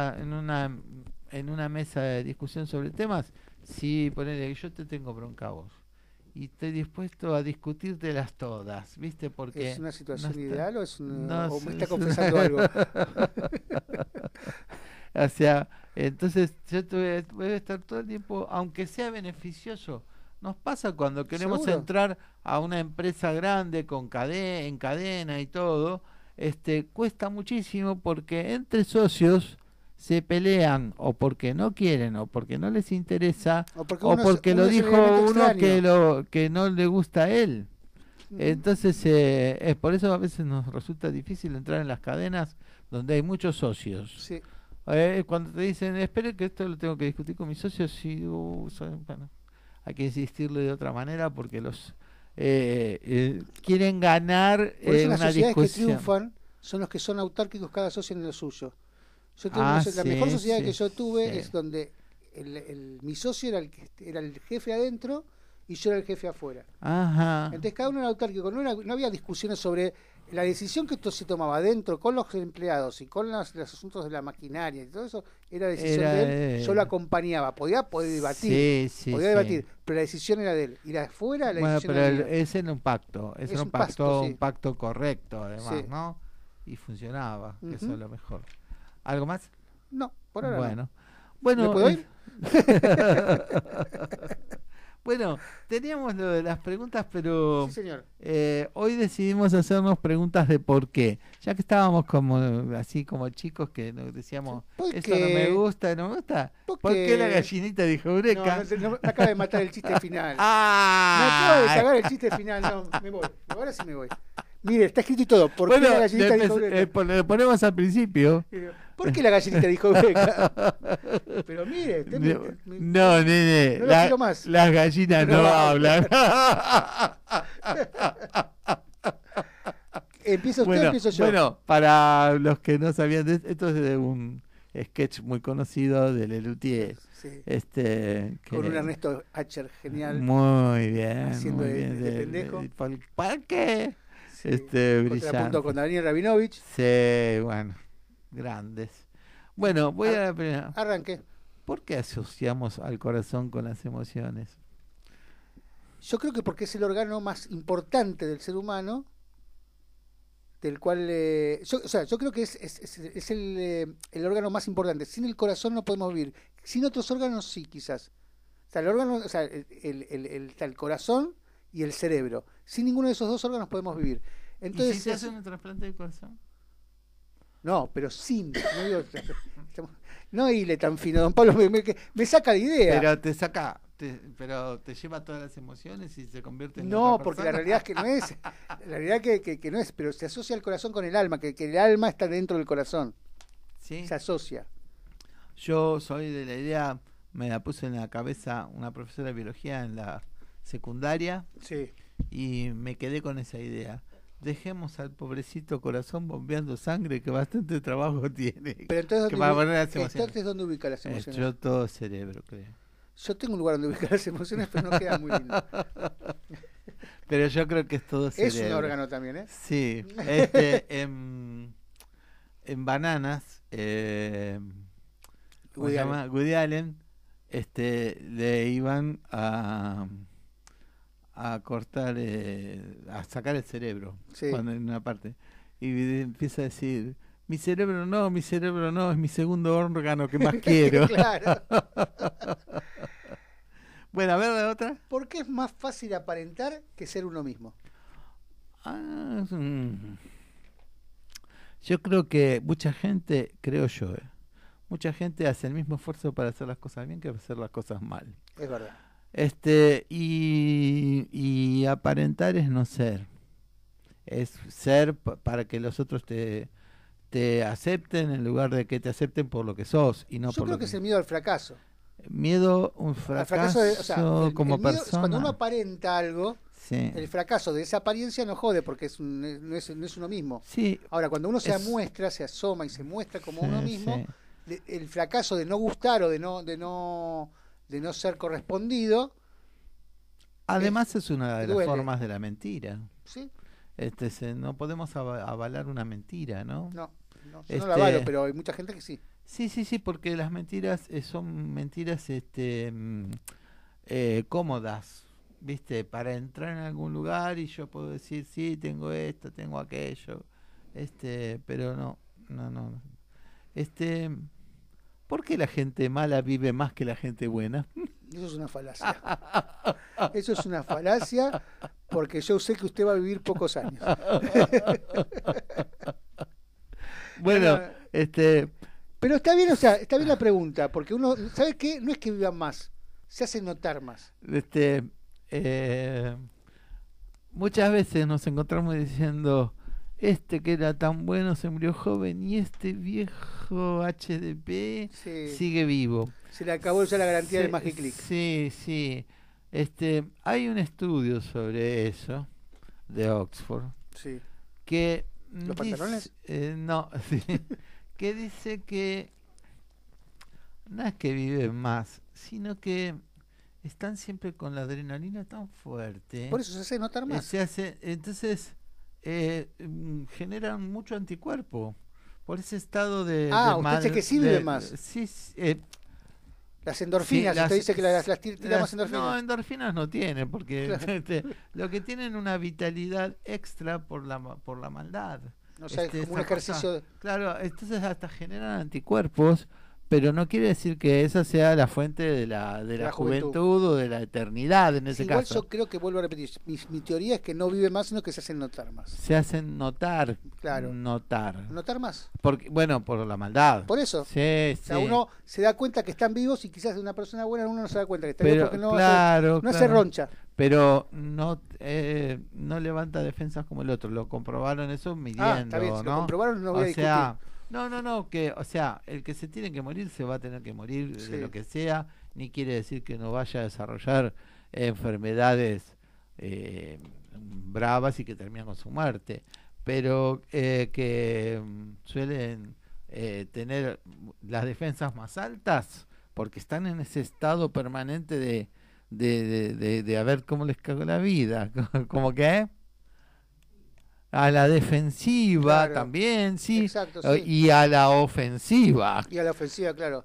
[SPEAKER 2] una mesa de discusión sobre temas, sí, ponele, yo te tengo bronca a vos y estoy dispuesto a discutírtelas todas, ¿viste? Porque
[SPEAKER 3] ¿Es una situación
[SPEAKER 2] no está-
[SPEAKER 3] ideal o,
[SPEAKER 2] no
[SPEAKER 3] o me
[SPEAKER 2] es-
[SPEAKER 3] está confesando algo?
[SPEAKER 2] O sea, entonces yo voy a estar todo el tiempo, aunque sea beneficioso. Nos pasa cuando queremos
[SPEAKER 3] Seguro.
[SPEAKER 2] entrar a una empresa grande con en cadena y todo, cuesta muchísimo porque entre socios se pelean o porque no quieren o porque no les interesa
[SPEAKER 3] O porque,
[SPEAKER 2] o
[SPEAKER 3] uno
[SPEAKER 2] porque
[SPEAKER 3] es,
[SPEAKER 2] lo
[SPEAKER 3] uno es el
[SPEAKER 2] dijo
[SPEAKER 3] elemento
[SPEAKER 2] uno
[SPEAKER 3] extraño.
[SPEAKER 2] que no le gusta a él.
[SPEAKER 3] Ujú.
[SPEAKER 2] Entonces, por eso a veces nos resulta difícil entrar en las cadenas donde hay muchos socios.
[SPEAKER 3] Sí.
[SPEAKER 2] Cuando te dicen, espere que esto lo tengo que discutir con mis socios, y bueno, hay que insistirle de otra manera porque los quieren ganar
[SPEAKER 3] Por eso las
[SPEAKER 2] una
[SPEAKER 3] sociedades que
[SPEAKER 2] discusión.
[SPEAKER 3] triunfan son los que son autárquicos cada socio en lo suyo. Yo tuve
[SPEAKER 2] Ah,
[SPEAKER 3] la mejor
[SPEAKER 2] sí,
[SPEAKER 3] sociedad
[SPEAKER 2] sí,
[SPEAKER 3] que yo tuve
[SPEAKER 2] sí.
[SPEAKER 3] es donde mi socio era el jefe adentro y yo era el jefe afuera.
[SPEAKER 2] Ajá.
[SPEAKER 3] Entonces cada uno era autárquico, no había discusiones sobre la decisión que esto se tomaba adentro con los empleados y con los asuntos de la maquinaria y todo eso, era decisión
[SPEAKER 2] Era
[SPEAKER 3] de él, yo lo acompañaba, podía debatir,
[SPEAKER 2] Sí,
[SPEAKER 3] podía
[SPEAKER 2] sí.
[SPEAKER 3] debatir, pero la decisión era de él, y la afuera la
[SPEAKER 2] Bueno,
[SPEAKER 3] decisión
[SPEAKER 2] pero
[SPEAKER 3] era mía.
[SPEAKER 2] es en un pacto, es en un
[SPEAKER 3] pacto, sí.
[SPEAKER 2] un pacto correcto además,
[SPEAKER 3] Sí.
[SPEAKER 2] ¿no? Y funcionaba, que eso
[SPEAKER 3] Ujú.
[SPEAKER 2] es lo mejor. ¿Algo más?
[SPEAKER 3] No, por ahora no.
[SPEAKER 2] Bueno,
[SPEAKER 3] ¿Me puedo ir?
[SPEAKER 2] Bueno, teníamos lo de las preguntas, pero
[SPEAKER 3] Sí, señor.
[SPEAKER 2] hoy decidimos hacernos preguntas de por qué. Ya que estábamos como así como chicos que nos decíamos,
[SPEAKER 3] ¿Por
[SPEAKER 2] esto
[SPEAKER 3] qué?
[SPEAKER 2] no me gusta, no me gusta.
[SPEAKER 3] ¿Por
[SPEAKER 2] ¿Por
[SPEAKER 3] qué?
[SPEAKER 2] qué la gallinita dijo Eureka?
[SPEAKER 3] No, me acaba de matar el chiste final.
[SPEAKER 2] ¡Ah!
[SPEAKER 3] Me acaba de cagar el chiste final. No, me voy. Ahora sí me voy. Mire, está escrito y todo. ¿Por
[SPEAKER 2] Bueno,
[SPEAKER 3] qué la gallinita dijo
[SPEAKER 2] le
[SPEAKER 3] Eureka?
[SPEAKER 2] le ponemos al principio.
[SPEAKER 3] ¿Por qué la gallinita dijo Eureka? Pero mire, usted
[SPEAKER 2] No, nene,
[SPEAKER 3] no lo quiero más.
[SPEAKER 2] las gallinas no
[SPEAKER 3] No.
[SPEAKER 2] hablan.
[SPEAKER 3] ¿Empieza usted o empiezo yo?
[SPEAKER 2] Bueno, para los que no sabían, esto es de un sketch muy conocido de Lelutier.
[SPEAKER 3] Sí.
[SPEAKER 2] Que
[SPEAKER 3] Con un Ernesto Acher genial.
[SPEAKER 2] Muy bien,
[SPEAKER 3] Haciendo
[SPEAKER 2] muy
[SPEAKER 3] de
[SPEAKER 2] bien.
[SPEAKER 3] pendejo.
[SPEAKER 2] ¿Para qué?
[SPEAKER 3] Sí.
[SPEAKER 2] Brillante.
[SPEAKER 3] Contrapunto con Daniel Rabinovich.
[SPEAKER 2] Sí, bueno, grandes. Bueno, voy a la primera.
[SPEAKER 3] Arranque.
[SPEAKER 2] ¿Por qué asociamos al corazón con las emociones?
[SPEAKER 3] Yo creo que porque es el órgano más importante del ser humano, del cual yo creo que es el órgano más importante. Sin el corazón no podemos vivir. Sin otros órganos sí, quizás. O sea, el órgano, o sea, el corazón y el cerebro. Sin ninguno de esos dos órganos podemos vivir. Entonces,
[SPEAKER 2] ¿Y si te hacen un trasplante de corazón?
[SPEAKER 3] no, pero sin. No, digo, no hile tan fino, don Pablo, me saca de idea.
[SPEAKER 2] Pero te saca, pero te lleva todas las emociones y se convierte en
[SPEAKER 3] No,
[SPEAKER 2] otra
[SPEAKER 3] porque la
[SPEAKER 2] persona.
[SPEAKER 3] realidad es que no es. La realidad que no es, pero se asocia el corazón con el alma, que el alma está dentro del corazón.
[SPEAKER 2] ¿Sí?
[SPEAKER 3] Se asocia.
[SPEAKER 2] Yo soy de la idea, me la puse en la cabeza una profesora de biología en la secundaria
[SPEAKER 3] Sí.
[SPEAKER 2] y me quedé con esa idea. Dejemos al pobrecito corazón bombeando sangre que bastante trabajo tiene.
[SPEAKER 3] Pero entonces,
[SPEAKER 2] que para poner las emociones.
[SPEAKER 3] entonces ¿dónde ubica las emociones?
[SPEAKER 2] Yo todo cerebro, creo.
[SPEAKER 3] Yo tengo un lugar donde ubicar las emociones, pero no queda muy lindo.
[SPEAKER 2] Pero yo creo que es todo cerebro.
[SPEAKER 3] Es un órgano también, ¿eh?
[SPEAKER 2] Sí. En Bananas, ¿cómo
[SPEAKER 3] Woody
[SPEAKER 2] se llama? Woody Allen, le iban a cortar, a sacar el cerebro,
[SPEAKER 3] Sí.
[SPEAKER 2] cuando en una parte, y empieza a decir, mi cerebro no, es mi segundo órgano que más quiero.
[SPEAKER 3] Claro.
[SPEAKER 2] Bueno, a ver la otra.
[SPEAKER 3] ¿Por qué es más fácil aparentar que ser uno mismo?
[SPEAKER 2] Yo creo que mucha gente, mucha gente hace el mismo esfuerzo para hacer las cosas bien que para hacer las cosas mal.
[SPEAKER 3] Es verdad.
[SPEAKER 2] Y aparentar es no ser. Es ser para que los otros te acepten en lugar de que te acepten por lo que sos y no
[SPEAKER 3] Yo
[SPEAKER 2] por
[SPEAKER 3] creo
[SPEAKER 2] lo
[SPEAKER 3] que es el miedo al fracaso.
[SPEAKER 2] Miedo, un
[SPEAKER 3] Al
[SPEAKER 2] fracaso,
[SPEAKER 3] o sea,
[SPEAKER 2] como
[SPEAKER 3] el miedo es
[SPEAKER 2] persona.
[SPEAKER 3] cuando uno aparenta algo,
[SPEAKER 2] Sí.
[SPEAKER 3] el fracaso de esa apariencia no jode porque no es uno mismo.
[SPEAKER 2] Sí,
[SPEAKER 3] Ahora, cuando uno se
[SPEAKER 2] es-
[SPEAKER 3] muestra, se asoma y se muestra como
[SPEAKER 2] sí,
[SPEAKER 3] uno mismo,
[SPEAKER 2] sí.
[SPEAKER 3] el fracaso de no gustar o de no ser correspondido,
[SPEAKER 2] Además es una de las
[SPEAKER 3] duele.
[SPEAKER 2] formas de la mentira.
[SPEAKER 3] ¿sí?
[SPEAKER 2] No podemos avalar una mentira, ¿no?
[SPEAKER 3] No, yo no la avalo,
[SPEAKER 2] Este-
[SPEAKER 3] pero hay mucha gente que sí.
[SPEAKER 2] Sí, porque las mentiras son mentiras cómodas, ¿viste? Para entrar en algún lugar y yo puedo decir, sí, tengo esto, tengo aquello, pero no. ¿Por qué la gente mala vive más que la gente buena?
[SPEAKER 3] Eso es una falacia. Eso es una falacia porque yo sé que usted va a vivir pocos años.
[SPEAKER 2] Bueno,
[SPEAKER 3] Pero está bien, o sea, está bien la pregunta, porque uno, ¿sabe qué? No es que viva más, se hace notar más.
[SPEAKER 2] Muchas veces nos encontramos diciendo, que era tan bueno se murió joven y este viejo HDP
[SPEAKER 3] Sí.
[SPEAKER 2] sigue vivo.
[SPEAKER 3] Se le acabó ya la garantía del Magiclick.
[SPEAKER 2] Sí. Hay un estudio sobre eso de Oxford
[SPEAKER 3] Sí.
[SPEAKER 2] que
[SPEAKER 3] ¿Los pantalones?
[SPEAKER 2] no, sí, que dice que no es que viven más, sino que están siempre con la adrenalina tan fuerte.
[SPEAKER 3] Por eso se hace notar más.
[SPEAKER 2] Entonces generan mucho anticuerpo por ese estado de
[SPEAKER 3] usted dice que sí vive más.
[SPEAKER 2] Sí,
[SPEAKER 3] Las endorfinas,
[SPEAKER 2] sí,
[SPEAKER 3] usted dice que las tira más endorfinas.
[SPEAKER 2] No, endorfinas no tiene, porque
[SPEAKER 3] Claro.
[SPEAKER 2] lo que tienen una vitalidad extra por la maldad.
[SPEAKER 3] O sea, es como un
[SPEAKER 2] esa
[SPEAKER 3] ejercicio.
[SPEAKER 2] cosa. Claro, entonces hasta generan anticuerpos, pero no quiere decir que esa sea la fuente de la juventud o de la eternidad en ese
[SPEAKER 3] Igual
[SPEAKER 2] caso.
[SPEAKER 3] yo creo que vuelvo a repetir, mi teoría es que no vive más, sino que se hacen notar más.
[SPEAKER 2] Se hacen notar.
[SPEAKER 3] Claro.
[SPEAKER 2] Notar.
[SPEAKER 3] Notar más.
[SPEAKER 2] Porque, bueno, por la maldad.
[SPEAKER 3] Por eso.
[SPEAKER 2] Sí,
[SPEAKER 3] O sea,
[SPEAKER 2] sí.
[SPEAKER 3] uno se da cuenta que están vivos y quizás de una persona buena uno no se da cuenta que está vivo
[SPEAKER 2] Pero,
[SPEAKER 3] porque no,
[SPEAKER 2] claro,
[SPEAKER 3] no hace
[SPEAKER 2] claro.
[SPEAKER 3] roncha.
[SPEAKER 2] Pero no levanta defensas como el otro. Lo comprobaron eso midiendo,
[SPEAKER 3] Está bien, si
[SPEAKER 2] ¿no?
[SPEAKER 3] lo comprobaron no voy a discutir.
[SPEAKER 2] Que, o sea, el que se tiene que morir se va a tener que morir
[SPEAKER 3] Sí.
[SPEAKER 2] de lo que sea, ni quiere decir que no vaya a desarrollar enfermedades bravas y que terminan con su muerte, pero que suelen tener las defensas más altas porque están en ese estado permanente de a ver cómo les cago la vida, como que a la defensiva
[SPEAKER 3] Claro.
[SPEAKER 2] también, sí,
[SPEAKER 3] Exacto, sí.
[SPEAKER 2] y a la ofensiva,
[SPEAKER 3] Y a la ofensiva, claro.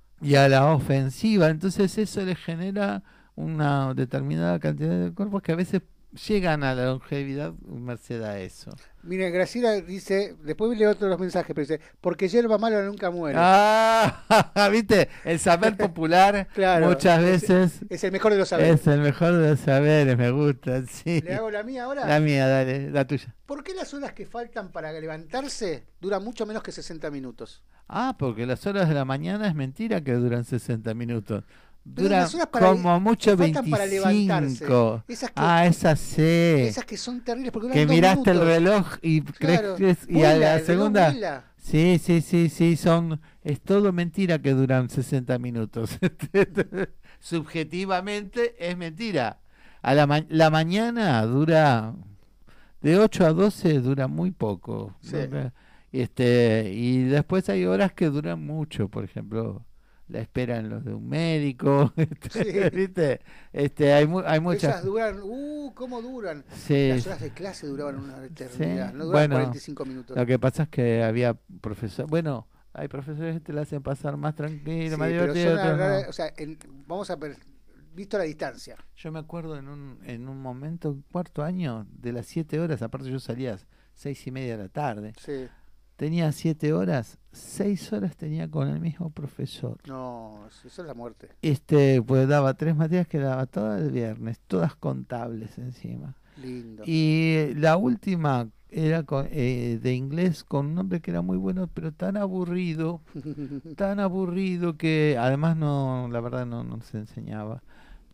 [SPEAKER 2] entonces eso les genera una determinada cantidad de cuerpos que a veces llegan a la longevidad merced a eso.
[SPEAKER 3] Mire, Graciela dice, después leo otros los mensajes, pero dice, porque hierba mala nunca muere.
[SPEAKER 2] ¿Viste? El saber popular
[SPEAKER 3] Claro,
[SPEAKER 2] muchas veces
[SPEAKER 3] es el mejor de los saberes.
[SPEAKER 2] es el mejor de los saberes, me gusta, sí.
[SPEAKER 3] ¿Le hago la mía ahora?
[SPEAKER 2] La mía, dale, la tuya.
[SPEAKER 3] ¿Por qué las horas que faltan para levantarse duran mucho menos que 60 minutos?
[SPEAKER 2] Porque las horas de la mañana es mentira que duran 60 minutos.
[SPEAKER 3] Pero
[SPEAKER 2] Duran
[SPEAKER 3] las horas para
[SPEAKER 2] como mucho
[SPEAKER 3] que faltan para
[SPEAKER 2] 25.
[SPEAKER 3] levantarse, esas
[SPEAKER 2] Esas
[SPEAKER 3] que son terribles porque duran
[SPEAKER 2] que
[SPEAKER 3] 2
[SPEAKER 2] miraste el
[SPEAKER 3] minutos.
[SPEAKER 2] reloj y
[SPEAKER 3] Claro.
[SPEAKER 2] crees y
[SPEAKER 3] Vuela,
[SPEAKER 2] a la
[SPEAKER 3] el reloj
[SPEAKER 2] segunda
[SPEAKER 3] vuela.
[SPEAKER 2] sí, es todo mentira que duran 60 minutos. Subjetivamente es mentira. La mañana dura de 8 a 12 dura muy poco.
[SPEAKER 3] Sí.
[SPEAKER 2] ¿No? Y después hay horas que duran mucho, por ejemplo, la espera en los de un médico,
[SPEAKER 3] Sí.
[SPEAKER 2] ¿viste? Hay muchas.
[SPEAKER 3] Esas duran, ¿cómo duran?
[SPEAKER 2] Sí.
[SPEAKER 3] Las horas de clase duraban una eternidad,
[SPEAKER 2] Sí.
[SPEAKER 3] no duran
[SPEAKER 2] Bueno,
[SPEAKER 3] 45 minutos.
[SPEAKER 2] Lo que pasa es que había profesores, bueno, hay profesores que te la hacen pasar más tranquilo,
[SPEAKER 3] Sí,
[SPEAKER 2] más
[SPEAKER 3] pero
[SPEAKER 2] divertido.
[SPEAKER 3] son
[SPEAKER 2] otros no.
[SPEAKER 3] o sea, vamos a ver, visto la distancia.
[SPEAKER 2] Yo me acuerdo en un momento, cuarto año, de las 7 horas, aparte yo salía a 6:30 de la tarde,
[SPEAKER 3] Sí.
[SPEAKER 2] tenía 7 horas, 6 horas tenía con el mismo profesor.
[SPEAKER 3] No, eso es la muerte.
[SPEAKER 2] Pues daba 3 materias que daba todo el viernes, todas contables encima.
[SPEAKER 3] Lindo.
[SPEAKER 2] Y la última era de inglés con un hombre que era muy bueno, pero tan aburrido que además no, la verdad no se enseñaba.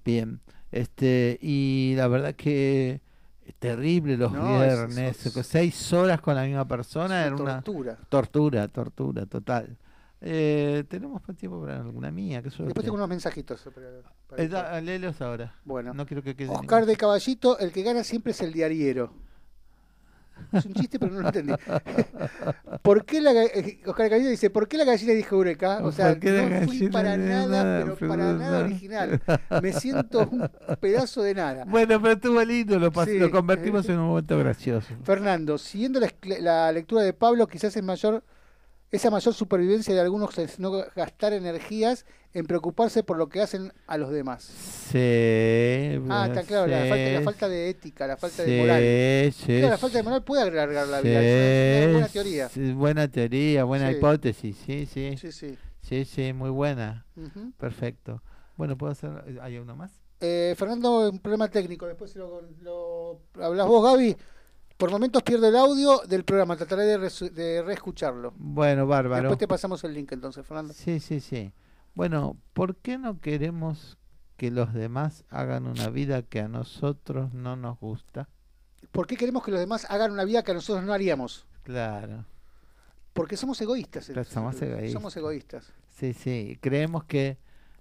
[SPEAKER 2] Bien. Y la verdad que es terrible los
[SPEAKER 3] No,
[SPEAKER 2] viernes. 6 horas con la misma persona
[SPEAKER 3] Es
[SPEAKER 2] era
[SPEAKER 3] una
[SPEAKER 2] una
[SPEAKER 3] tortura.
[SPEAKER 2] tortura total. Tenemos tiempo para alguna mía, qué suerte.
[SPEAKER 3] Después tengo unos mensajitos. para
[SPEAKER 2] Léelos ahora.
[SPEAKER 3] Bueno,
[SPEAKER 2] No quiero que quede
[SPEAKER 3] Oscar de Caballito, el que gana siempre es el diariero. Es un chiste, pero no lo entendí. ¿Por qué Oscar de Caballito dice, ¿por qué la gallina dijo Eureka? O sea,
[SPEAKER 2] ¿Por qué la
[SPEAKER 3] no fui
[SPEAKER 2] gallina
[SPEAKER 3] para
[SPEAKER 2] de
[SPEAKER 3] nada,
[SPEAKER 2] nada,
[SPEAKER 3] pero para nada original. Me siento un pedazo de nada.
[SPEAKER 2] Bueno, pero estuvo lindo,
[SPEAKER 3] Sí.
[SPEAKER 2] lo convertimos en un momento gracioso.
[SPEAKER 3] Fernando, siguiendo la lectura de Pablo, quizás esa mayor supervivencia de algunos es no gastar energías en preocuparse por lo que hacen a los demás.
[SPEAKER 2] Sí.
[SPEAKER 3] Está claro, la falta de ética, la falta de moral.
[SPEAKER 2] Sí,
[SPEAKER 3] Claro, la falta de moral puede alargar la vida. Es una buena teoría.
[SPEAKER 2] Sí, buena teoría, buena
[SPEAKER 3] Sí.
[SPEAKER 2] hipótesis, sí.
[SPEAKER 3] Sí.
[SPEAKER 2] Sí, muy buena.
[SPEAKER 3] Ujú.
[SPEAKER 2] Perfecto. Bueno, ¿puedo hacer? ¿Hay uno más?
[SPEAKER 3] Fernando, un problema técnico. Después lo hablas vos, Gaby. Por momentos pierdo el audio del programa. Trataré de reescucharlo.
[SPEAKER 2] Bueno, bárbaro.
[SPEAKER 3] Después te pasamos el link entonces, Fernando.
[SPEAKER 2] Sí. Bueno, ¿por qué no queremos que los demás hagan una vida que a nosotros no nos gusta?
[SPEAKER 3] ¿Por qué queremos que los demás hagan una vida que nosotros no haríamos?
[SPEAKER 2] Claro.
[SPEAKER 3] Porque somos egoístas.
[SPEAKER 2] Claro, somos egoístas.
[SPEAKER 3] Somos egoístas.
[SPEAKER 2] Sí. Creemos que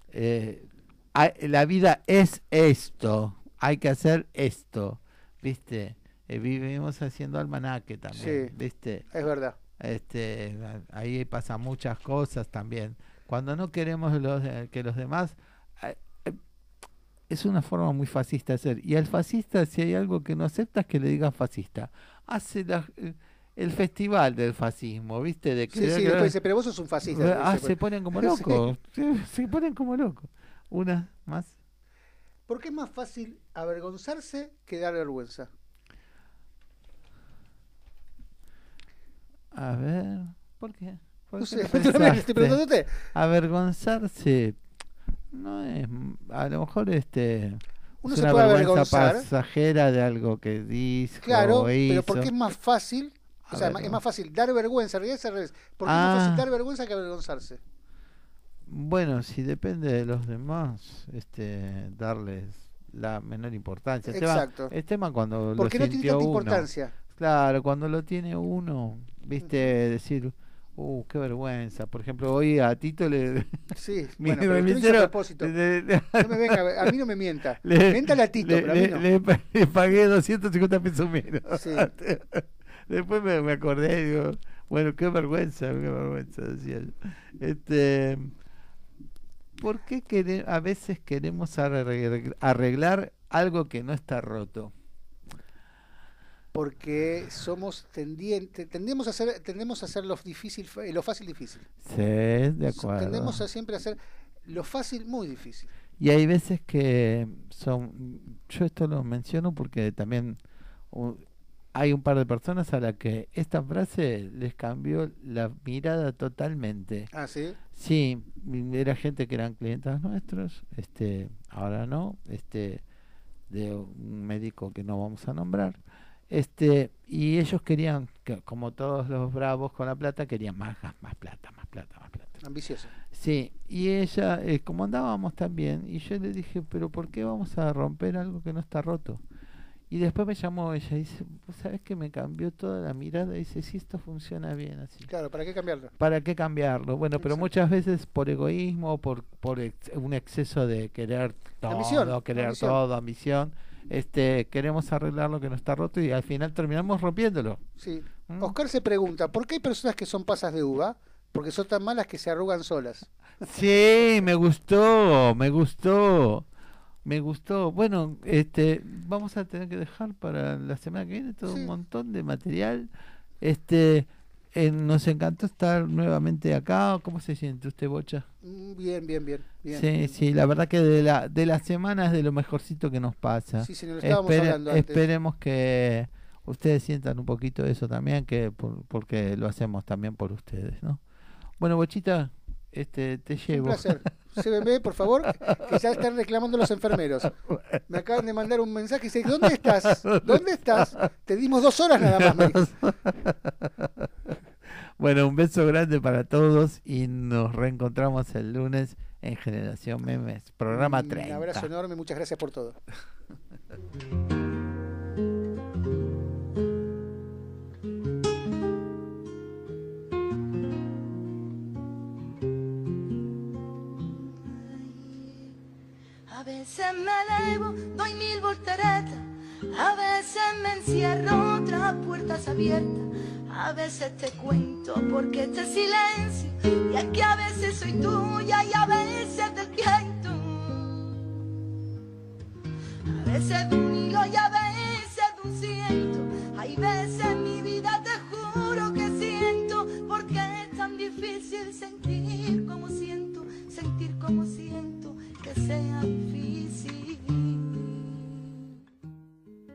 [SPEAKER 2] la vida es esto. Hay que hacer esto. ¿Viste? Vivimos haciendo almanaque también.
[SPEAKER 3] Sí.
[SPEAKER 2] ¿Viste?
[SPEAKER 3] Es verdad.
[SPEAKER 2] Ahí pasan muchas cosas también. Cuando no queremos que los demás... es una forma muy fascista de ser. Y al fascista, si hay algo que no acepta, es que le digan fascista. Hace el festival del fascismo, ¿viste?
[SPEAKER 3] Sí, después dice, pero vos sos un fascista.
[SPEAKER 2] Se ponen como locos. Se ponen como locos. Una más.
[SPEAKER 3] ¿Por qué es más fácil avergonzarse que dar vergüenza?
[SPEAKER 2] A ver, ¿por qué?
[SPEAKER 3] No sé, estoy preguntándote.
[SPEAKER 2] Avergonzarse no es, a lo mejor
[SPEAKER 3] Uno
[SPEAKER 2] es
[SPEAKER 3] se
[SPEAKER 2] una
[SPEAKER 3] puede
[SPEAKER 2] vergüenza
[SPEAKER 3] avergonzar.
[SPEAKER 2] pasajera de algo que dijo
[SPEAKER 3] Claro,
[SPEAKER 2] o hizo.
[SPEAKER 3] pero ¿por qué es más fácil? O sea, es más fácil dar vergüenza, en realidad es al revés. ¿Por qué es más fácil dar vergüenza que avergonzarse?
[SPEAKER 2] Bueno, si depende de los demás, darles la menor importancia.
[SPEAKER 3] Exacto.
[SPEAKER 2] El tema cuando
[SPEAKER 3] porque
[SPEAKER 2] lo
[SPEAKER 3] no tiene
[SPEAKER 2] sintió
[SPEAKER 3] tanta
[SPEAKER 2] uno.
[SPEAKER 3] importancia.
[SPEAKER 2] Claro, cuando lo tiene uno, viste, decir, qué vergüenza. Por ejemplo, hoy a Tito le...
[SPEAKER 3] Sí,
[SPEAKER 2] mi
[SPEAKER 3] bueno, pero yo lo hice a
[SPEAKER 2] remisero
[SPEAKER 3] propósito. No me venga, a mí no me mienta.
[SPEAKER 2] Le-
[SPEAKER 3] Méntale a Tito, pero a mí no.
[SPEAKER 2] le pagué 250 pesos menos.
[SPEAKER 3] Sí.
[SPEAKER 2] Después me acordé y digo, bueno, qué vergüenza, decía yo. ¿Por qué a veces queremos arreglar algo que no está roto?
[SPEAKER 3] Porque tendemos a hacer lo fácil difícil.
[SPEAKER 2] Sí, de acuerdo.
[SPEAKER 3] Tendemos a siempre hacer lo fácil muy difícil.
[SPEAKER 2] Y hay veces que yo esto lo menciono porque también hay un par de personas a las que esta frase les cambió la mirada totalmente.
[SPEAKER 3] Ah, ¿sí?
[SPEAKER 2] Sí, era gente que eran clientes nuestros, ahora no, de un médico que no vamos a nombrar. Y ellos querían, como todos los bravos con la plata, querían más plata.
[SPEAKER 3] Ambicioso.
[SPEAKER 2] Sí, y ella, como andábamos tan bien, y yo le dije, pero ¿por qué vamos a romper algo que no está roto? Y después me llamó ella y dice, ¿vos sabés que me cambió toda la mirada? Y dice, si esto funciona bien así.
[SPEAKER 3] Claro, ¿para qué cambiarlo?
[SPEAKER 2] ¿Para qué cambiarlo? Bueno, pero
[SPEAKER 3] Exacto.
[SPEAKER 2] muchas veces por egoísmo, por un exceso de querer todo, ambición, queremos arreglar lo que no está roto y al final terminamos rompiéndolo.
[SPEAKER 3] Sí. Oscar se pregunta, ¿por qué hay personas que son pasas de uva? Porque son tan malas que se arrugan solas.
[SPEAKER 2] Sí, me gustó. Bueno, vamos a tener que dejar para la semana que viene todo un montón de material. Nos encantó estar nuevamente acá. ¿Cómo se siente usted, Bocha?
[SPEAKER 3] Bien.
[SPEAKER 2] Sí, la verdad que de la semana es de lo mejorcito que nos pasa.
[SPEAKER 3] Sí, lo estábamos hablando antes.
[SPEAKER 2] Esperemos que ustedes sientan un poquito de eso también, porque lo hacemos también por ustedes, ¿no? Bueno, Bochita, te llevo.
[SPEAKER 3] Un placer. CBB, por favor, que ya están reclamando los enfermeros. Me acaban de mandar un mensaje y dice, ¿dónde estás? ¿Dónde estás? Te dimos 2 horas nada más, me dijo.
[SPEAKER 2] Bueno, un beso grande para todos y nos reencontramos el lunes en Generación Memes, programa 30.
[SPEAKER 3] Un abrazo enorme, muchas gracias por todo.
[SPEAKER 10] A veces me elevo, doy 1000 volteretas, a veces me encierro, otras puertas abiertas, a veces te cuento porque este silencio, y es que a veces soy tuya y a veces del viento, a veces de un hilo y a veces de un ciento, hay veces en mi vida te juro que siento, porque es tan difícil sentir como siento, que sea difícil.